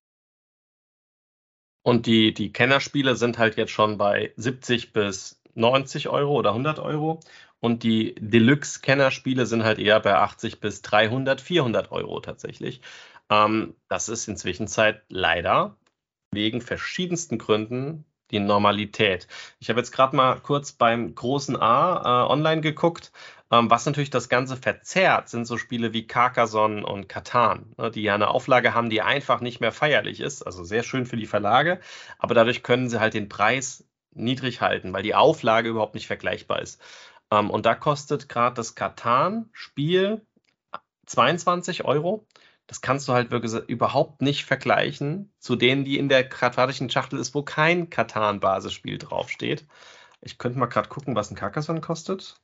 Und die, die Kennerspiele sind halt jetzt schon bei siebzig bis neunzig Euro oder hundert Euro. Und die Deluxe-Kennerspiele sind halt eher bei achtzig bis dreihundert, vierhundert Euro tatsächlich. Ähm, das ist inzwischen Zeit leider wegen verschiedensten Gründen die Normalität. Ich habe jetzt gerade mal kurz beim großen A äh, online geguckt. Ähm, was natürlich das Ganze verzerrt, sind so Spiele wie Carcassonne und Catan, ne, die ja eine Auflage haben, die einfach nicht mehr feierlich ist. Also sehr schön für die Verlage, aber dadurch können sie halt den Preis niedrig halten, weil die Auflage überhaupt nicht vergleichbar ist. Ähm, und da kostet gerade das Catan-Spiel zweiundzwanzig Euro. Das kannst du halt wirklich überhaupt nicht vergleichen zu denen, die in der quadratischen Schachtel ist, wo kein Catan-Basisspiel draufsteht. Ich könnte mal gerade gucken, was ein Carcassonne kostet.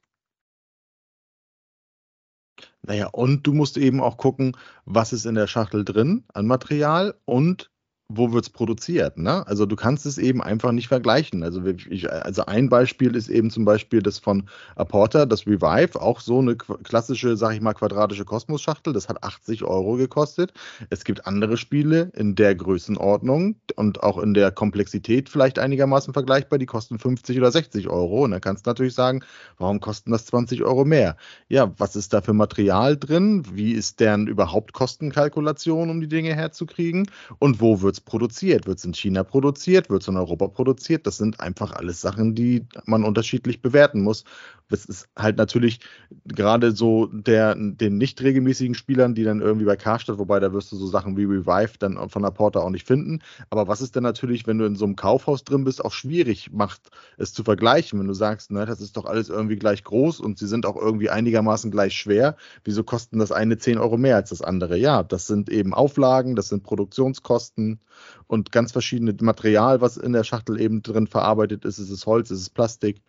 Naja, und du musst eben auch gucken, was ist in der Schachtel drin an Material und wo wird es produziert, ne? Also du kannst es eben einfach nicht vergleichen. Also, ich, also ein Beispiel ist eben zum Beispiel das von Aporta, das Revive, auch so eine klassische, sag ich mal, quadratische Kosmos-Schachtel. Das hat achtzig Euro gekostet. Es gibt andere Spiele in der Größenordnung und auch in der Komplexität vielleicht einigermaßen vergleichbar, die kosten fünfzig oder sechzig Euro. Und dann kannst du natürlich sagen, warum kosten das zwanzig Euro mehr? Ja, was ist da für Material drin? Wie ist deren überhaupt Kostenkalkulation, um die Dinge herzukriegen? Und wo wird es produziert? Wird es in China produziert? Wird es in Europa produziert? Das sind einfach alles Sachen, die man unterschiedlich bewerten muss. Das ist halt natürlich gerade so der, den nicht regelmäßigen Spielern, die dann irgendwie bei Karstadt, wobei da wirst du so Sachen wie Revive dann von der Porta auch nicht finden. Aber was ist denn natürlich, wenn du in so einem Kaufhaus drin bist, auch schwierig macht, es zu vergleichen, wenn du sagst, ne, das ist doch alles irgendwie gleich groß und sie sind auch irgendwie einigermaßen gleich schwer. Wieso kosten das eine zehn Euro mehr als das andere? Ja, das sind eben Auflagen, das sind Produktionskosten und ganz verschiedene Material, was in der Schachtel eben drin verarbeitet ist. Ist es Holz, ist es Plastik?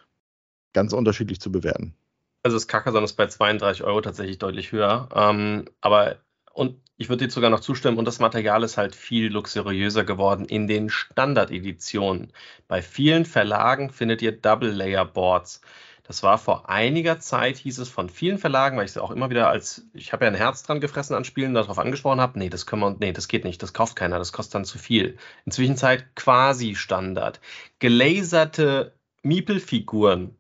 Ganz unterschiedlich zu bewerten. Also das Carcassonne ist bei zweiunddreißig Euro tatsächlich deutlich höher. Ähm, aber, und ich würde dir sogar noch zustimmen, und das Material ist halt viel luxuriöser geworden in den Standard-Editionen. Bei vielen Verlagen findet ihr Double-Layer-Boards. Das war vor einiger Zeit, hieß es von vielen Verlagen, weil ich es auch immer wieder als, ich habe ja ein Herz dran gefressen an Spielen, darauf angesprochen habe, nee, das können wir, nee, das geht nicht, das kauft keiner, das kostet dann zu viel. Inzwischen quasi Standard. Gelaserte Meeple-Figuren,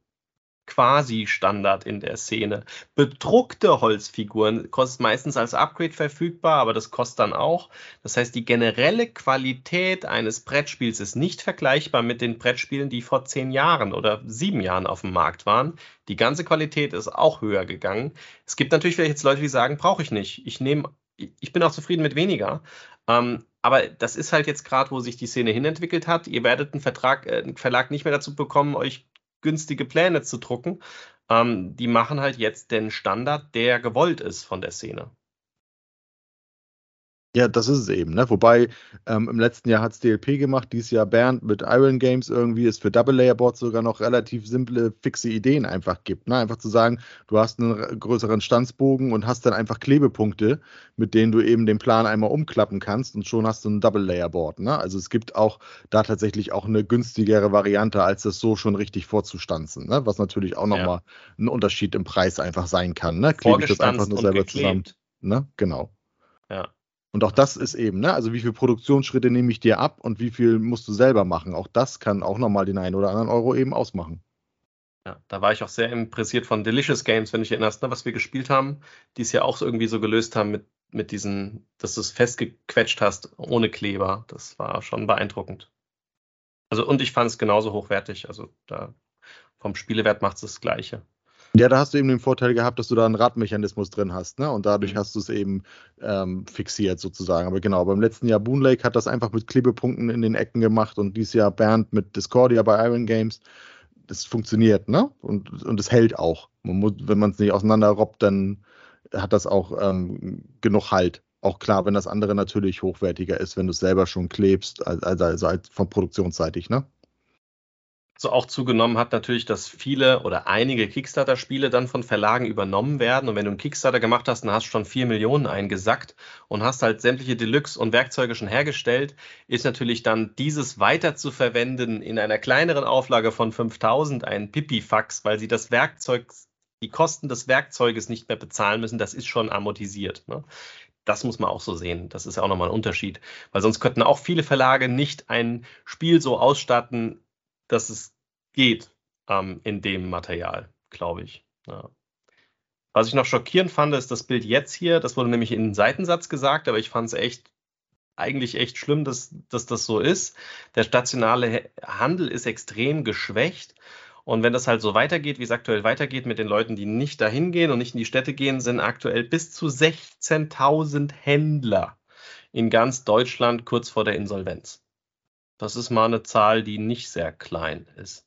quasi Standard in der Szene. Bedruckte Holzfiguren kosten meistens als Upgrade verfügbar, aber das kostet dann auch. Das heißt, die generelle Qualität eines Brettspiels ist nicht vergleichbar mit den Brettspielen, die vor zehn Jahren oder sieben Jahren auf dem Markt waren. Die ganze Qualität ist auch höher gegangen. Es gibt natürlich vielleicht jetzt Leute, die sagen, brauche ich nicht. Ich nehme, ich bin auch zufrieden mit weniger. Ähm, aber das ist halt jetzt gerade, wo sich die Szene hinentwickelt hat. Ihr werdet einen Vertrag, äh, einen Verlag nicht mehr dazu bekommen, euch günstige Pläne zu drucken. Ähm, die machen halt jetzt den Standard, der gewollt ist von der Szene. Ja, das ist es eben, ne? Wobei ähm, im letzten Jahr hat es D L P gemacht, dieses Jahr Bernd mit Iron Games irgendwie es für Double Layer Boards sogar noch relativ simple, fixe Ideen einfach gibt. Ne? Einfach zu sagen, du hast einen r- größeren Stanzbogen und hast dann einfach Klebepunkte, mit denen du eben den Plan einmal umklappen kannst und schon hast du ein Double Layer Board. Ne? Also es gibt auch da tatsächlich auch eine günstigere Variante, als das so schon richtig vorzustanzen. Ne? Was natürlich auch Ja. nochmal ein Unterschied im Preis einfach sein kann. Ne? Klebe ich das einfach Vorgestanzt nur und selber zusammen. geklebt. Ne? Genau. Ja. Und auch das ist eben, ne? Also wie viele Produktionsschritte nehme ich dir ab und wie viel musst du selber machen? Auch das kann auch nochmal den einen oder anderen Euro eben ausmachen. Ja, da war ich auch sehr impressiert von Delicious Games, wenn du dich erinnerst, ne, was wir gespielt haben, die es ja auch so irgendwie so gelöst haben mit, mit diesen, dass du es festgequetscht hast ohne Kleber. Das war schon beeindruckend. Also, und ich fand es genauso hochwertig. Also da vom Spielewert macht es das Gleiche. Ja, da hast du eben den Vorteil gehabt, dass du da einen Radmechanismus drin hast, ne? Und dadurch Mhm. hast du es eben ähm, fixiert sozusagen. Aber genau, beim letzten Jahr Boon Lake hat das einfach mit Klebepunkten in den Ecken gemacht und dieses Jahr Bernd mit Discordia bei Iron Games. Das funktioniert, ne? Und, und es hält auch. Man muss, wenn man es nicht auseinanderrobbt, dann hat das auch ähm, genug Halt. Auch klar, wenn das andere natürlich hochwertiger ist, wenn du es selber schon klebst, also, also als von produktionsseitig, ne? So auch zugenommen hat natürlich, dass viele oder einige Kickstarter-Spiele dann von Verlagen übernommen werden. Und wenn du einen Kickstarter gemacht hast, dann hast du schon vier Millionen eingesackt und hast halt sämtliche Deluxe und Werkzeuge schon hergestellt, ist natürlich dann dieses weiter zu verwenden in einer kleineren Auflage von fünftausend ein Pipifax, weil sie das Werkzeug, die Kosten des Werkzeuges nicht mehr bezahlen müssen. Das ist schon amortisiert, ne? Das muss man auch so sehen. Das ist ja auch nochmal ein Unterschied. Weil sonst könnten auch viele Verlage nicht ein Spiel so ausstatten, dass es geht ähm, in dem Material, glaube ich. Ja. Was ich noch schockierend fand, ist das Bild jetzt hier. Das wurde nämlich in einem Seitensatz gesagt, aber ich fand es echt, eigentlich echt schlimm, dass, dass das so ist. Der stationale Handel ist extrem geschwächt. Und wenn das halt so weitergeht, wie es aktuell weitergeht, mit den Leuten, die nicht dahin gehen und nicht in die Städte gehen, sind aktuell bis zu sechzehntausend Händler in ganz Deutschland kurz vor der Insolvenz. Das ist mal eine Zahl, die nicht sehr klein ist.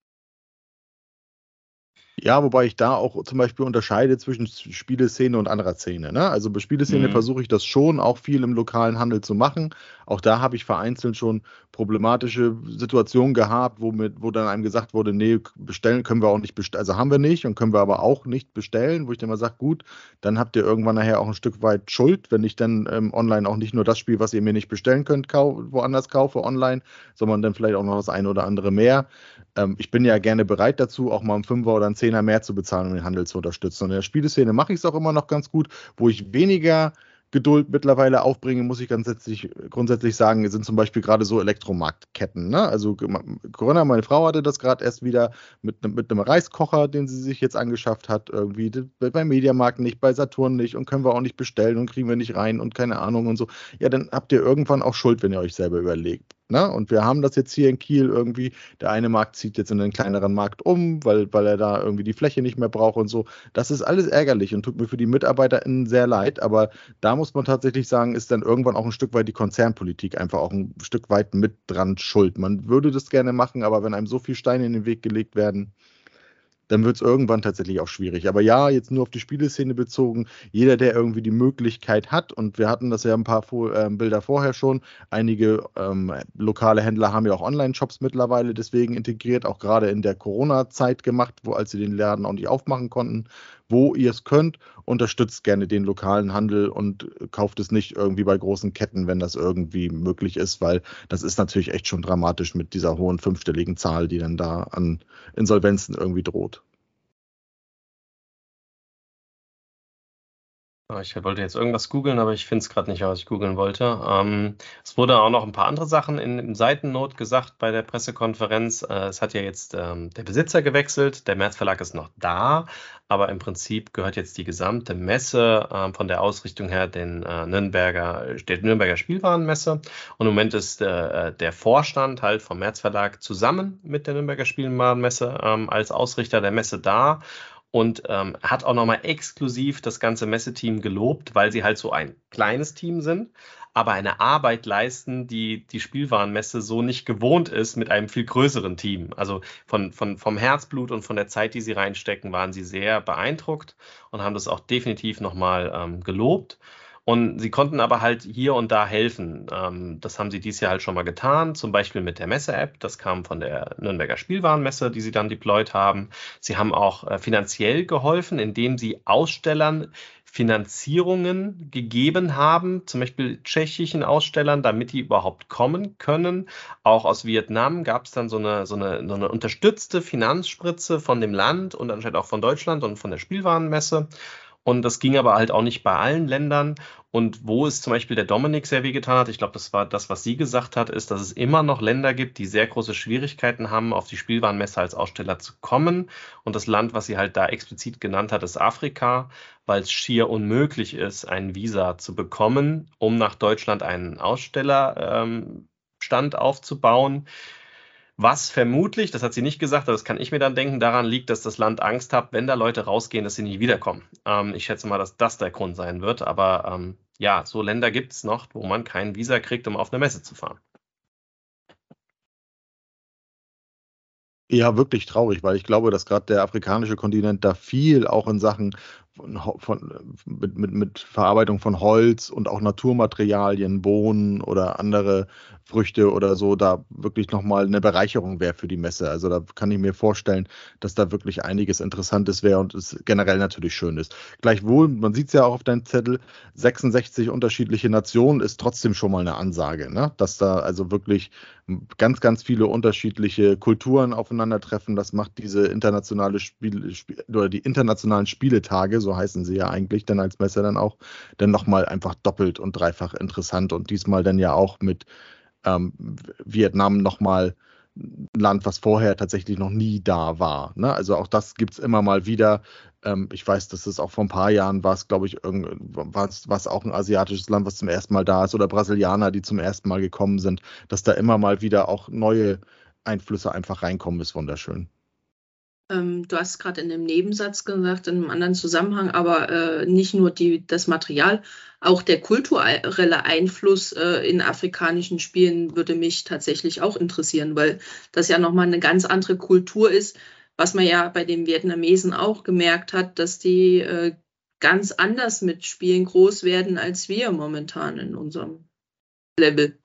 Ja, wobei ich da auch zum Beispiel unterscheide zwischen Spieleszene und anderer Szene. Ne? Also bei Spieleszene Mhm. versuche ich das schon auch viel im lokalen Handel zu machen. Auch da habe ich vereinzelt schon problematische Situationen gehabt, wo, mit, wo dann einem gesagt wurde, nee, bestellen können wir auch nicht bestellen. Also haben wir nicht und können wir aber auch nicht bestellen, wo ich dann mal sage, gut, dann habt ihr irgendwann nachher auch ein Stück weit Schuld, wenn ich dann ähm, online auch nicht nur das Spiel, was ihr mir nicht bestellen könnt, kau woanders kaufe online, sondern dann vielleicht auch noch das eine oder andere mehr. Ähm, ich bin ja gerne bereit dazu, auch mal einen Fünfer oder einen Zehner mehr zu bezahlen, um den Handel zu unterstützen. Und in der Spieleszene mache ich es auch immer noch ganz gut, wo ich weniger Geduld mittlerweile aufbringe, muss ich grundsätzlich, grundsätzlich sagen, sind zum Beispiel gerade so Elektromarktketten. Ne? Also Corinna, meine Frau, hatte das gerade erst wieder mit, ne, mit einem Reiskocher, den sie sich jetzt angeschafft hat, irgendwie beim Mediamarkt nicht, bei Saturn nicht und können wir auch nicht bestellen und kriegen wir nicht rein und keine Ahnung und so. Ja, dann habt ihr irgendwann auch Schuld, wenn ihr euch selber überlegt. Ne? Und wir haben das jetzt hier in Kiel irgendwie, der eine Markt zieht jetzt in einen kleineren Markt um, weil, weil er da irgendwie die Fläche nicht mehr braucht und so. Das ist alles ärgerlich und tut mir für die MitarbeiterInnen sehr leid, aber da muss man tatsächlich sagen, ist dann irgendwann auch ein Stück weit die Konzernpolitik einfach auch ein Stück weit mit dran schuld. Man würde das gerne machen, aber wenn einem so viele Steine in den Weg gelegt werden, dann wird es irgendwann tatsächlich auch schwierig. Aber ja, jetzt nur auf die Spieleszene bezogen, jeder, der irgendwie die Möglichkeit hat, und wir hatten das ja ein paar äh, Bilder vorher schon, einige ähm, lokale Händler haben ja auch Online-Shops mittlerweile deswegen integriert, auch gerade in der Corona-Zeit gemacht, wo als sie den Laden auch nicht aufmachen konnten, wo ihr es könnt, unterstützt gerne den lokalen Handel und kauft es nicht irgendwie bei großen Ketten, wenn das irgendwie möglich ist, weil das ist natürlich echt schon dramatisch mit dieser hohen fünfstelligen Zahl, die dann da an Insolvenzen irgendwie droht. Ich wollte jetzt irgendwas googeln, aber ich finde es gerade nicht, was ich googeln wollte. Ähm, es wurde auch noch ein paar andere Sachen in, im Seitennot gesagt bei der Pressekonferenz. Äh, es hat ja jetzt ähm, der Besitzer gewechselt, der März Verlag ist noch da, aber im Prinzip gehört jetzt die gesamte Messe äh, von der Ausrichtung her den äh, Nürnberger, der Nürnberger Spielwarenmesse. Und im Moment ist äh, der Vorstand halt vom März Verlag zusammen mit der Nürnberger Spielwarenmesse ähm, als Ausrichter der Messe da. Und ähm, hat auch nochmal exklusiv das ganze Messeteam gelobt, weil sie halt so ein kleines Team sind, aber eine Arbeit leisten, die die Spielwarenmesse so nicht gewohnt ist mit einem viel größeren Team. Also von, von, vom Herzblut und von der Zeit, die sie reinstecken, waren sie sehr beeindruckt und haben das auch definitiv nochmal ähm, gelobt. Und sie konnten aber halt hier und da helfen. Ähm, das haben sie dieses Jahr halt schon mal getan, zum Beispiel mit der Messe-App. Das kam von der Nürnberger Spielwarenmesse, die sie dann deployed haben. Sie haben auch äh, finanziell geholfen, indem sie Ausstellern Finanzierungen gegeben haben, zum Beispiel tschechischen Ausstellern, damit die überhaupt kommen können. Auch aus Vietnam gab es dann so eine, so eine, so eine unterstützte Finanzspritze von dem Land und anscheinend auch von Deutschland und von der Spielwarenmesse. Und das ging aber halt auch nicht bei allen Ländern. Und wo es zum Beispiel der Dominik sehr wehgetan hat, ich glaube, das war das, was sie gesagt hat, ist, dass es immer noch Länder gibt, die sehr große Schwierigkeiten haben, auf die Spielwarenmesse als Aussteller zu kommen. Und das Land, was sie halt da explizit genannt hat, ist Afrika, weil es schier unmöglich ist, ein Visa zu bekommen, um nach Deutschland einen Ausstellerstand ähm, aufzubauen. Was vermutlich, das hat sie nicht gesagt, aber das kann ich mir dann denken, daran liegt, dass das Land Angst hat, wenn da Leute rausgehen, dass sie nie wiederkommen. Ähm, ich schätze mal, dass das der Grund sein wird. Aber ähm, ja, so Länder gibt es noch, wo man kein Visa kriegt, um auf eine Messe zu fahren. Ja, wirklich traurig, weil ich glaube, dass gerade der afrikanische Kontinent da viel auch in Sachen von, von, mit, mit, mit Verarbeitung von Holz und auch Naturmaterialien, Bohnen oder andere Früchte oder so, da wirklich nochmal eine Bereicherung wäre für die Messe. Also da kann ich mir vorstellen, dass da wirklich einiges Interessantes wäre und es generell natürlich schön ist. Gleichwohl, man sieht es ja auch auf deinem Zettel, sechsundsechzig unterschiedliche Nationen ist trotzdem schon mal eine Ansage, ne? Dass da also wirklich ganz, ganz viele unterschiedliche Kulturen aufeinandertreffen. Das macht diese internationale Spiele Spiel, oder die internationalen Spieletage, so heißen sie ja eigentlich, dann als Messe dann auch, dann nochmal einfach doppelt und dreifach interessant. Und diesmal dann ja auch mit ähm, Vietnam nochmal ein Land, was vorher tatsächlich noch nie da war. Ne? Also auch das gibt es immer mal wieder. Ähm, ich weiß, dass es auch vor ein paar Jahren war, es glaube ich, war es auch ein asiatisches Land, was zum ersten Mal da ist, oder Brasilianer, die zum ersten Mal gekommen sind, dass da immer mal wieder auch neue Einflüsse einfach reinkommen, ist wunderschön. Ähm, du hast gerade in einem Nebensatz gesagt, in einem anderen Zusammenhang, aber äh, nicht nur die, das Material, auch der kulturelle Einfluss äh, in afrikanischen Spielen würde mich tatsächlich auch interessieren, weil das ja nochmal eine ganz andere Kultur ist, was man ja bei den Vietnamesen auch gemerkt hat, dass die äh, ganz anders mit Spielen groß werden als wir momentan in unserem Level.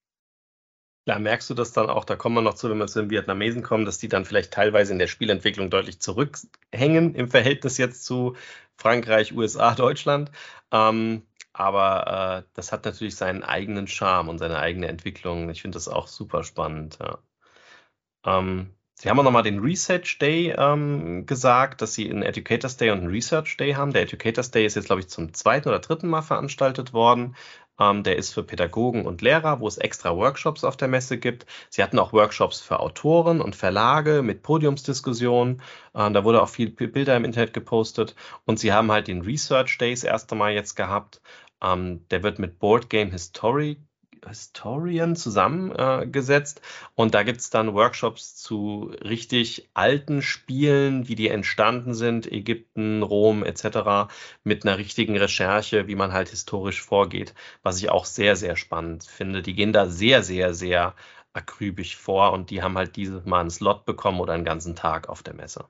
Da merkst du das dann auch, da kommen wir noch zu, wenn wir zu den Vietnamesen kommen, dass die dann vielleicht teilweise in der Spielentwicklung deutlich zurückhängen im Verhältnis jetzt zu Frankreich, U S A, Deutschland. Ähm, aber äh, das hat natürlich seinen eigenen Charme und seine eigene Entwicklung. Ich finde das auch super spannend. Ja. Ähm, Sie haben auch nochmal den Research Day ähm, gesagt, dass Sie einen Educators Day und einen Research Day haben. Der Educators Day ist jetzt, glaube ich, zum zweiten oder dritten Mal veranstaltet worden. Ähm, der ist für Pädagogen und Lehrer, wo es extra Workshops auf der Messe gibt. Sie hatten auch Workshops für Autoren und Verlage mit Podiumsdiskussionen. Ähm, da wurde auch viel Bilder im Internet gepostet. Und Sie haben halt den Research Day das erste Mal jetzt gehabt. Ähm, der wird mit Board Game History Historian zusammengesetzt äh, und da gibt es dann Workshops zu richtig alten Spielen, wie die entstanden sind, Ägypten, Rom et cetera, mit einer richtigen Recherche, wie man halt historisch vorgeht, was ich auch sehr, sehr spannend finde. Die gehen da sehr, sehr, sehr akribisch vor und die haben halt dieses Mal einen Slot bekommen oder einen ganzen Tag auf der Messe.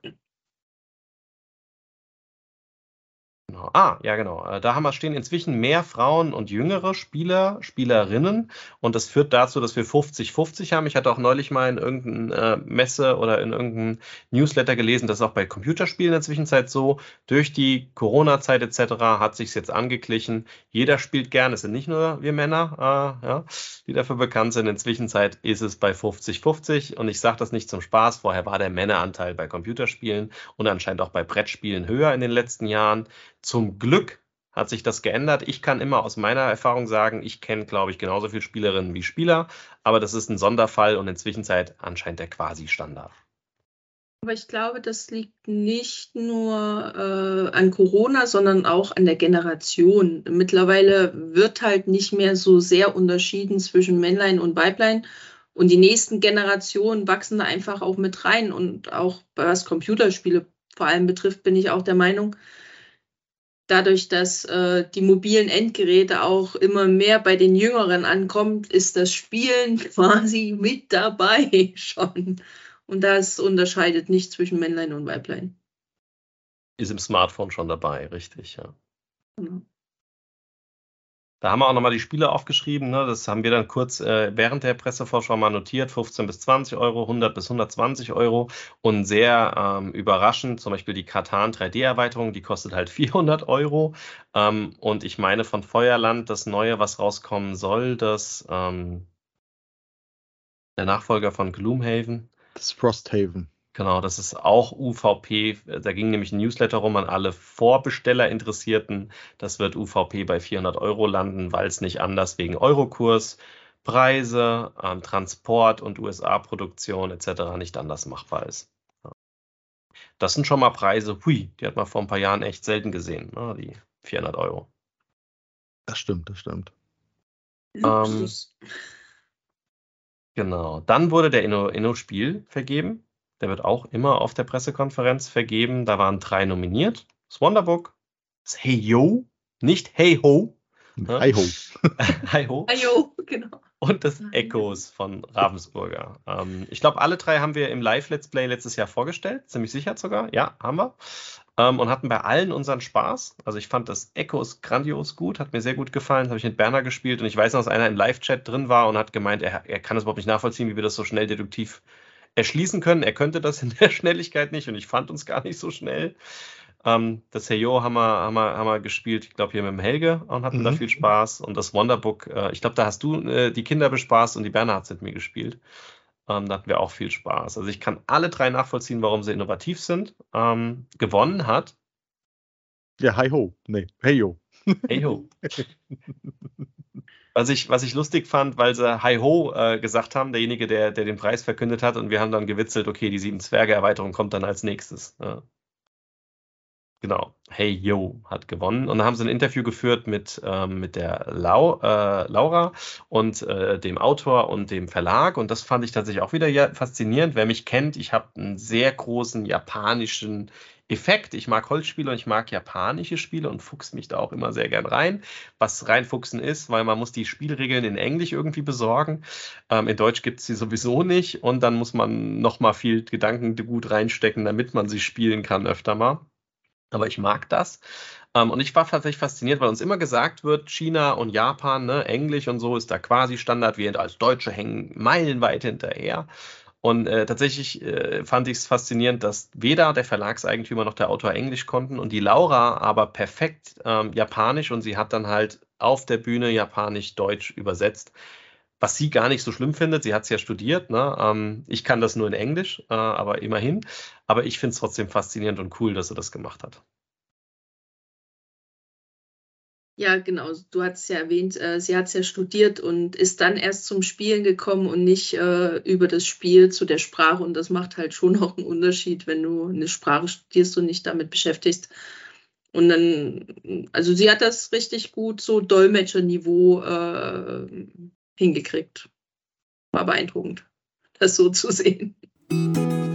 Genau. Ah, ja, genau. Äh, Da haben wir stehen inzwischen mehr Frauen und jüngere Spieler, Spielerinnen. Und das führt dazu, dass wir fünfzig fünfzig haben. Ich hatte auch neulich mal in irgendeiner Messe oder in irgendeinem Newsletter gelesen, das ist auch bei Computerspielen in der Zwischenzeit so. Durch die Corona-Zeit et cetera hat sich jetzt angeglichen. Jeder spielt gern. Es sind nicht nur wir Männer, äh, ja, die dafür bekannt sind. In der Zwischenzeit ist es bei fünfzig fünfzig. Und ich sage das nicht zum Spaß. Vorher war der Männeranteil bei Computerspielen und anscheinend auch bei Brettspielen höher in den letzten Jahren. Zum Glück hat sich das geändert. Ich kann immer aus meiner Erfahrung sagen, ich kenne, glaube ich, genauso viele Spielerinnen wie Spieler, aber das ist ein Sonderfall und in Zwischenzeit anscheinend der Quasi-Standard. Aber ich glaube, das liegt nicht nur äh, an Corona, sondern auch an der Generation. Mittlerweile wird halt nicht mehr so sehr unterschieden zwischen Männlein und Weiblein. Und die nächsten Generationen wachsen da einfach auch mit rein. Und auch was Computerspiele vor allem betrifft, bin ich auch der Meinung, dadurch, dass äh, die mobilen Endgeräte auch immer mehr bei den Jüngeren ankommt, ist das Spielen quasi mit dabei schon. Und das unterscheidet nicht zwischen Männlein und Weiblein. Ist im Smartphone schon dabei, richtig, ja. Genau. Da haben wir auch nochmal die Spiele aufgeschrieben. Ne? Das haben wir dann kurz äh, während der Pressevorschau mal notiert. fünfzehn bis zwanzig Euro, hundert bis hundertzwanzig Euro. Und sehr ähm, überraschend, zum Beispiel die Catan drei D-Erweiterung, die kostet halt vierhundert Euro. Ähm, und ich meine von Feuerland, das Neue, was rauskommen soll, das ähm, der Nachfolger von Gloomhaven. Das Frosthaven. Genau, das ist auch U V P. Da ging nämlich ein Newsletter rum an alle Vorbesteller-Interessierten. Das wird U V P bei vierhundert Euro landen, weil es nicht anders wegen Eurokurs, Preise, ähm, Transport und U S A-Produktion et cetera nicht anders machbar ist. Das sind schon mal Preise, hui, die hat man vor ein paar Jahren echt selten gesehen, ne, die vierhundert Euro. Das stimmt, das stimmt. Luxus. Ähm, genau, dann wurde der Inno, Inno-Spiel vergeben. Der wird auch immer auf der Pressekonferenz vergeben. Da waren drei nominiert. Das Wonderbook, das Hey Yo, nicht Hey Ho. Hi ho. Hi Ho. Ajo, genau. Und das Echos von Ravensburger. Ähm, ich glaube, alle drei haben wir im Live-Let's Play letztes Jahr vorgestellt. Ziemlich sicher sogar. Ja, haben wir. Ähm, und hatten bei allen unseren Spaß. Also ich fand das Echos grandios gut. Hat mir sehr gut gefallen. Habe ich mit Berner gespielt. Und ich weiß noch, dass einer im Live-Chat drin war und hat gemeint, er, er kann es überhaupt nicht nachvollziehen, wie wir das so schnell deduktiv erschließen können. Er könnte das in der Schnelligkeit nicht und ich fand uns gar nicht so schnell. Ähm, das Heyo haben wir, haben, wir, haben wir gespielt, ich glaube hier mit dem Helge und hatten Mhm. da viel Spaß. Und das Wonderbook, äh, ich glaube, da hast du äh, die Kinder bespaßt und die Berna hat es mit mir gespielt. Ähm, da hatten wir auch viel Spaß. Also ich kann alle drei nachvollziehen, warum sie innovativ sind. Ähm, gewonnen hat Ja, hi ho. Nee, hey yo. Heyo. Was ich, was ich lustig fand, weil sie Hi Ho äh, gesagt haben, derjenige, der, der den Preis verkündet hat, und wir haben dann gewitzelt, okay, die Sieben Zwerge-Erweiterung kommt dann als nächstes. Ja. Genau, Hey Yo hat gewonnen. Und dann haben sie ein Interview geführt mit, ähm, mit der Lau, äh, Laura und äh, dem Autor und dem Verlag. Und das fand ich tatsächlich auch wieder ja, faszinierend. Wer mich kennt, ich habe einen sehr großen japanischen Effekt. Ich mag Holzspiele und ich mag japanische Spiele und fuchs mich da auch immer sehr gern rein. Was reinfuchsen ist, weil man muss die Spielregeln in Englisch irgendwie besorgen. Ähm, in Deutsch gibt es sie sowieso nicht. Und dann muss man nochmal viel Gedankengut reinstecken, damit man sie spielen kann öfter mal. Aber ich mag das. Ähm, und ich war tatsächlich fasziniert, weil uns immer gesagt wird, China und Japan, ne, Englisch und so ist da quasi Standard. Wir als Deutsche hängen meilenweit hinterher. Und äh, tatsächlich äh, fand ich es faszinierend, dass weder der Verlagseigentümer noch der Autor Englisch konnten und die Laura aber perfekt ähm, Japanisch, und sie hat dann halt auf der Bühne Japanisch-Deutsch übersetzt. Was sie gar nicht so schlimm findet, sie hat es ja studiert, ne? Ähm, ich kann das nur in Englisch, äh, aber immerhin. Aber ich finde es trotzdem faszinierend und cool, dass sie das gemacht hat. Ja, genau. Du hast ja erwähnt, äh, sie hat es ja studiert und ist dann erst zum Spielen gekommen und nicht äh, über das Spiel zu der Sprache. Und das macht halt schon auch einen Unterschied, wenn du eine Sprache studierst und nicht damit beschäftigst. Und dann, also sie hat das richtig gut so Dolmetscherniveau äh, hingekriegt. War beeindruckend, das so zu sehen.